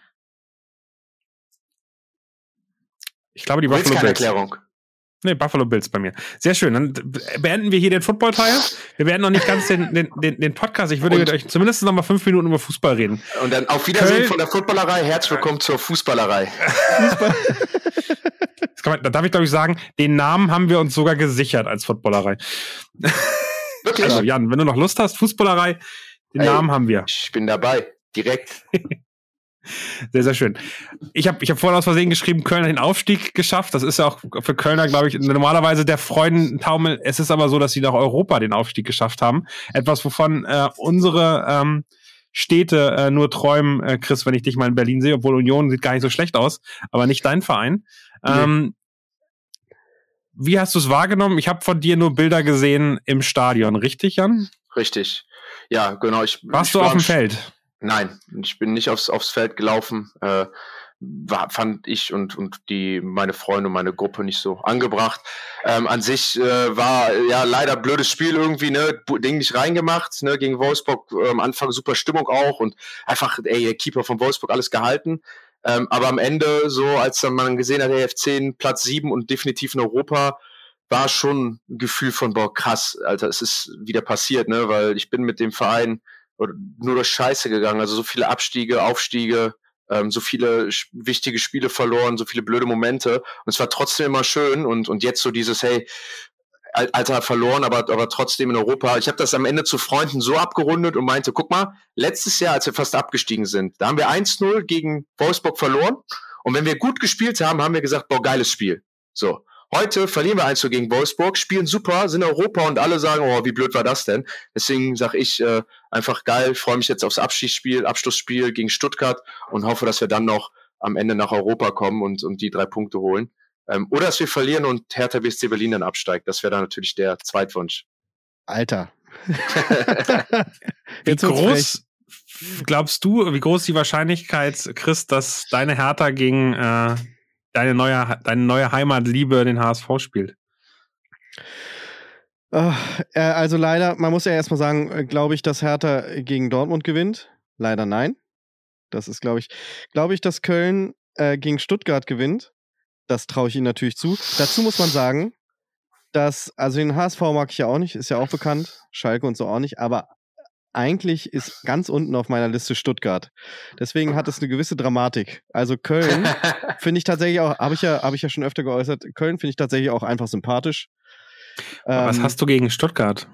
Ich glaube, die Buffalo Bills. Keine Erklärung. Nee, Buffalo Bills bei mir. Sehr schön. Dann beenden wir hier den Football-Teil. Wir beenden noch nicht ganz den, den, den, den Podcast. Ich würde und mit euch zumindest noch mal fünf Minuten über Fußball reden. Und dann auf Wiedersehen Köln. Von der Footballerei. Herzlich willkommen zur Fußballerei. Fußball. Das kann man, da darf ich, glaube ich, sagen, den Namen haben wir uns sogar gesichert als Footballerei. Wirklich? Also, Jan, wenn du noch Lust hast, Fußballerei, den Ey, Namen haben wir. Ich bin dabei. Direkt. Sehr, sehr schön. Ich habe ich hab vorhin aus Versehen geschrieben, Köln hat den Aufstieg geschafft. Das ist ja auch für Kölner, glaube ich, normalerweise der Freudentaumel. Es ist aber so, dass sie nach Europa den Aufstieg geschafft haben. Etwas, wovon äh, unsere ähm, Städte äh, nur träumen, äh, Chris, wenn ich dich mal in Berlin sehe, obwohl Union sieht gar nicht so schlecht aus, aber nicht dein Verein. Nee. Ähm, wie hast du es wahrgenommen? Ich habe von dir nur Bilder gesehen im Stadion, richtig, Jan? Richtig. Ja, genau. Ich, Warst ich du war auf dem Feld? Nein, ich bin nicht aufs, aufs Feld gelaufen. Äh, war, fand ich und, und die, meine Freunde und meine Gruppe nicht so angebracht. Ähm, an sich äh, war ja leider blödes Spiel irgendwie, ne, Ding nicht reingemacht, ne, gegen Wolfsburg, äh, am Anfang super Stimmung auch und einfach, ey, der Keeper von Wolfsburg alles gehalten. Ähm, aber am Ende, so als dann man gesehen hat, der F zehn Platz sieben und definitiv in Europa, war schon ein Gefühl von, boah, krass, Alter, es ist wieder passiert, ne, weil ich bin mit dem Verein nur durch Scheiße gegangen, also so viele Abstiege, Aufstiege, ähm, so viele sch- wichtige Spiele verloren, so viele blöde Momente und es war trotzdem immer schön und, und jetzt so dieses, hey, Alter, verloren, aber, aber trotzdem in Europa. Ich habe das am Ende zu Freunden so abgerundet und meinte, guck mal, letztes Jahr, als wir fast abgestiegen sind, da haben wir eins null gegen Wolfsburg verloren und wenn wir gut gespielt haben, haben wir gesagt, boah, geiles Spiel. So. Heute verlieren wir eins null gegen Wolfsburg, spielen super, sind in Europa und alle sagen, oh, wie blöd war das denn? Deswegen sage ich äh, einfach geil, freue mich jetzt aufs Abschiedsspiel, Abschlussspiel gegen Stuttgart und hoffe, dass wir dann noch am Ende nach Europa kommen und, und die drei Punkte holen. Ähm, oder dass wir verlieren und Hertha B S C Berlin dann absteigt. Das wäre dann natürlich der Zweitwunsch. Alter. Wie groß glaubst du, wie groß ist die Wahrscheinlichkeit, Chris, dass deine Hertha gegen äh, deine neue, deine neue Heimatliebe den H S V spielt? Also leider, man muss ja erstmal sagen, glaube ich, dass Hertha gegen Dortmund gewinnt. Leider nein. Das ist, glaube ich, glaube ich, dass Köln äh, gegen Stuttgart gewinnt. Das traue ich ihnen natürlich zu. Dazu muss man sagen, dass, also den H S V mag ich ja auch nicht, ist ja auch bekannt, Schalke und so auch nicht, aber eigentlich ist ganz unten auf meiner Liste Stuttgart. Deswegen hat es eine gewisse Dramatik. Also Köln finde ich tatsächlich auch, habe ich ja, habe ich ja schon öfter geäußert, Köln finde ich tatsächlich auch einfach sympathisch. Ähm, was hast du gegen Stuttgart?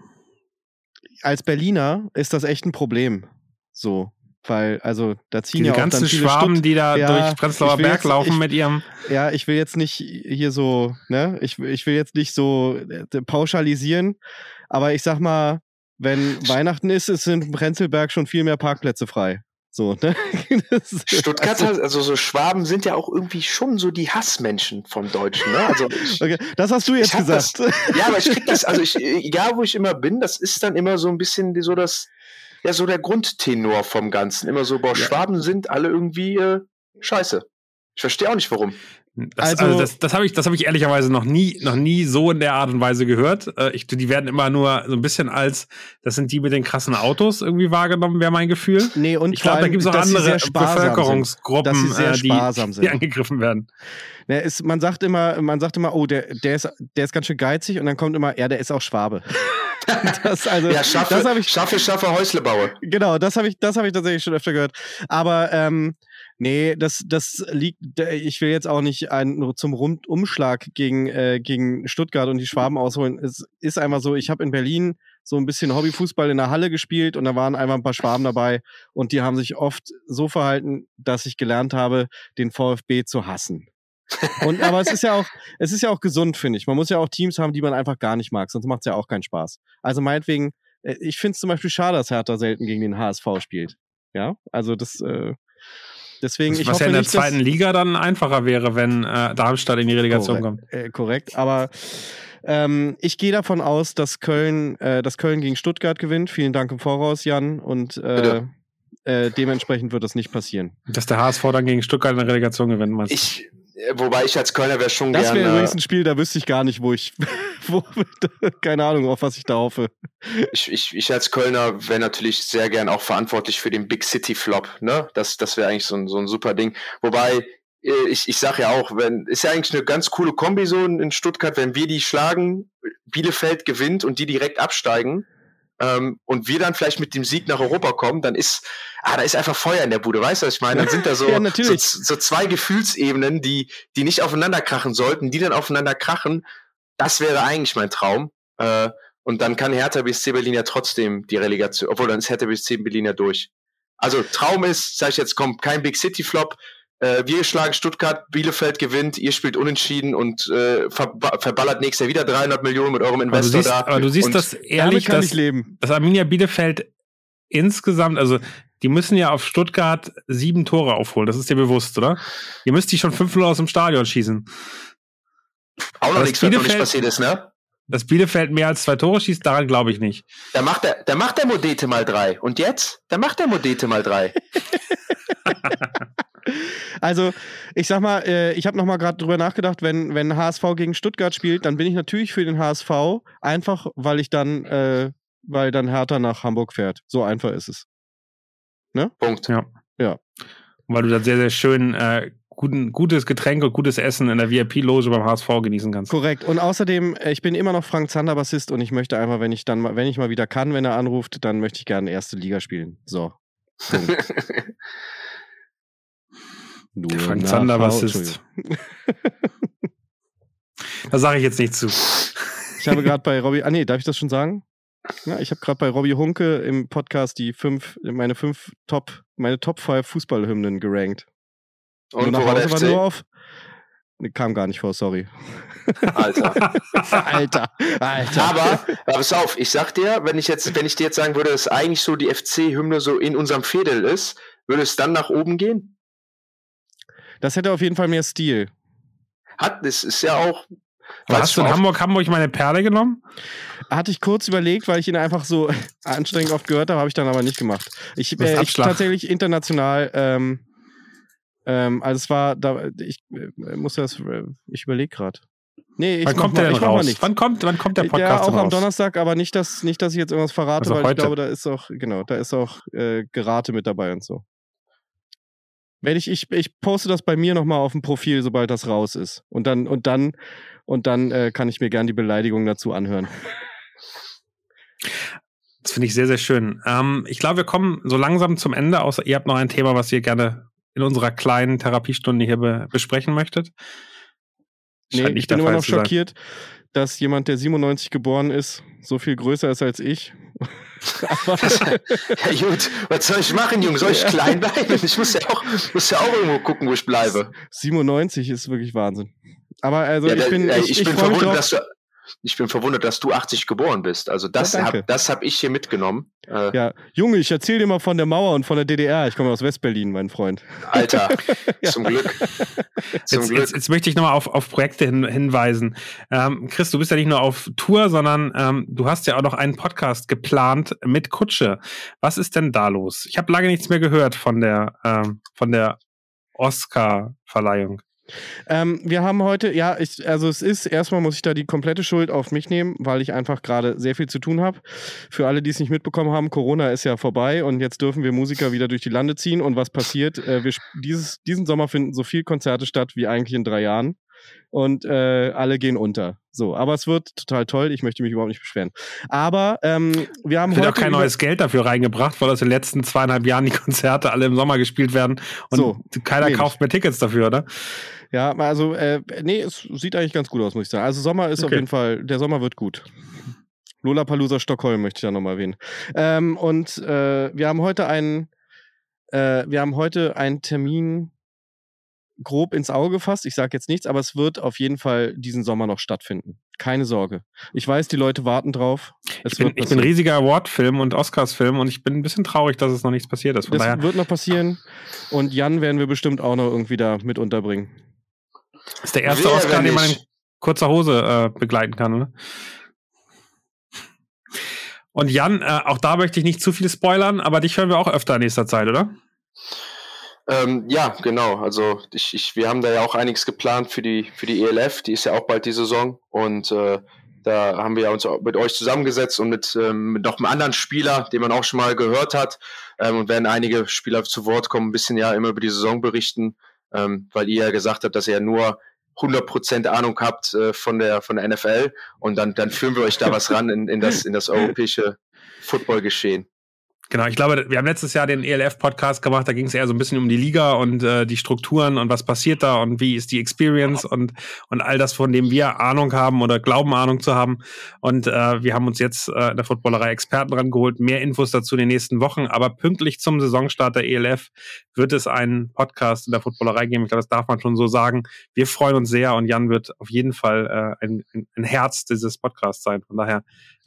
Als Berliner ist das echt ein Problem. So. Weil, also, da ziehen die ja auch ganzen dann viele Schwaben, Stutt- die da ja, durch Prenzlauer Berg jetzt, laufen ich, mit ihrem... Ja, ich will jetzt nicht hier so, ne, ich, ich will jetzt nicht so äh, pauschalisieren, aber ich sag mal, wenn Weihnachten ist, ist in Prenzlberg schon viel mehr Parkplätze frei. So, ne? Stuttgart, also, also so Schwaben sind ja auch irgendwie schon so die Hassmenschen von Deutschen, ne? Also ich, okay, das hast du jetzt gesagt. Das, ja, aber ich krieg das, also ich, egal wo ich immer bin, das ist dann immer so ein bisschen so das, ja, so der Grundtenor vom Ganzen. Immer so, boah, ja. Schwaben sind alle irgendwie äh, scheiße. Ich verstehe auch nicht, warum. Das, also, also das, das habe ich, das habe ich ehrlicherweise noch nie, noch nie so in der Art und Weise gehört. Ich, die werden immer nur so ein bisschen als, das sind die mit den krassen Autos irgendwie wahrgenommen, wäre mein Gefühl. Nee, und ich glaube, da gibt es auch andere Bevölkerungsgruppen, sind, sehr die, sind. die angegriffen werden. Ja, ist, man sagt immer, man sagt immer, oh, der, der ist, der ist ganz schön geizig, und dann kommt immer, ja, der ist auch Schwabe. Das, also, ja, schaffe, das ich, schaffe, schaffe, Häusle baue. Genau, das habe ich, das habe ich tatsächlich schon öfter gehört. Aber ähm, nee, das, das liegt. Ich will jetzt auch nicht einen zum Rundumschlag gegen äh, gegen Stuttgart und die Schwaben ausholen. Es ist einfach so. Ich habe in Berlin so ein bisschen Hobbyfußball in der Halle gespielt und da waren einfach ein paar Schwaben dabei und die haben sich oft so verhalten, dass ich gelernt habe, den VfB zu hassen. Und, aber es ist ja auch, es ist ja auch gesund, finde ich. Man muss ja auch Teams haben, die man einfach gar nicht mag, sonst macht es ja auch keinen Spaß. Also meinetwegen, ich finde es zum Beispiel schade, dass Hertha selten gegen den H S V spielt. Ja, also das, äh, deswegen, das, ich was hoffe ja in der nicht, zweiten dass, Liga dann einfacher wäre, wenn äh, Darmstadt in die Relegation korrekt, kommt. Äh, korrekt, aber ähm, ich gehe davon aus, dass Köln, äh, dass Köln gegen Stuttgart gewinnt. Vielen Dank im Voraus, Jan, und äh, äh, dementsprechend wird das nicht passieren. Dass der H S V dann gegen Stuttgart in der Relegation gewinnt, meinst du? Ich Wobei ich als Kölner wäre schon das gerne... Das wäre übrigens ein Spiel, da wüsste ich gar nicht, wo ich... wo, keine Ahnung, auf was ich da hoffe. Ich, ich, ich als Kölner wäre natürlich sehr gern auch verantwortlich für den Big City Flop. Ne? Das, das wäre eigentlich so ein, so ein super Ding. Wobei, ich, ich sage ja auch, wenn ist ja eigentlich eine ganz coole Kombi so in Stuttgart, wenn wir die schlagen, Bielefeld gewinnt und die direkt absteigen, Ähm, und wir dann vielleicht mit dem Sieg nach Europa kommen, dann ist, ah, da ist einfach Feuer in der Bude, weißt du, was ich meine? Dann sind da so, ja, so, so zwei Gefühlsebenen, die, die nicht aufeinander krachen sollten, die dann aufeinander krachen. Das wäre eigentlich mein Traum. Äh, und dann kann Hertha B S C Berlin ja trotzdem die Relegation, obwohl dann ist Hertha B S C Berlin ja durch. Also Traum ist, sag ich jetzt, kommt kein Big City Flop. Äh, wir schlagen Stuttgart, Bielefeld gewinnt, ihr spielt unentschieden und äh, ver- verballert nächstes Jahr wieder dreihundert Millionen mit eurem Investor aber du siehst, da. Aber du siehst und das ehrlich, kann dass, ich leben. dass Arminia Bielefeld insgesamt, also die müssen ja auf Stuttgart sieben Tore aufholen. Das ist dir bewusst, oder? Ihr müsst die schon fünf null aus dem Stadion schießen. Auch noch nichts, was noch nicht passiert ist, ne? Dass Bielefeld mehr als zwei Tore schießt, daran glaube ich nicht. Da macht der, da macht der Modete mal drei. Und jetzt? Da macht der Modete mal drei. Also, ich sag mal, äh, ich habe noch mal gerade drüber nachgedacht, wenn, wenn H S V gegen Stuttgart spielt, dann bin ich natürlich für den H S V, einfach weil ich dann, äh, weil dann Hertha nach Hamburg fährt. So einfach ist es. Ne? Punkt. Ja. Ja. Weil du da sehr, sehr schön äh, guten, gutes Getränk und gutes Essen in der V I P-Loge beim H S V genießen kannst. Korrekt. Und außerdem, äh, ich bin immer noch Frank Zander Bassist und ich möchte einfach, wenn ich dann mal, wenn ich mal wieder kann, wenn er anruft, dann möchte ich gerne erste Liga spielen. So. Nur Der Frank Zander Bassist. Da sage ich jetzt nicht zu. Ich habe gerade bei Robbie, ah nee, darf ich das schon sagen? Ja, ich habe gerade bei Robbie Hunke im Podcast die fünf, meine fünf Top, meine Top fünf Fußballhymnen gerankt. Und nur nach wo war der Hause F war C? nur auf. Nee, kam gar nicht vor, sorry. Alter. Alter, Alter. Aber, aber pass auf, ich sag dir, wenn ich jetzt, wenn ich dir jetzt sagen würde, dass eigentlich so die F C-Hymne so in unserem Fädel ist, würde es dann nach oben gehen? Das hätte auf jeden Fall mehr Stil. Hat, das ist ja auch. Hast du in Hamburg, Hamburg meine Perle genommen? Hatte ich kurz überlegt, weil ich ihn einfach so anstrengend oft gehört habe, habe ich dann aber nicht gemacht. Ich, äh, ich tatsächlich international, ähm, ähm, also es war, da, ich äh, muss das, äh, ich überlege gerade. Nee, ich wann kommt mal, der denn ich mach mal raus? nichts. Wann kommt, wann kommt der Podcast Ja, auch raus? am Donnerstag, aber nicht, dass, nicht, dass ich jetzt irgendwas verrate, Also weil heute. ich glaube, da ist auch, genau, da ist auch äh, Gerate mit dabei und so. Wenn ich, ich, ich poste das bei mir nochmal auf dem Profil, sobald das raus ist. Und dann, und dann, und dann äh, kann ich mir gern die Beleidigung dazu anhören. Das finde ich sehr, sehr schön. Ähm, ich glaube, wir kommen so langsam zum Ende, außer ihr habt noch ein Thema, was ihr gerne in unserer kleinen Therapiestunde hier be- besprechen möchtet. Nee, Scheint nicht ich bin der immer Fall noch zu sein. schockiert, dass jemand, der siebenundneunzig geboren ist, so viel größer ist als ich. Ja gut, was soll ich machen, Junge? Soll ich klein bleiben? Ich muss ja auch, muss ja auch irgendwo gucken, wo ich bleibe. siebenundneunzig ist wirklich Wahnsinn. Aber also Ja, ich der- bin, äh, ich, ich ich, bin freue mich verwundert, drauf. dass du, ich bin verwundert, dass du achtzig geboren bist. Also das Ja, habe danke. das hab ich hier mitgenommen. Äh, Ja, Junge, ich erzähle dir mal von der Mauer und von der D D R. Ich komme aus Westberlin, mein Freund. Alter, zum Glück. Zum Jetzt, Glück. jetzt, jetzt möchte ich nochmal auf, auf Projekte hin, hinweisen. Ähm, Chris, du bist ja nicht nur auf Tour, sondern ähm, du hast ja auch noch einen Podcast geplant mit Kutsche. Was ist denn da los? Ich habe lange nichts mehr gehört von der, ähm, von der Oscar-Verleihung. Ähm, wir haben heute, ja, ich, also es ist, erstmal muss ich da die komplette Schuld auf mich nehmen, weil ich einfach gerade sehr viel zu tun habe. Für alle, die es nicht mitbekommen haben, Corona ist ja vorbei und jetzt dürfen wir Musiker wieder durch die Lande ziehen. Und was passiert? Äh, wir, sp- dieses, diesen Sommer finden so viel Konzerte statt wie eigentlich in drei Jahren. Und äh, alle gehen unter. So, aber es wird total toll. Ich möchte mich überhaupt nicht beschweren. Aber ähm, wir haben Es wird heute auch kein über- neues Geld dafür reingebracht, weil aus den letzten zweieinhalb Jahren die Konzerte alle im Sommer gespielt werden und So, keiner wenig. kauft mehr Tickets dafür, oder? Ja, also, äh, nee, es sieht eigentlich ganz gut aus, muss ich sagen. Also Sommer ist auf Okay. jeden Fall, der Sommer wird gut. Lollapalooza Stockholm möchte ich ja nochmal erwähnen. Ähm, und äh, wir haben heute einen, äh, wir haben heute einen Termin grob ins Auge gefasst. Ich sage jetzt nichts, aber es wird auf jeden Fall diesen Sommer noch stattfinden. Keine Sorge. Ich weiß, die Leute warten drauf. Es Ich bin, wird ich bin passieren. riesiger Award-Film und Oscars-Film und ich bin ein bisschen traurig, dass es noch nichts passiert ist. Von Das daher wird noch passieren. Und Jan werden wir bestimmt auch noch irgendwie da mit unterbringen. ist der erste Wer, Oscar, wenn den man in nicht? kurzer Hose äh, begleiten kann, oder? Und Jan, äh, auch da möchte ich nicht zu viel spoilern, aber dich hören wir auch öfter in nächster Zeit, oder? Ähm, ja, genau. Also ich, ich, wir haben da ja auch einiges geplant für die für die E L F. Die ist ja auch bald die Saison und äh, da haben wir ja uns auch mit euch zusammengesetzt und mit, ähm, mit noch einem anderen Spieler, den man auch schon mal gehört hat, ähm, und werden einige Spieler zu Wort kommen, ein bisschen ja immer über die Saison berichten, ähm, weil ihr ja gesagt habt, dass ihr ja nur hundert Prozent Ahnung habt äh, von der von der N F L und dann dann führen wir euch da was ran in, in das in das europäische Footballgeschehen. Genau, ich glaube, wir haben letztes Jahr den E L F-Podcast gemacht, da ging es eher so ein bisschen um die Liga und äh, die Strukturen und was passiert da und wie ist die Experience und und all das, von dem wir Ahnung haben oder glauben, Ahnung zu haben. Und äh, wir haben uns jetzt äh, in der Footballerei Experten rangeholt, mehr Infos dazu in den nächsten Wochen, aber pünktlich zum Saisonstart der E L F wird es einen Podcast in der Footballerei geben. Ich glaube, das darf man schon so sagen. Wir freuen uns sehr und Jan wird auf jeden Fall äh, ein, ein, ein Herz dieses Podcasts sein. Von daher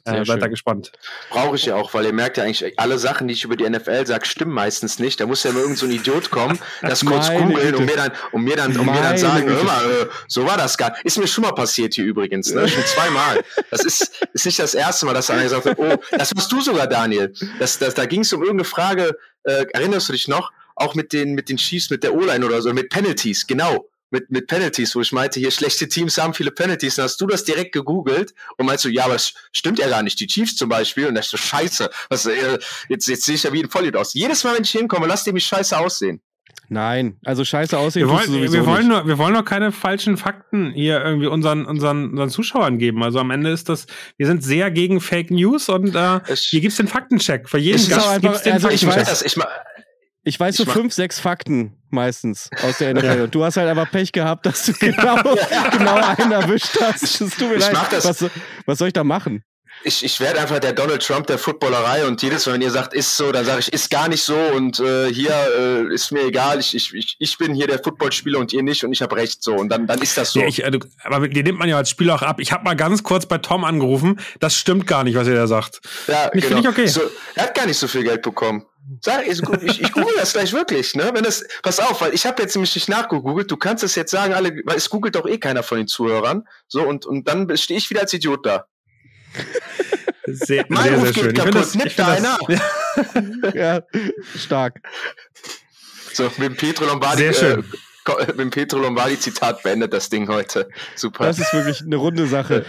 Äh, seid da gespannt. Brauche ich ja auch, weil ihr merkt ja eigentlich, alle Sachen, die ich über die N F L sage, stimmen meistens nicht. Da muss ja immer irgend so ein Idiot kommen, das kurz googeln und mir dann, und mir dann, und mir dann sagen, hör mal, äh, so war das gar nicht. Ist mir schon mal passiert hier übrigens, ne? Schon zweimal. Das ist, ist nicht das erste Mal, dass einer gesagt hat, oh, das warst du sogar, Daniel. Das, das, da ging es um irgendeine Frage, äh, erinnerst du dich noch? Auch mit den, mit den Chiefs, mit der O-Line oder so, mit Penalties, genau. Mit, mit Penalties, wo ich meinte, hier schlechte Teams haben viele Penalties, dann hast du das direkt gegoogelt und meinst du, ja, aber das stimmt ja gar nicht, die Chiefs zum Beispiel, und da ist so, scheiße, was, äh, jetzt, jetzt sehe ich ja wie ein Vollidiot aus. Jedes Mal, wenn ich hinkomme, lasst ihr mich scheiße aussehen. Nein, also scheiße aussehen. Wir wollen, wir wollen nur, wir wollen nur keine falschen Fakten hier irgendwie unseren, unseren, unseren Zuschauern geben. Also am Ende ist das, wir sind sehr gegen Fake News und äh, ich, hier gibt's den Faktencheck. Für jeden Gast gibt's den also Faktencheck. Ich weiß, das, ich, ich weiß so ich fünf, sechs Fakten meistens aus der N F L. Ja. Und du hast halt einfach Pech gehabt, dass du genau, genau einen erwischt hast. Das tut mir leid. Was, was soll ich da machen? Ich, ich werde einfach der Donald Trump der Footballerei und jedes Mal, wenn ihr sagt, ist so, dann sage ich, ist gar nicht so und äh, hier äh, ist mir egal, ich, ich, ich bin hier der Footballspieler und ihr nicht und ich habe recht so und dann, dann ist das so. Ja, ich, also, aber die nimmt man ja als Spieler auch ab. Ich habe mal ganz kurz bei Tom angerufen, das stimmt gar nicht, was ihr da sagt. Ja, ich genau. Finde ich okay. So, er hat gar nicht so viel Geld bekommen. Sag, ich, ich, ich google das gleich wirklich, ne? Wenn das, pass auf, weil ich habe jetzt nämlich nicht nachgegoogelt, du kannst es jetzt sagen, alle, weil es googelt doch eh keiner von den Zuhörern. So, und, und dann stehe ich wieder als Idiot da. Sehr, mein sehr, sehr schön. Ich das, Nimm deiner. Ja, stark. So, mit dem Petro Lombardi, sehr schön. Äh, mit dem Petro Lombardi Zitat beendet das Ding heute. Super. Das ist wirklich eine runde Sache.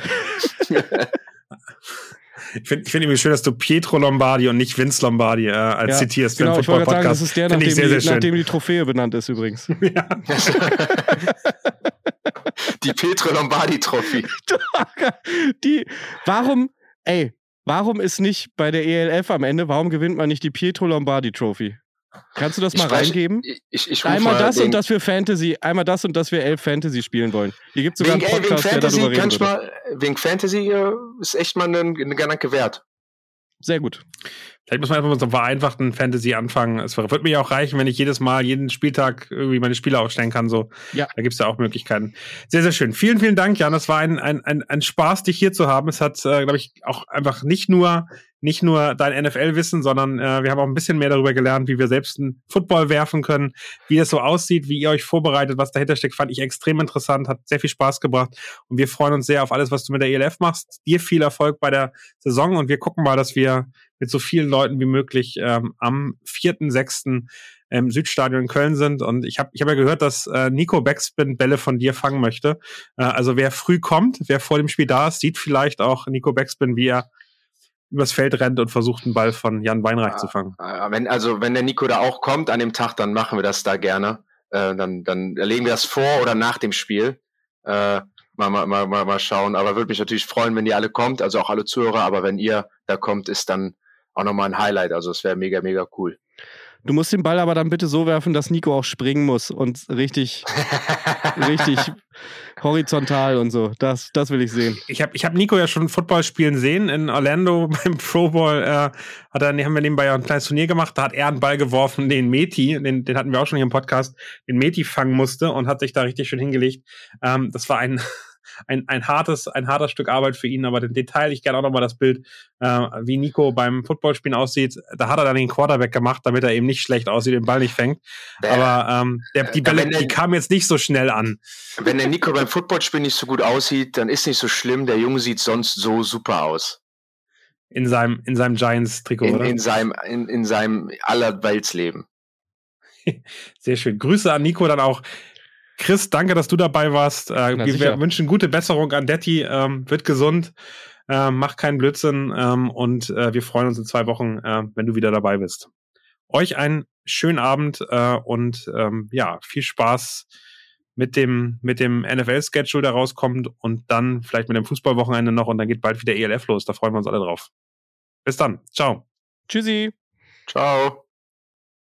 Ich finde ich find irgendwie schön, dass du Pietro Lombardi und nicht Vince Lombardi äh, als ja, zitierst. Genau, ich wollte sagen, das ist der, nachdem, sehr, die, sehr nachdem die Trophäe benannt ist übrigens. Ja. Die Petro Lombardi Trophy. Die, warum, ey, warum ist nicht bei der E L F am Ende, warum gewinnt man nicht die Pietro Lombardi Trophy? Kannst du das mal ich reingeben? Ich, ich, ich einmal das den, und dass wir Fantasy, einmal das und dass wir elf Fantasy spielen wollen. Hier gibt es sogar wegen, einen Podcast, ey, wegen Fantasy, der darüber reden mal, wegen Fantasy äh, ist echt mal ein Gedanke wert. Sehr gut. Vielleicht muss man einfach mit so einem vereinfachten Fantasy anfangen. Es wird mir auch reichen, wenn ich jedes Mal, jeden Spieltag irgendwie meine Spieler aufstellen kann. So. Ja. Da gibt es ja auch Möglichkeiten. Sehr, sehr schön. Vielen, vielen Dank, Jan. Es war ein, ein, ein, ein Spaß, dich hier zu haben. Es hat, äh, glaube ich, auch einfach nicht nur, nicht nur dein N F L-Wissen, sondern äh, wir haben auch ein bisschen mehr darüber gelernt, wie wir selbst einen Football werfen können, wie das so aussieht, wie ihr euch vorbereitet, was dahinter steckt, fand ich extrem interessant, hat sehr viel Spaß gebracht und wir freuen uns sehr auf alles, was du mit der E L F machst. Dir viel Erfolg bei der Saison und wir gucken mal, dass wir mit so vielen Leuten wie möglich ähm, am vierten sechsten im Südstadion in Köln sind. Und ich habe ich hab ja gehört, dass äh, Nico Backspin Bälle von dir fangen möchte. Äh, also wer früh kommt, wer vor dem Spiel da ist, sieht vielleicht auch Nico Backspin, wie er übers Feld rennt und versucht, einen Ball von Jan Weinreich ja, zu fangen. Wenn, also wenn der Nico da auch kommt an dem Tag, dann machen wir das da gerne. Äh, dann, dann legen wir das vor oder nach dem Spiel. Äh, Mal, mal, mal, mal schauen. Aber würde mich natürlich freuen, wenn ihr alle kommt, also auch alle Zuhörer. Aber wenn ihr da kommt, ist dann auch nochmal ein Highlight. Also es wäre mega, mega cool. Du musst den Ball aber dann bitte so werfen, dass Nico auch springen muss und richtig, richtig horizontal und so. Das, das will ich sehen. Ich habe ich hab Nico ja schon Football spielen sehen in Orlando beim Pro Bowl. Äh, hat er, haben wir nebenbei ja ein kleines Turnier gemacht. Da hat er einen Ball geworfen, den Meti, den, den hatten wir auch schon hier im Podcast, den Meti fangen musste und hat sich da richtig schön hingelegt. Ähm, das war ein Ein, ein hartes, ein hartes Stück Arbeit für ihn, aber den Detail, ich gerne auch nochmal das Bild, äh, wie Nico beim Footballspielen aussieht. Da hat er dann den Quarterback gemacht, damit er eben nicht schlecht aussieht, den Ball nicht fängt. Aber ähm, der, die Bälle, der, die kamen jetzt nicht so schnell an. Wenn der Nico beim Footballspielen nicht so gut aussieht, dann ist nicht so schlimm. Der Junge sieht sonst so super aus. In seinem, in seinem Giants-Trikot, in, oder? In seinem, in, in seinem Allerweltsleben. Sehr schön. Grüße an Nico dann auch. Chris, danke, dass du dabei warst. Äh, wir sicher. wünschen gute Besserung an Detti. Ähm, wird gesund, äh, mach keinen Blödsinn ähm, und äh, wir freuen uns in zwei Wochen, äh, wenn du wieder dabei bist. Euch einen schönen Abend äh, und ähm, ja, viel Spaß mit dem mit dem N F L-Schedule, der rauskommt und dann vielleicht mit dem Fußballwochenende noch und dann geht bald wieder E L F los. Da freuen wir uns alle drauf. Bis dann. Ciao. Tschüssi. Ciao.